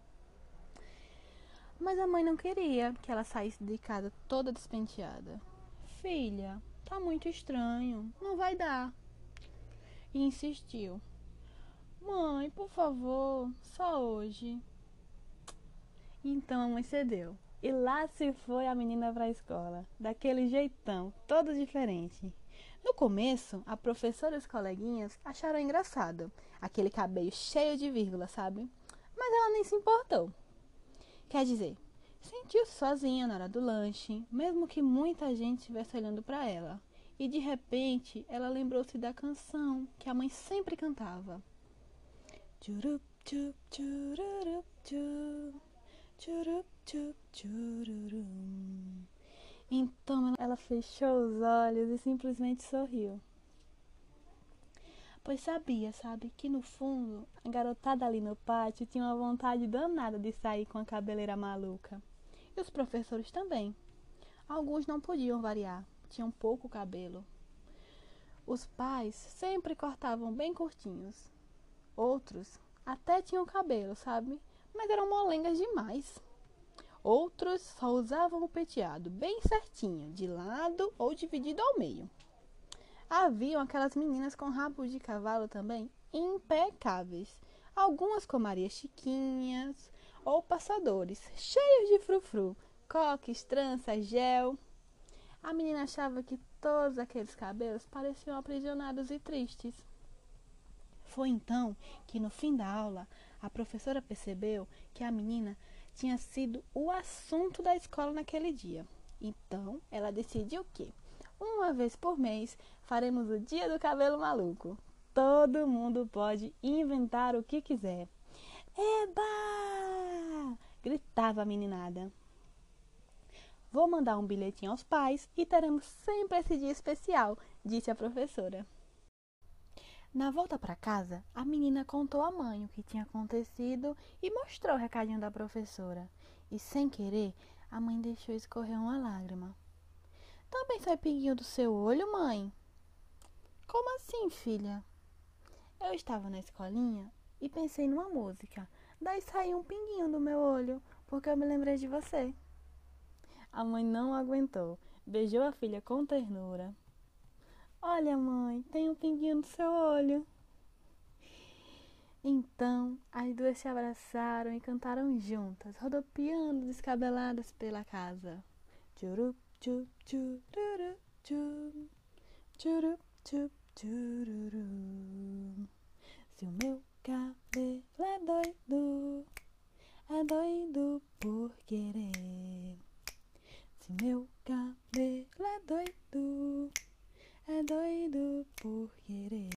Mas a mãe não queria que ela saísse de casa toda despenteada. Filha, tá muito estranho, não vai dar. E insistiu. Mãe, por favor, só hoje. Então a mãe cedeu. E lá se foi a menina para a escola, daquele jeitão, todo diferente. No começo, a professora e os coleguinhas acharam engraçado, aquele cabelo cheio de vírgula, sabe? Mas ela nem se importou. Quer dizer, sentiu-se sozinha na hora do lanche, mesmo que muita gente estivesse olhando para ela. E de repente, ela lembrou-se da canção que a mãe sempre cantava. Tchurup, tchup, tchururup, tchu. Tchurup, tchup, tchururum. Então ela fechou os olhos e simplesmente sorriu. Pois sabia, sabe, que no fundo a garotada ali no pátio tinha uma vontade danada de sair com a cabeleira maluca. E os professores também. Alguns não podiam variar, tinham pouco cabelo. Os pais sempre cortavam bem curtinhos. Outros até tinham cabelo, sabe? Mas eram molengas demais. Outros só usavam o penteado bem certinho, de lado ou dividido ao meio. Haviam aquelas meninas com rabos de cavalo também impecáveis. Algumas com Maria Chiquinhas ou passadores, cheios de frufru, coques, tranças, gel. A menina achava que todos aqueles cabelos pareciam aprisionados e tristes. Foi então que, no fim da aula, a professora percebeu que a menina tinha sido o assunto da escola naquele dia. Então, ela decidiu que, uma vez por mês, faremos o dia do cabelo maluco. Todo mundo pode inventar o que quiser. Eba! Gritava a meninada. Vou mandar um bilhetinho aos pais e teremos sempre esse dia especial, disse a professora. Na volta para casa, a menina contou à mãe o que tinha acontecido e mostrou o recadinho da professora. E, sem querer, a mãe deixou escorrer uma lágrima. Também sai pinguinho do seu olho, mãe? Como assim, filha? Eu estava na escolinha e pensei numa música. Daí saiu um pinguinho do meu olho, porque eu me lembrei de você. A mãe não aguentou, beijou a filha com ternura. Olha, mãe, tem um pinguinho no seu olho. Então, as duas se abraçaram e cantaram juntas, rodopiando descabeladas pela casa. Tchurup, tchup, tchururu, tchum, tchurup, tchup, tchururu.